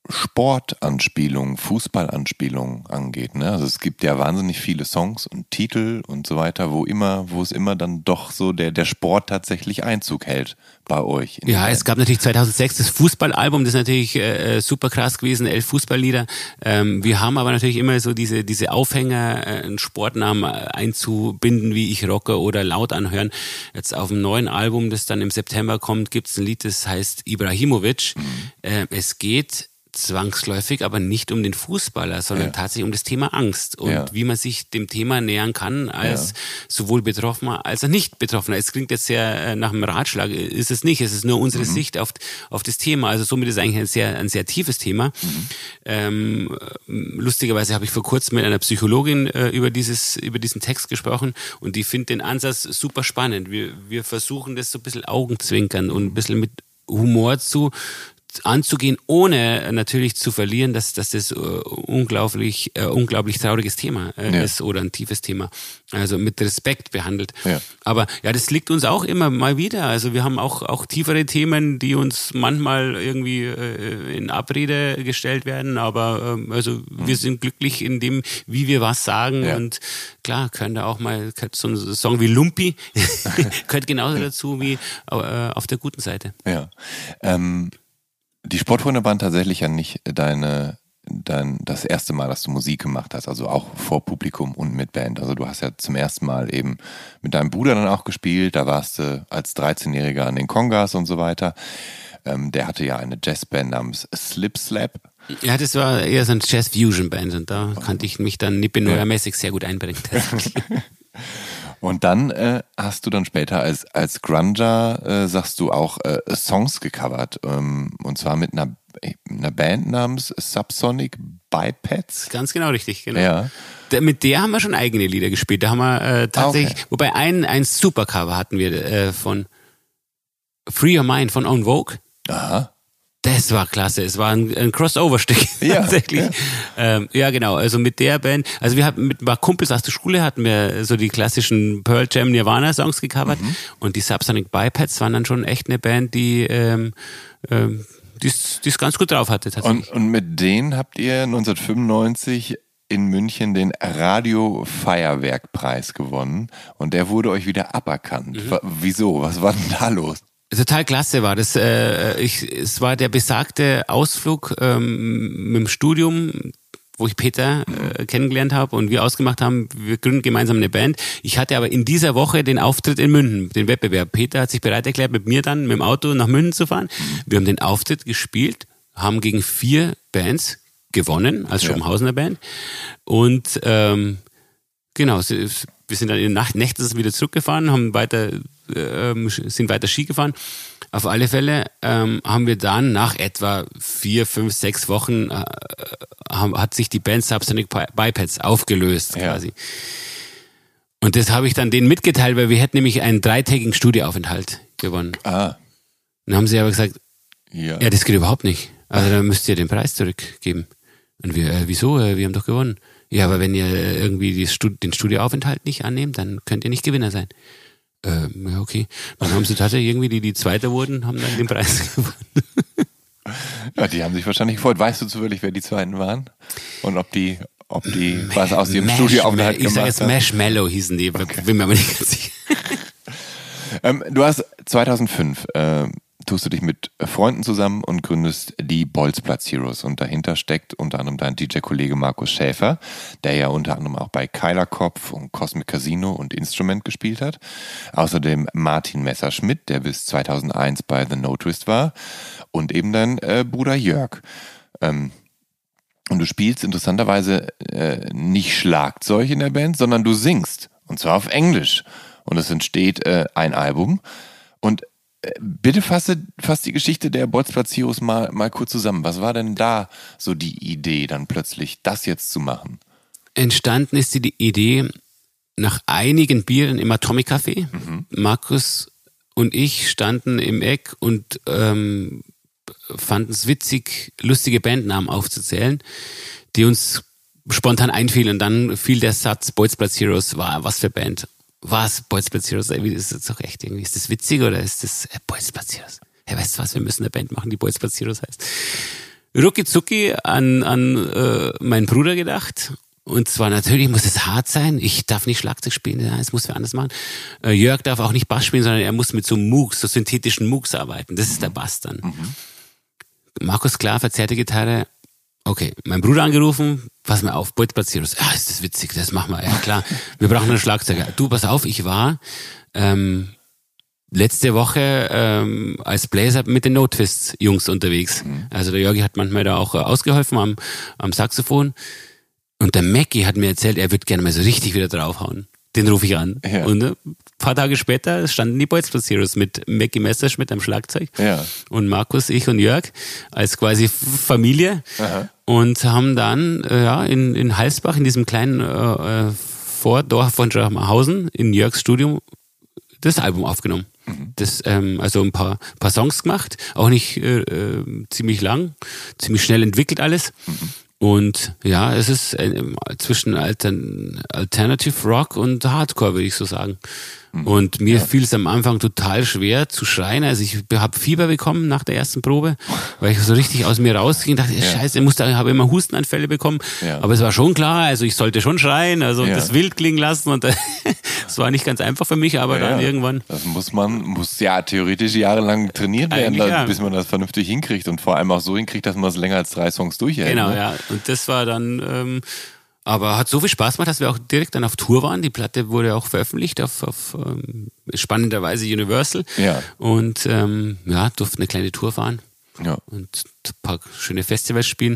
Sportanspielungen, Fußballanspielungen angeht. Ne? Also es gibt ja wahnsinnig viele Songs und Titel und so weiter, wo immer, wo es immer dann doch so der, der Sport tatsächlich Einzug hält bei euch. Ja, es gab natürlich zweitausendsechs das Fußballalbum, das ist natürlich äh, super krass gewesen, elf Fußballlieder. Ähm, wir haben aber natürlich immer so diese, diese Aufhänger, äh, einen Sportnamen einzubinden, wie Ich rocke oder laut anhören. Jetzt auf dem neuen Album, das dann im September kommt, gibt es ein Lied, das heißt Ibrahimovic. Mhm. Äh, es geht zwangsläufig, aber nicht um den Fußballer, sondern ja. tatsächlich um das Thema Angst und ja. wie man sich dem Thema nähern kann als ja. sowohl Betroffener als auch Nicht-Betroffener. Es klingt jetzt sehr nach einem Ratschlag, ist es nicht, es ist nur unsere mhm. Sicht auf, auf das Thema, also somit ist es eigentlich ein sehr, ein sehr tiefes Thema. Mhm. Ähm, lustigerweise habe ich vor kurzem mit einer Psychologin äh, über, dieses, über diesen Text gesprochen und die findet den Ansatz super spannend. Wir, wir versuchen das so ein bisschen Augenzwinkern und ein bisschen mit Humor zu anzugehen, ohne natürlich zu verlieren, dass, dass das äh, unglaublich, äh, unglaublich trauriges Thema äh, ja. ist oder ein tiefes Thema. Also mit Respekt behandelt. Ja. Aber ja, das liegt uns auch immer mal wieder. Also wir haben auch, auch tiefere Themen, die uns manchmal irgendwie äh, in Abrede gestellt werden. Aber äh, also mhm. wir sind glücklich in dem, wie wir was sagen. Ja. Und klar, können da auch mal so ein Song wie Lumpi gehört genauso dazu wie äh, auf der guten Seite. Ja. Ähm Die Sportfreunde waren tatsächlich ja nicht deine, dein, das erste Mal, dass du Musik gemacht hast, also auch vor Publikum und mit Band. Also du hast ja zum ersten Mal eben mit deinem Bruder dann auch gespielt, da warst du als dreizehnjähriger an den Congas und so weiter. Ähm, der hatte ja eine Jazzband namens Slip Slap. Ja, das war eher so eine Jazz-Fusion-Band und da kannte ich mich dann Nippenoyer-mäßig sehr gut einbringen. Und dann äh, hast du dann später als, als Grunger, äh, sagst du, auch äh, Songs gecovert. Ähm, und zwar mit einer, einer Band namens Subsonic Bipeds. Ganz genau, richtig, genau. Ja. Da, mit der haben wir schon eigene Lieder gespielt. Da haben wir äh, tatsächlich, okay. wobei ein, ein Supercover hatten wir äh, von Free Your Mind von En Vogue. Aha. Das war klasse. Es war ein, ein Crossover-Stück ja, tatsächlich. Ja. Ähm, ja, genau. Also mit der Band, also wir hatten mit ein paar Kumpels aus der Schule hatten wir so die klassischen Pearl Jam Nirvana-Songs gecovert mhm. und die Subsonic Bipeds waren dann schon echt eine Band, die ähm, ähm, die es ganz gut drauf hatte tatsächlich. Und, und mit denen habt ihr neunzehnhundertfünfundneunzig in München den Radio-Feuerwerk-Preis gewonnen und der wurde euch wieder aberkannt. Mhm. Wieso? Was war denn da los? Total klasse war das. Äh, ich, es war der besagte Ausflug ähm, mit dem Studium, wo ich Peter äh, kennengelernt habe und wir ausgemacht haben, wir gründen gemeinsam eine Band. Ich hatte aber in dieser Woche den Auftritt in München, den Wettbewerb. Peter hat sich bereit erklärt, mit mir dann mit dem Auto nach München zu fahren. Wir haben den Auftritt gespielt, haben gegen vier Bands gewonnen, als Schopenhausener Band. Und ähm, genau, wir sind dann in den Nacht, Nächten wieder zurückgefahren, haben weiter, ähm, sind weiter Ski gefahren. Auf alle Fälle ähm, haben wir dann nach etwa vier, fünf, sechs Wochen äh, haben, hat sich die Band Subsonic Bipeds aufgelöst ja. quasi. Und das habe ich dann denen mitgeteilt, weil wir hätten nämlich einen dreitägigen Studioaufenthalt gewonnen. Ah. Dann haben sie aber gesagt, ja, ja das geht überhaupt nicht. Also dann müsst ihr den Preis zurückgeben. Und wir, äh, wieso? Wir haben doch gewonnen. Ja, aber wenn ihr irgendwie die Stud- den Studioaufenthalt nicht annehmt, dann könnt ihr nicht Gewinner sein. Ähm, ja, okay. Dann haben sie tatsächlich irgendwie, die, die Zweiter wurden, haben dann den Preis gewonnen. Ja, die haben sich wahrscheinlich gefreut. Weißt du zufällig, wer die Zweiten waren? Und ob die, ob die was aus ihrem Mash, Studioaufenthalt gemacht haben? Ich sage jetzt Marshmallow hießen die, okay. Bin mir aber nicht ganz sicher. ähm, du hast zweitausendfünf, äh, tust du dich mit Freunden zusammen und gründest die Bolzplatz Heroes. Und dahinter steckt unter anderem dein D J-Kollege Markus Schäfer, der ja unter anderem auch bei Keilerkopf und Cosmic Casino und Instrument gespielt hat. Außerdem Martin Messerschmidt, der bis zweitausendeins bei The No Twist war. Und eben dein äh, Bruder Jörg. Ähm, und du spielst interessanterweise äh, nicht Schlagzeug in der Band, sondern du singst. Und zwar auf Englisch. Und es entsteht äh, ein Album. Und bitte fasse, fasse die Geschichte der Bolzplatz Heroes mal, mal kurz zusammen. Was war denn da so die Idee, dann plötzlich das jetzt zu machen? Entstanden ist die Idee nach einigen Bieren im Atomic Café. Mhm. Markus und ich standen im Eck und ähm, fanden es witzig, lustige Bandnamen aufzuzählen, die uns spontan einfielen. Und dann fiel der Satz, Bolzplatz Heroes war was für Band. Was? Bolzplatz Heroes? Ist das doch echt irgendwie? Ist das witzig oder ist das äh, Bolzplatz Heroes? Hey, weißt du was? Wir müssen eine Band machen, die Bolzplatz Heroes heißt. Rucki zucki an, an äh, meinen Bruder gedacht. Und zwar natürlich muss es hart sein. Ich darf nicht Schlagzeug spielen, ja, das muss wer anders machen. Äh, Jörg darf auch nicht Bass spielen, sondern er muss mit so Moogs, so synthetischen Moogs arbeiten. Das ist der Bass dann. Mhm. Markus klar, verzerrte Gitarre. Okay, mein Bruder angerufen, pass mal auf, Bolzplatz Heroes. Ah, ist das witzig, das machen wir. Ja klar, wir brauchen einen Schlagzeuger. Du, pass auf, ich war ähm, letzte Woche ähm, als Bläser mit den No-Twists-Jungs unterwegs. Mhm. Also der Jörgi hat manchmal da auch äh, ausgeholfen am, am Saxophon. Und der Mackie hat mir erzählt, er würde gerne mal so richtig wieder draufhauen. Den rufe ich an. Ja. Und ein paar Tage später standen die Bolzplatz Heroes mit Mackie Messerschmidt am Schlagzeug ja. und Markus, ich und Jörg als quasi Familie. Aha. Und haben dann äh, ja, in, in Halsbach, in diesem kleinen äh, Vordorf von Schachmauhausen, in Jörgs Studium, das Album aufgenommen. Mhm. Das, ähm, also ein paar, paar Songs gemacht, auch nicht äh, äh, ziemlich lang, ziemlich schnell entwickelt alles. Mhm. Und ja, es ist äh, zwischen Altern- Alternative Rock und Hardcore, würde ich so sagen. Mhm. Und mir ja. fiel es am Anfang total schwer zu schreien. Also ich habe Fieber bekommen nach der ersten Probe, weil ich so richtig aus mir rausging und dachte, ja. scheiße, ich musste, habe immer Hustenanfälle bekommen. Ja. Aber es war schon klar, also ich sollte schon schreien, also ja. das wild klingen lassen. Und es war nicht ganz einfach für mich, aber ja, dann irgendwann. Das muss man, muss ja theoretisch jahrelang trainiert werden, ja. bis man das vernünftig hinkriegt und vor allem auch so hinkriegt, dass man es länger als drei Songs durchhält. Genau, ne? ja. Und das war dann... Ähm, aber hat so viel Spaß gemacht, dass wir auch direkt dann auf Tour waren. Die Platte wurde auch veröffentlicht auf, auf ähm, spannenderweise Universal. Ja. Und ähm, ja, durften eine kleine Tour fahren. Ja. Und ein paar schöne Festivals spielen.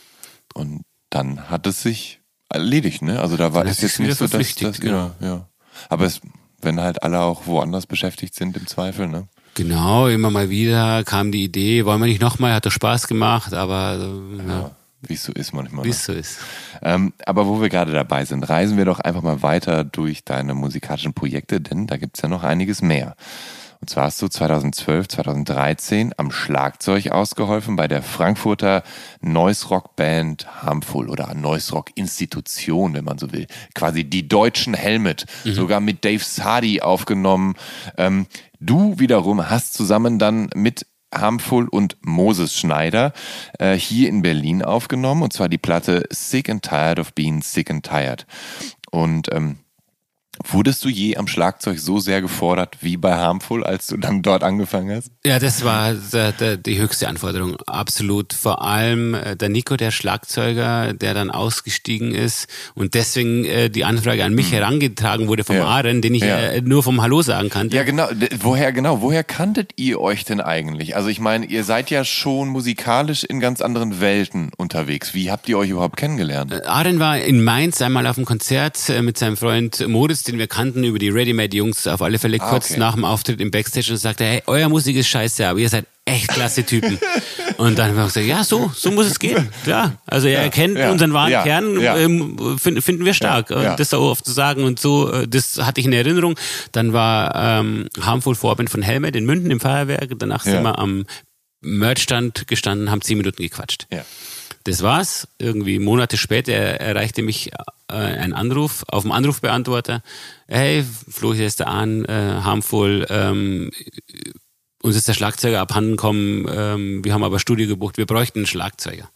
Und dann hat es sich erledigt, ne? Also da war es jetzt nicht so, dass das, genau. ja, ja. Aber es, wenn halt alle auch woanders beschäftigt sind, im Zweifel, ne? Genau, immer mal wieder kam die Idee, wollen wir nicht nochmal, hat doch Spaß gemacht, aber äh, ja. ja. Wie es so ist manchmal. Wie es so ist. Ähm, aber wo wir gerade dabei sind, reisen wir doch einfach mal weiter durch deine musikalischen Projekte, denn da gibt es ja noch einiges mehr. Und zwar hast du zweitausendzwölf, zweitausenddreizehn am Schlagzeug ausgeholfen bei der Frankfurter Noise Rock Band Harmful oder Noise Rock Institution, wenn man so will. Quasi die deutschen Helmet, mhm. sogar mit Dave Sardi aufgenommen. Ähm, du wiederum hast zusammen dann mit Harmful und Moses Schneider äh, hier in Berlin aufgenommen, und zwar die Platte Sick and Tired of Being Sick and Tired. Und ähm, wurdest du je am Schlagzeug so sehr gefordert wie bei Harmful, als du dann dort angefangen hast? Ja, das war der, der, die höchste Anforderung, absolut. Vor allem der Nico, der Schlagzeuger, der dann ausgestiegen ist und deswegen äh, die Anfrage an mich mhm. herangetragen wurde vom ja. Aren, den ich ja. äh, nur vom Hallo sagen kannte. Ja, genau. Woher genau? Woher kanntet ihr euch denn eigentlich? Also ich meine, ihr seid ja schon musikalisch in ganz anderen Welten unterwegs. Wie habt ihr euch überhaupt kennengelernt? Äh, Aren war in Mainz einmal auf einem Konzert äh, mit seinem Freund Moritz, den wir kannten über die Ready-Made-Jungs, auf alle Fälle kurz ah, okay. nach dem Auftritt im Backstage, und sagte, hey, euer Musik ist scheiße, aber ihr seid echt klasse Typen. Und dann haben wir gesagt, ja, so, so muss es gehen. Klar. Also er ja, erkennt ja, unseren wahren ja, Kern, ja. Ähm, find, finden wir stark. Ja, ja. Das auch oft zu sagen und so, das hatte ich in Erinnerung. Dann war ähm, Harmful Vorband von Helmet in München im Feuerwerk. Danach ja. sind wir am Merchstand gestanden, haben zehn Minuten gequatscht. Ja. Das war's. Irgendwie Monate später erreichte mich äh, ein Anruf auf dem Anrufbeantworter. Hey, Flo, hier ist der Ahn, äh, Harmful, ähm, uns ist der Schlagzeuger abhanden gekommen, ähm, wir haben aber Studio gebucht, wir bräuchten einen Schlagzeuger.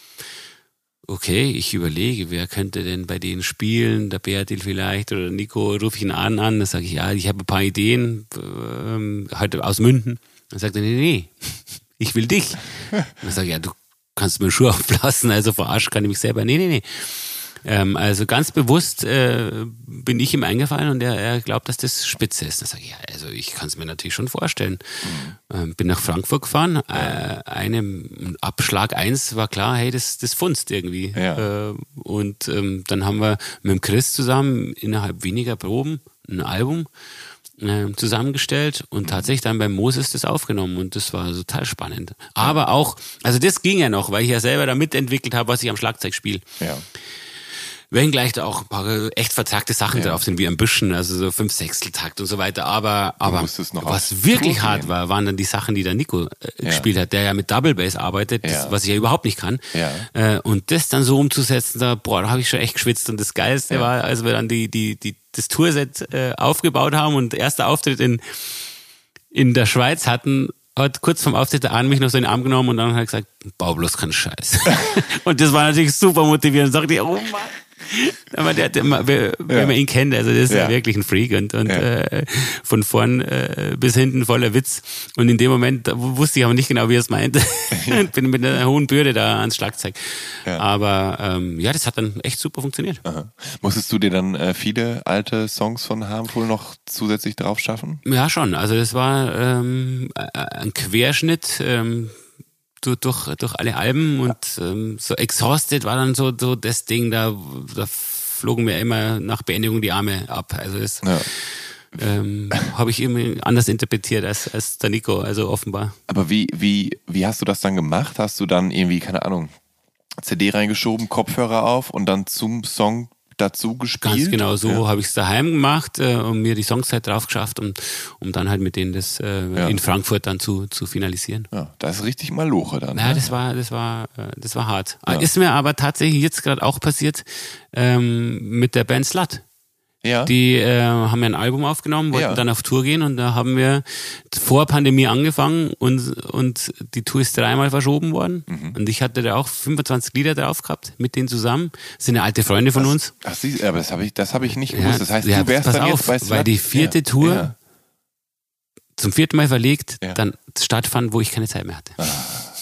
Okay, ich überlege, wer könnte denn bei denen spielen, der Bertil vielleicht oder Nico, rufe ich ihn an, an, dann sage ich, ja, ich habe ein paar Ideen, ähm, heute aus München. Dann sagt er, nee, nee, ich will dich. Dann sage ich, ja, du kannst mir einen Schuh aufblasen, also verarscht kann ich mich selber. Nee, nee, nee. Ähm, also ganz bewusst äh, bin ich ihm eingefallen und er, er glaubt, dass das spitze ist. Dann sage ich, ja, also ich kann es mir natürlich schon vorstellen. Mhm. Ähm, bin nach Frankfurt gefahren, äh, einem Abschlag eins war klar, hey, das, das funzt irgendwie. Ja. Äh, und ähm, dann haben wir mit dem Chris zusammen innerhalb weniger Proben ein Album zusammengestellt und tatsächlich dann beim Moses das aufgenommen und das war total spannend. Aber auch, also das ging ja noch, weil ich ja selber da mitentwickelt habe, was ich am Schlagzeug spiele. Ja. Wenngleich da auch ein paar echt verzagte Sachen ja. drauf sind, wie am Büschen, also so fünf Sechsteltakt und so weiter. Aber, aber was wirklich hart war, waren dann die Sachen, die der Nico äh, ja. gespielt hat, der ja mit Double Bass arbeitet, das, ja. was ich ja überhaupt nicht kann. Ja. Äh, und das dann so umzusetzen, da, boah, da habe ich schon echt geschwitzt. Und das Geilste ja. war, als wir dann die, die, die, das Tourset äh, aufgebaut haben und erster Auftritt in, in der Schweiz hatten, hat kurz vom Auftritt der Ahn mich noch so in den Arm genommen und dann hat er gesagt, bau bloß keinen Scheiß. Und das war natürlich super motivierend. Da dachte ich, oh Mann. Aber der, der, wer, wenn Ja. man ihn kennt, also das ist ja, Ja. wirklich ein Freak und, und Ja. äh, von vorn äh, bis hinten voller Witz. Und in dem Moment da wusste ich aber nicht genau, wie er es meint. Und bin mit einer hohen Bürde da ans Schlagzeug. Ja. Aber ähm, ja, das hat dann echt super funktioniert. Aha. Musstest du dir dann äh, viele alte Songs von Harmful noch zusätzlich drauf schaffen? Ja, schon. Also das war ähm, ein Querschnitt ähm, durch, durch, durch alle Alben und ähm, so Exhausted war dann so, so das Ding, da, da flogen mir immer nach Beendigung die Arme ab. Also das Ja. ähm, habe ich irgendwie anders interpretiert als, als der Nico, also offenbar. Aber wie, wie, wie hast du das dann gemacht? Hast du dann irgendwie, keine Ahnung, C D reingeschoben, Kopfhörer auf und dann zum Song dazu gespielt? Ganz genau, so Ja. habe ich es daheim gemacht äh, und mir die Songs halt drauf geschafft, um, um dann halt mit denen das äh, Ja. in Frankfurt dann zu, zu finalisieren. Ja, da ist richtig Maloche dann. Ja, ne? das war, das war, äh, das war hart. Ja. Ist mir aber tatsächlich jetzt gerade auch passiert ähm, mit der Band Slut. Ja. Die äh, haben ja ein Album aufgenommen, wollten Ja. dann auf Tour gehen und da haben wir vor Pandemie angefangen und, und die Tour ist dreimal verschoben worden. Mhm. Und ich hatte da auch fünfundzwanzig Lieder drauf gehabt mit denen zusammen. Das sind ja alte Freunde von uns. Ach, siehst, aber das habe ich, das hab ich nicht Ja, gewusst. Das heißt, ja, du wärst pass dann auf, jetzt bei Slut? weil die vierte ja. Tour Ja. zum vierten Mal verlegt, Ja. dann stattfand, wo ich keine Zeit mehr hatte. Ah.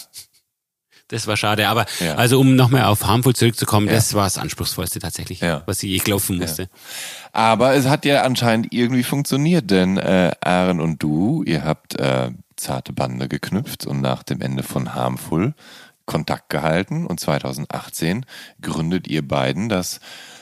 Das war schade, aber Ja. also um nochmal auf Harmful zurückzukommen, Ja. das war das Anspruchsvollste tatsächlich, Ja. was ich je laufen musste. Aber es hat ja anscheinend irgendwie funktioniert, denn äh, Aaron und du, ihr habt äh, zarte Bande geknüpft und nach dem Ende von Harmful Kontakt gehalten und zweitausendachtzehn gründet ihr beiden das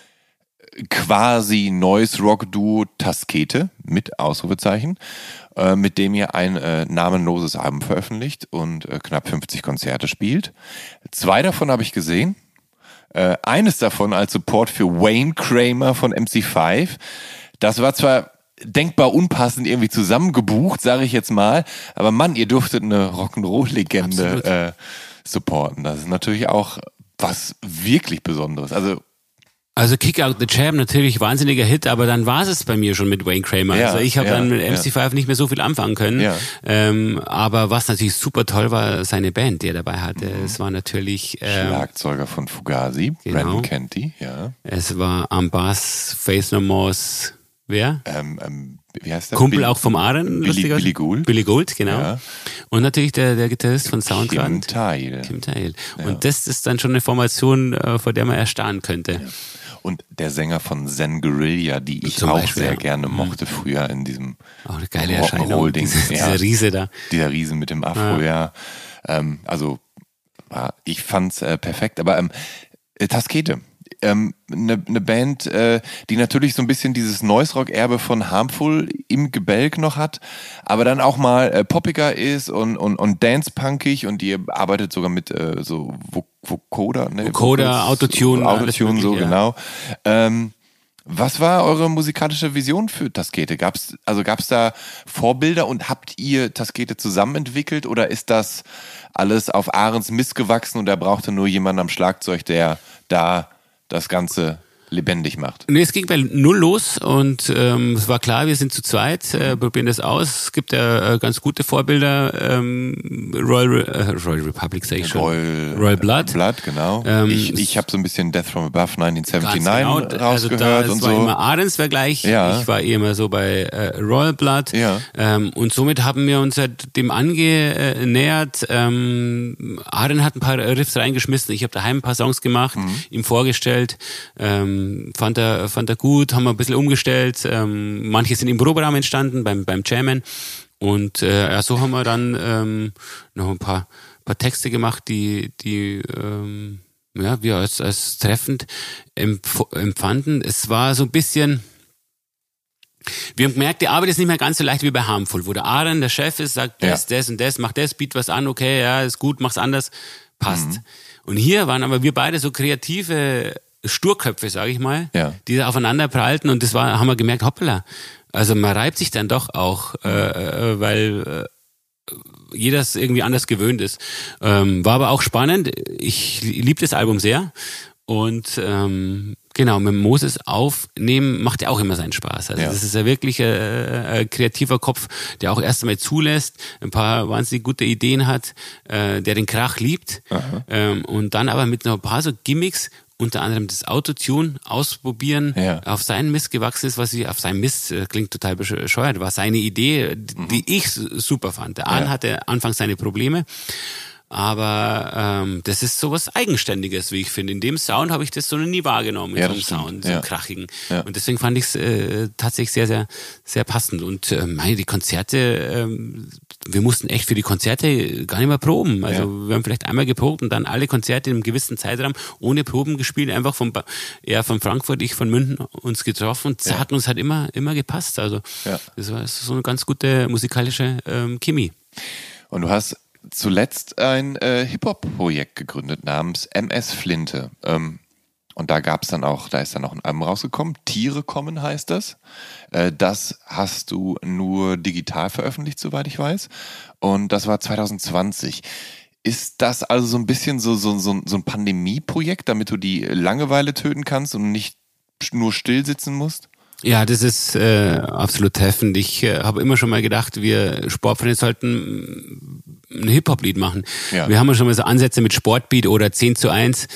quasi Noise Rock Duo Taskete mit Ausrufezeichen, äh, mit dem ihr ein äh, namenloses Album veröffentlicht und äh, knapp fünfzig Konzerte spielt. Zwei davon habe ich gesehen. Äh, eines davon als Support für Wayne Kramer von M C fünf. Das war zwar denkbar unpassend irgendwie zusammengebucht, sage ich jetzt mal, aber Mann, ihr durftet eine Rock'n'Roll-Legende äh, supporten. Das ist natürlich auch was wirklich Besonderes. Also Also Kick Out the Jam, natürlich wahnsinniger Hit, aber dann war es bei mir schon mit Wayne Kramer. Ja, also ich habe ja, dann mit M C fünf nicht mehr so viel anfangen können. Ja. Ähm, aber was natürlich super toll war, seine Band, die er dabei hatte. Mhm. Es war natürlich ähm, Schlagzeuger von Fugazi, Genau. Brandon Canty, ja. es war am Bass Faith No More's, wer? Ähm, ähm, wie heißt der? Kumpel Bill- auch vom Aaron, Billy, lustigerweise. Billy Gould. Billy Gould, genau. Ja. Und natürlich der, der Gitarrist von Kim Soundgarden. Thayil. Kim Thayil. Ja. Und das ist dann schon eine Formation, äh, vor der man erstarren könnte. Und der Sänger von Zen Guerilla, die ich Zum auch Beispiel, sehr ja. gerne mochte früher in diesem Auch eine geile Rock'n'Roll-Ding. Erscheinung. Diese, Ja. Dieser Riese da. Dieser Riesen mit dem Afro, ja. Ähm, also, war, ich fand's äh, perfekt. Aber ähm, äh, Taskete, ähm, eine ne Band, äh, die natürlich so ein bisschen dieses Noise-Rock-Erbe von Harmful im Gebälk noch hat, aber dann auch mal äh, poppiger ist und, und, und dance-punkig und ihr arbeitet sogar mit äh, so Vo- Vocoder, ne? Vocoder, Vocals, Autotune, alles Autotune, so mögliche, ja. genau. Ähm, was war eure musikalische Vision für Taskete? Gab's, also gab's da Vorbilder und habt ihr Taskete zusammen entwickelt oder ist das alles auf Ahrens Mist gewachsen und er brauchte nur jemanden am Schlagzeug, der da das Ganze lebendig macht? Nee, es ging bei null los und ähm, es war klar, wir sind zu zweit, äh, probieren das aus. Es gibt ja äh, ganz gute Vorbilder, ähm, Royal, Re- äh, Royal Republic, sag ich schon. Royal, Royal Blood. Blood, genau. Ähm, ich ich habe so ein bisschen Death from Above neunzehnhundertneunundsiebzig Ganz genau. Also rausgehört da, das und war so. immer Ahrens-Vergleich. Ja. Ich war eh immer so bei äh, Royal Blood. Ja. Ähm, und somit haben wir uns halt dem angenähert. Ähm, Aaron hat ein paar Riffs reingeschmissen. Ich habe daheim ein paar Songs gemacht, Mhm. ihm vorgestellt. Ähm, fand er fand er gut, haben wir ein bisschen umgestellt. Ähm, manche sind im Proberaum entstanden, beim, beim Jammen. Und äh, ja, so haben wir dann ähm, noch ein paar, paar Texte gemacht, die, die ähm, ja, wir als, als treffend empf- empfanden. Es war so ein bisschen... Wir haben gemerkt, die Arbeit ist nicht mehr ganz so leicht wie bei Harmful, wo der Aaron, der Chef ist, sagt das, Ja. das und das, mach das, biet was an, okay, ja, ist gut, mach's anders, passt. Mhm. Und hier waren aber wir beide so kreative Sturköpfe, sage ich mal, Ja. die da aufeinander prallten und das war, haben wir gemerkt, hoppala, also man reibt sich dann doch auch, Mhm. äh, äh, weil äh, jeder es irgendwie anders gewöhnt ist. Ähm, war aber auch spannend, ich liebe das Album sehr und ähm, genau, mit Moses aufnehmen macht ja auch immer seinen Spaß. Also Ja. das ist ja wirklich ein, ein kreativer Kopf, der auch erst einmal zulässt, ein paar wahnsinnig gute Ideen hat, äh, der den Krach liebt ähm, und dann aber mit noch ein paar so Gimmicks unter anderem das Autotune ausprobieren, Ja. auf seinen Mist gewachsen ist, was ich auf seinen Mist, äh, klingt total bescheuert, war seine Idee, die, mhm. die ich super fand. Der Arne Ja. hatte anfangs seine Probleme, aber ähm, das ist sowas Eigenständiges, wie ich finde. In dem Sound habe ich das so noch nie wahrgenommen, in Ja, so einem das stimmt. Sound, so einem Ja. krachigen. Ja. Und deswegen fand ich es äh, tatsächlich sehr, sehr, sehr passend. Und äh, meine, die Konzerte, ähm, wir mussten echt für die Konzerte gar nicht mehr proben. Also Ja. wir haben vielleicht einmal geprobt und dann alle Konzerte in einem gewissen Zeitraum ohne Proben gespielt, einfach von ba- er von Frankfurt, ich von München uns getroffen und es Ja. hat uns halt immer, immer gepasst. Also Ja. das war so eine ganz gute musikalische ähm, Chemie. Und du hast zuletzt ein äh, Hip-Hop-Projekt gegründet namens M S Flinte. Ähm, und da gab es dann auch, da ist dann noch ein Album rausgekommen. Tiere kommen heißt das. Äh, das hast du nur digital veröffentlicht, soweit ich weiß. Und das war zwanzig zwanzig. Ist das also so ein bisschen so, so, so, so ein Pandemie-Projekt, damit du die Langeweile töten kannst und nicht nur still sitzen musst? Ja, das ist äh, absolut treffend. Ich äh, habe immer schon mal gedacht, wir Sportvereine sollten ein Hip-Hop-Lied machen. Ja. Wir haben ja schon mal so Ansätze mit Sportbeat oder zehn zu eins,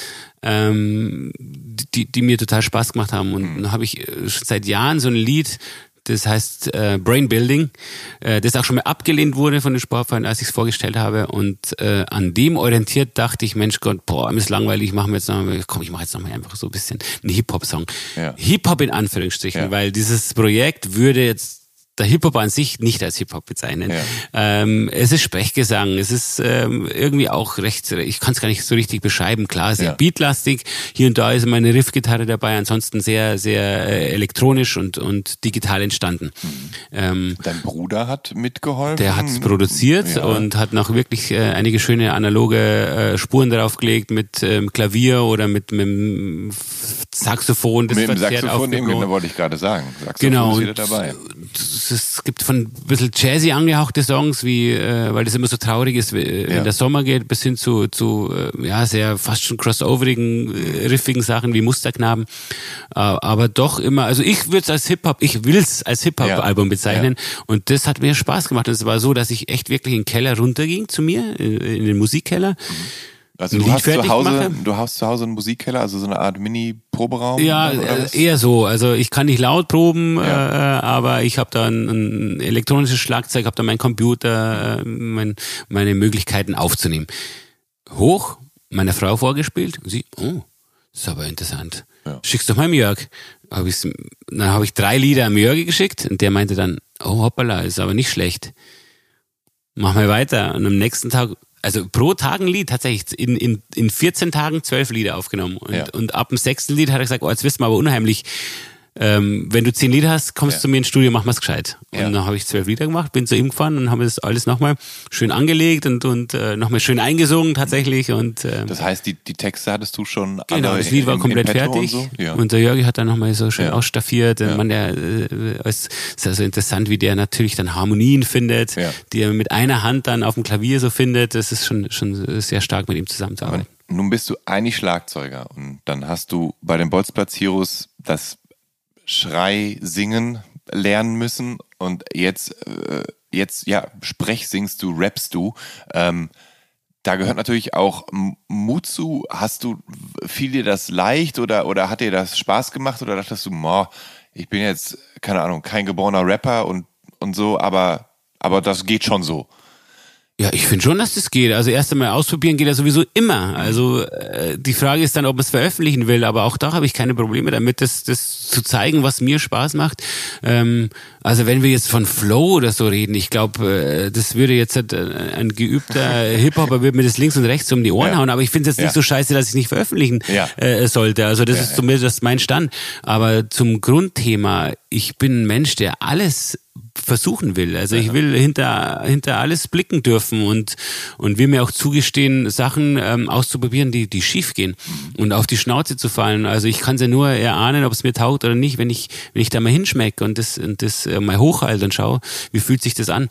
ähm, die, die mir total Spaß gemacht haben. Und Mhm. dann habe ich äh, schon seit Jahren so ein Lied, das heißt äh, Brain Building, äh, das auch schon mal abgelehnt wurde von den Sportvereinen, als ich es vorgestellt habe. Und äh, an dem orientiert dachte ich, Mensch Gott, boah, mir ist langweilig, machen wir jetzt noch mal, komm, ich mache jetzt noch mal einfach so ein bisschen einen Hip-Hop-Song. Ja. Hip-Hop in Anführungsstrichen, Ja. weil dieses Projekt würde jetzt der Hip-Hop an sich nicht als Hip-Hop bezeichnen. Ja. Ähm, es ist Sprechgesang, es ist ähm, irgendwie auch recht, ich kann es gar nicht so richtig beschreiben, klar, sehr Ja. beatlastig, hier und da ist immer eine Riffgitarre dabei, ansonsten sehr, sehr äh, elektronisch und, und digital entstanden. Mhm. Ähm, Dein Bruder hat mitgeholfen. der hat es produziert Ja. und hat noch wirklich äh, einige schöne analoge äh, Spuren draufgelegt mit ähm, Klavier oder mit, mit dem Saxophon. Das Mit dem verzerrt Saxophon, eben, aufgebrochen. genau, wollte ich gerade sagen. Saxophon Genau, ist wieder und dabei. es, es gibt von ein bisschen jazzy angehauchte Songs, wie, äh, weil das immer so traurig ist, wie, äh, Ja. wenn der Sommer geht, bis hin zu, zu äh, ja, sehr fast schon crossoverigen, äh, riffigen Sachen wie Musterknaben. Äh, aber doch immer, also ich würde es als Hip-Hop, ich will es als Hip-Hop-Album Ja. bezeichnen. Und das hat mir Spaß gemacht. Und es war so, dass ich echt wirklich in den Keller runterging zu mir, in, in den Musikkeller. Also ein du Lied hast, zu fertig Hause, mache. du hast zu Hause einen Musikkeller, also so eine Art Mini-Proberaum? Ja, oder was? äh, eher so. Also ich kann nicht laut proben, Ja. äh, aber ich habe da ein, ein elektronisches Schlagzeug, habe da meinen Computer, äh, mein, meine Möglichkeiten aufzunehmen. Hoch, meiner Frau vorgespielt. Und sie, oh, das ist aber interessant. Ja. Schick's doch mal dem Jörg. Hab ich's, dann habe ich drei Lieder am Jörg geschickt und der meinte dann, oh hoppala, ist aber nicht schlecht. Mach mal weiter. Und am nächsten Tag, also pro Tag ein Lied, tatsächlich in, in, in vierzehn Tagen zwölf Lieder aufgenommen. Und, Ja. und ab dem sechsten Lied hat er gesagt, oh, jetzt wissen wir aber unheimlich, ähm, wenn du zehn Lieder hast, kommst Ja. zu mir ins Studio, mach mal's gescheit. Und Ja. dann habe ich zwölf Lieder gemacht, bin zu ihm gefahren und haben das alles nochmal schön angelegt und, und äh, nochmal schön eingesungen tatsächlich. Und ähm, Das heißt, die, die Texte hattest du schon Genau, alle das Lied war in, komplett in petto fertig. Und, so? Ja. Und der Jörgi hat dann nochmal so schön Ja. ausstaffiert. Ja. Man, der, äh, es ist also interessant, wie der natürlich dann Harmonien findet, Ja. die er mit einer Hand dann auf dem Klavier so findet. Das ist schon, schon sehr stark, mit ihm zusammenzuarbeiten. Und nun bist du eigentlich Schlagzeuger und dann hast du bei den Bolzplatz Heroes das Schrei-Singen lernen müssen und jetzt, äh, jetzt ja, sprech, singst du, rappst du. Ähm, da gehört natürlich auch M- Mut zu. Hast du, fiel dir das leicht oder, oder hat dir das Spaß gemacht oder dachtest du, mo, ich bin jetzt, keine Ahnung, kein geborener Rapper und, und so, aber, aber das geht schon so. Ja, ich finde schon, dass das geht. Also erst einmal ausprobieren geht ja sowieso immer. Also äh, die Frage ist dann, ob man es veröffentlichen will, aber auch da habe ich keine Probleme damit, das, das zu zeigen, was mir Spaß macht. Ähm, also wenn wir jetzt von Flow oder so reden, ich glaube, äh, das würde jetzt halt, äh, ein geübter Hip-Hopper würde mir das links und rechts um die Ohren Ja. hauen, aber ich finde es jetzt Ja. nicht so scheiße, dass ich es nicht veröffentlichen Ja. äh, sollte. Also das Ja, ist ja. zumindest mein Stand. Aber zum Grundthema, ich bin ein Mensch, der alles versuchen will. Also ich will hinter hinter alles blicken dürfen und und will mir auch zugestehen, Sachen ähm, auszuprobieren, die die schief gehen und auf die Schnauze zu fallen. Also ich kann es ja nur erahnen, ob es mir taugt oder nicht, wenn ich wenn ich da mal hinschmecke und das und das äh, mal hochhalte und schaue, wie fühlt sich das an.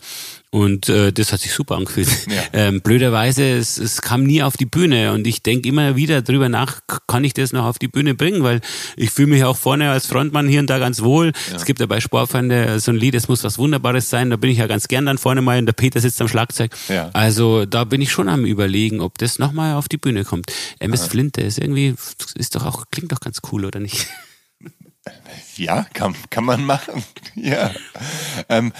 Und äh, das hat sich super angefühlt. Ja. Ähm, blöderweise, es, es kam nie auf die Bühne und ich denke immer wieder drüber nach, kann ich das noch auf die Bühne bringen, weil ich fühle mich auch vorne als Frontmann hier und da ganz wohl. Ja. Es gibt ja bei Sportfreunde so ein Lied, es muss was Wunderbares sein, da bin ich ja ganz gern dann vorne mal und der Peter sitzt am Schlagzeug. Ja. Also da bin ich schon am Überlegen, ob das nochmal auf die Bühne kommt. M S ja. Flinte ist irgendwie, ist doch auch, klingt doch ganz cool, oder nicht? Ja, kann, kann man machen. Ja. Ähm,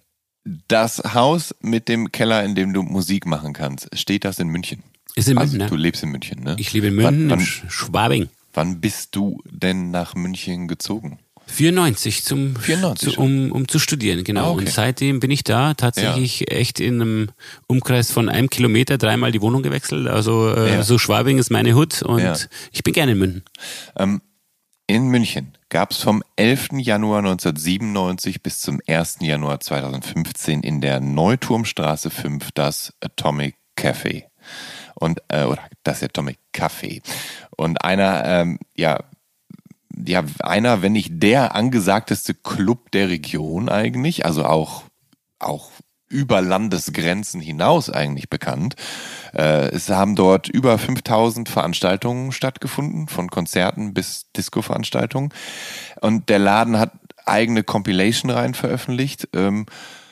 Das Haus mit dem Keller, in dem du Musik machen kannst, steht das in München? Ist in also, München, ne? Du lebst in München, ne? Ich lebe in München, wann, in Schwabing. Wann bist du denn nach München gezogen? vierundneunzig, zum, vierundneunzig zu, um, um zu studieren, genau. Ah, okay. Und seitdem bin ich da tatsächlich ja. echt in einem Umkreis von einem Kilometer dreimal die Wohnung gewechselt. Also äh, ja. so Schwabing ist meine Hut und ja. ich bin gerne in München. Ähm, in München gab es vom elften Januar neunzehnhundertsiebenundneunzig bis zum ersten Januar zweitausendfünfzehn in der Neuturmstraße fünf das Atomic Café. Und, äh, oder das Atomic Café. Und einer, ähm, ja, ja, einer, wenn nicht der angesagteste Club der Region eigentlich, also auch, auch über Landesgrenzen hinaus eigentlich bekannt. Äh, es haben dort über fünftausend Veranstaltungen stattgefunden, von Konzerten bis Disco-Veranstaltungen. Und der Laden hat eigene Compilation-Reihen veröffentlicht. Ähm,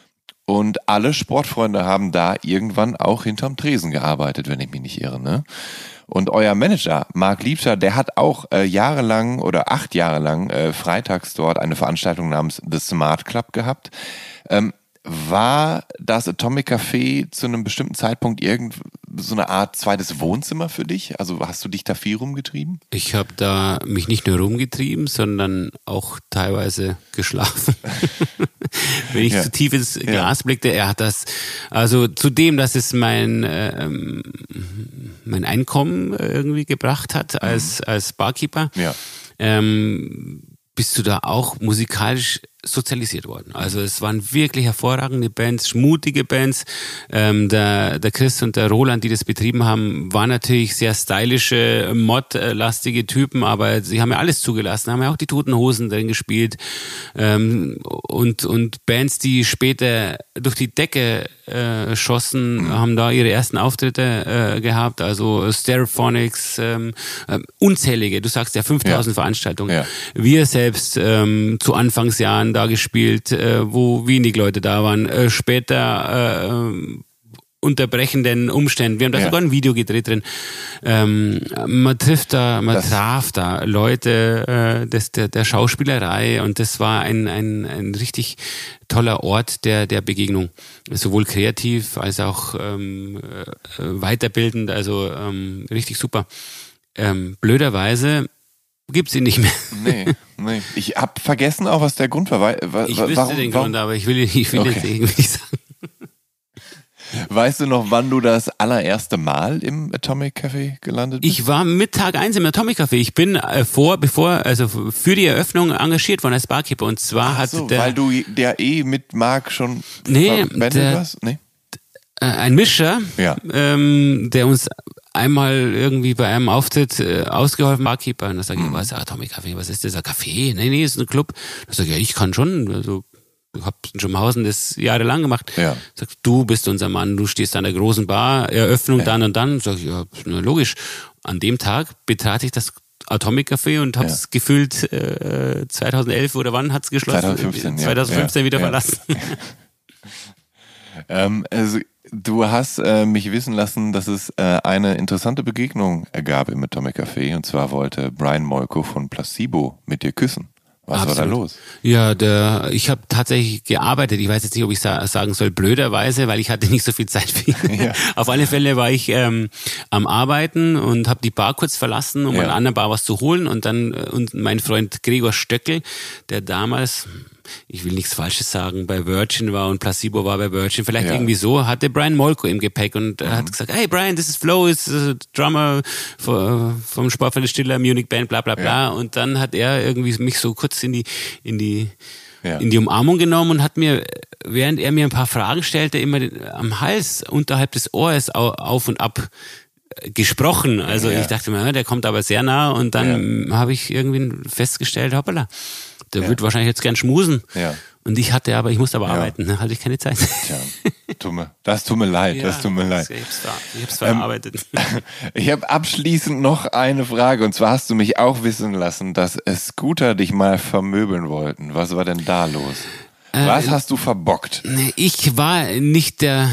und alle Sportfreunde haben da irgendwann auch hinterm Tresen gearbeitet, wenn ich mich nicht irre, ne? Und euer Manager, Marc Liebscher, der hat auch äh, jahrelang oder acht Jahre lang äh, freitags dort eine Veranstaltung namens The Smart Club gehabt. Ähm, War das Atomic Café zu einem bestimmten Zeitpunkt irgend so eine Art zweites Wohnzimmer für dich? Also hast du dich da viel rumgetrieben? Ich habe da mich nicht nur rumgetrieben, sondern auch teilweise geschlafen. Wenn ich ja. zu tief ins Glas ja. blickte, er hat das, also zudem, dass es mein, ähm, mein Einkommen irgendwie gebracht hat als, mhm. als Barkeeper, ja. ähm, bist du da auch musikalisch sozialisiert worden. Also es waren wirklich hervorragende Bands, mutige Bands. Ähm, der, der Chris und der Roland, die das betrieben haben, waren natürlich sehr stylische, mod-lastige Typen, aber sie haben ja alles zugelassen, haben ja auch die Toten Hosen drin gespielt. Ähm, und, und Bands, die später durch die Decke äh, schossen, mhm. haben da ihre ersten Auftritte äh, gehabt. Also Stereophonics, ähm, äh, unzählige, du sagst ja fünftausend ja. Veranstaltungen. Ja. Wir selbst ähm, zu Anfangsjahren da gespielt, äh, wo wenig Leute da waren. Äh, später äh, unterbrechenden Umständen. Wir haben da ja. sogar ein Video gedreht drin. Ähm, man trifft da, man das traf da Leute äh, des, der, der Schauspielerei und das war ein, ein, ein richtig toller Ort der, der Begegnung. Sowohl kreativ als auch ähm, äh, weiterbildend, also ähm, richtig super. Ähm, blöderweise gibt's ihn nicht mehr. Nee, nee. Ich hab vergessen auch, was der Grund war. Weil, ich wüsste warum, den Grund, aber ich will, ich will okay. jetzt irgendwie sagen. Weißt du noch, wann du das allererste Mal im Atomic Café gelandet bist? Ich war mit Tag eins im Atomic Café. Ich bin äh, vor, bevor, also für die Eröffnung engagiert worden als Barkeeper. Und zwar Ach so, hat der... weil du der eh mit Marc schon nee, verbändet warst? Nee, ein Mischer, ja. ähm, der uns einmal irgendwie bei einem Auftritt äh, ausgeholfen, Barkeeper. Und da sage ich, mhm. was, Atomic Café, was ist das, ein Café? Nee, nee, ist ein Club. Da sage ich, ja, ich kann schon, also ich habe in Schumhausen das jahrelang gemacht. Ja. Sag, du bist unser Mann, du stehst an der großen Bar, Eröffnung ja. dann und dann. Sag ich, ja, logisch. An dem Tag betrat ich das Atomic Café und habe es ja. gefühlt äh, zweitausendelf oder wann hat es geschlossen? zweitausendfünfzehn, zweitausendfünfzehn ja. wieder ja. verlassen. ähm, also du hast äh, mich wissen lassen, dass es äh, eine interessante Begegnung ergab im Atomic Café. Und zwar wollte Brian Molko von Placebo mit dir küssen. Was Absolut. war da los? Ja, der, ich habe tatsächlich gearbeitet. Ich weiß jetzt nicht, ob ich sa- sagen soll, blöderweise, weil ich hatte nicht so viel Zeit für ihn. Ja. Auf alle Fälle war ich ähm, am Arbeiten und habe die Bar kurz verlassen, um ja. an einer anderen Bar was zu holen. Und dann äh, und mein Freund Gregor Stöckel, der damals, ich will nichts Falsches sagen, bei Virgin war und Placebo war bei Virgin, vielleicht ja. irgendwie so, hatte Brian Molko im Gepäck und er mhm. hat gesagt, hey Brian, this is Flo, is uh, Drummer for, vom Sportfeld Stiller, Munich Band, bla bla bla. Ja. Und dann hat er irgendwie mich so kurz in die, in die, ja. in die Umarmung genommen und hat mir, während er mir ein paar Fragen stellte, immer am Hals unterhalb des Ohres auf und ab gesprochen. Also ja. ich dachte mir, der kommt aber sehr nah und dann ja. habe ich irgendwie festgestellt, hoppala, der ja. wird wahrscheinlich jetzt gern schmusen. Ja. Und ich hatte aber, ich musste aber ja. arbeiten, da hatte ich keine Zeit. Tja. tut mir, das tut mir leid, Ja, das tut mir leid. Ich hab's, ver- ich hab's verarbeitet. Ich habe abschließend noch eine Frage und zwar hast du mich auch wissen lassen, dass Scooter dich mal vermöbeln wollten. Was war denn da los? Was hast du verbockt? Ich war nicht der...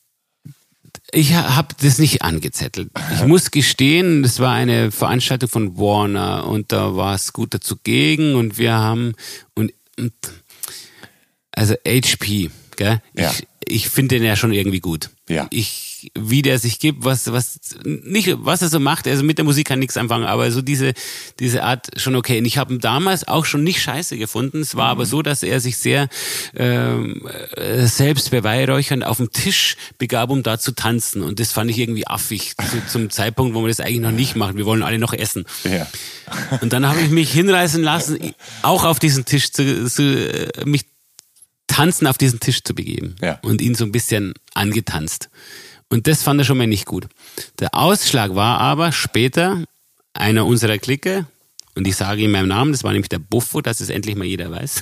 Ich habe das nicht angezettelt. Ich muss gestehen, das war eine Veranstaltung von Warner und da war Scooter zugegen und wir haben... und, und also H P, gell? Ja. Ich, ich finde den ja schon irgendwie gut. Ja. Ich, wie der sich gibt, was, was, nicht, was er so macht, also mit der Musik kann nichts anfangen, aber so diese, diese Art schon okay. Und ich habe ihn damals auch schon nicht scheiße gefunden. Es war mhm. aber so, dass er sich sehr ähm, selbst beweihräuchernd auf dem Tisch begab, um da zu tanzen. Und das fand ich irgendwie affig zu, zum Zeitpunkt, wo wir das eigentlich noch nicht machen. Wir wollen alle noch essen. Ja. Und dann habe ich mich hinreißen lassen, auch auf diesen Tisch zu, zu mich tanzen auf diesen Tisch zu begeben ja. und ihn so ein bisschen angetanzt. Und das fand er schon mal nicht gut. Der Ausschlag war aber später einer unserer Clique, und ich sage ihm meinen Namen, das war nämlich der Buffo, dass es endlich mal jeder weiß,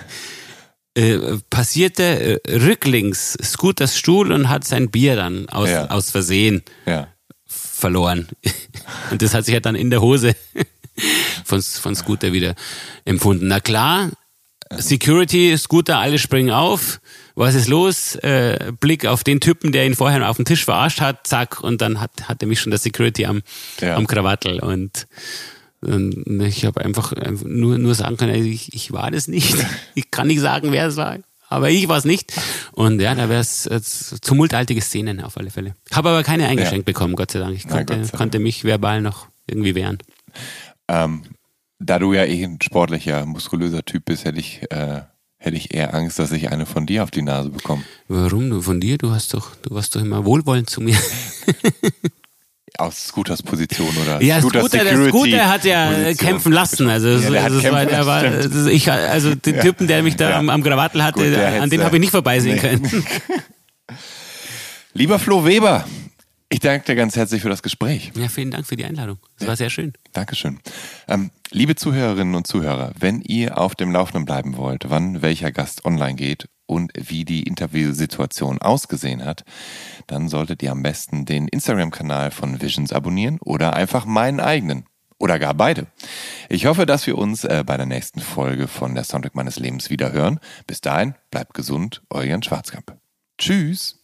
äh, passierte äh, rücklings Scooters Stuhl und hat sein Bier dann aus, ja. aus Versehen ja. verloren. Und das hat sich ja dann in der Hose von, von Scooter wieder empfunden. Na klar, Security, Scooter, alle springen auf. Was ist los? Äh, Blick auf den Typen, der ihn vorher auf den Tisch verarscht hat, zack, und dann hat, hatte mich schon der Security am, ja. am Krawattel. Und, und ich habe einfach nur, nur sagen können, ich, ich war das nicht. Ich kann nicht sagen, wer es war, aber ich war es nicht. Und ja, da wäre es tumultartige Szenen auf alle Fälle. Habe aber keine eingeschenkt ja. bekommen, Gott sei Dank. Ich konnte, Na, konnte mich verbal noch irgendwie wehren. Ähm. Da du ja eh ein sportlicher, muskulöser Typ bist, hätte ich, äh, hätte ich eher Angst, dass ich eine von dir auf die Nase bekomme. Warum? Du von dir? Du hast doch, du warst doch immer wohlwollend zu mir. Aus Scooters Position oder ja, Scooter Scooter, Security der Scooter hat ja Position. kämpfen lassen. Also, ja, der also, hat war, der war, also ich, also den ja. Typen, der mich da ja. am, am Krawattel hatte, Gut, an den habe ich nicht vorbeisehen nee. können. Lieber Flo Weber, ich danke dir ganz herzlich für das Gespräch. Ja, vielen Dank für die Einladung. Das ja. war sehr schön. Dankeschön. Ähm, liebe Zuhörerinnen und Zuhörer, wenn ihr auf dem Laufenden bleiben wollt, wann welcher Gast online geht und wie die Interviewsituation ausgesehen hat, dann solltet ihr am besten den Instagram-Kanal von Visions abonnieren oder einfach meinen eigenen. Oder gar beide. Ich hoffe, dass wir uns äh, bei der nächsten Folge von der Soundtrack meines Lebens wieder hören. Bis dahin, bleibt gesund, euer Jan Schwarzkamp. Tschüss.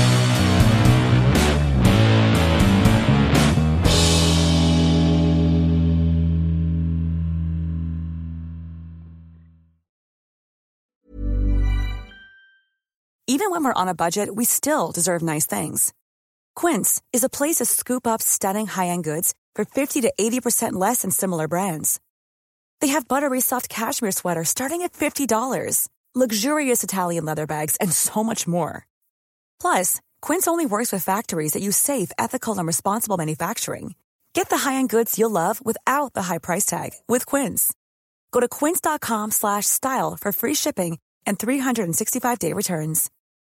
Even when we're on a budget, we still deserve nice things. Quince is a place to scoop up stunning high-end goods for fifty to eighty percent less than similar brands. They have buttery soft cashmere sweaters starting at fifty dollars, luxurious Italian leather bags, and so much more. Plus, Quince only works with factories that use safe, ethical, and responsible manufacturing. Get the high-end goods you'll love without the high price tag with Quince. Go to quince.com slash style for free shipping and three sixty-five day returns.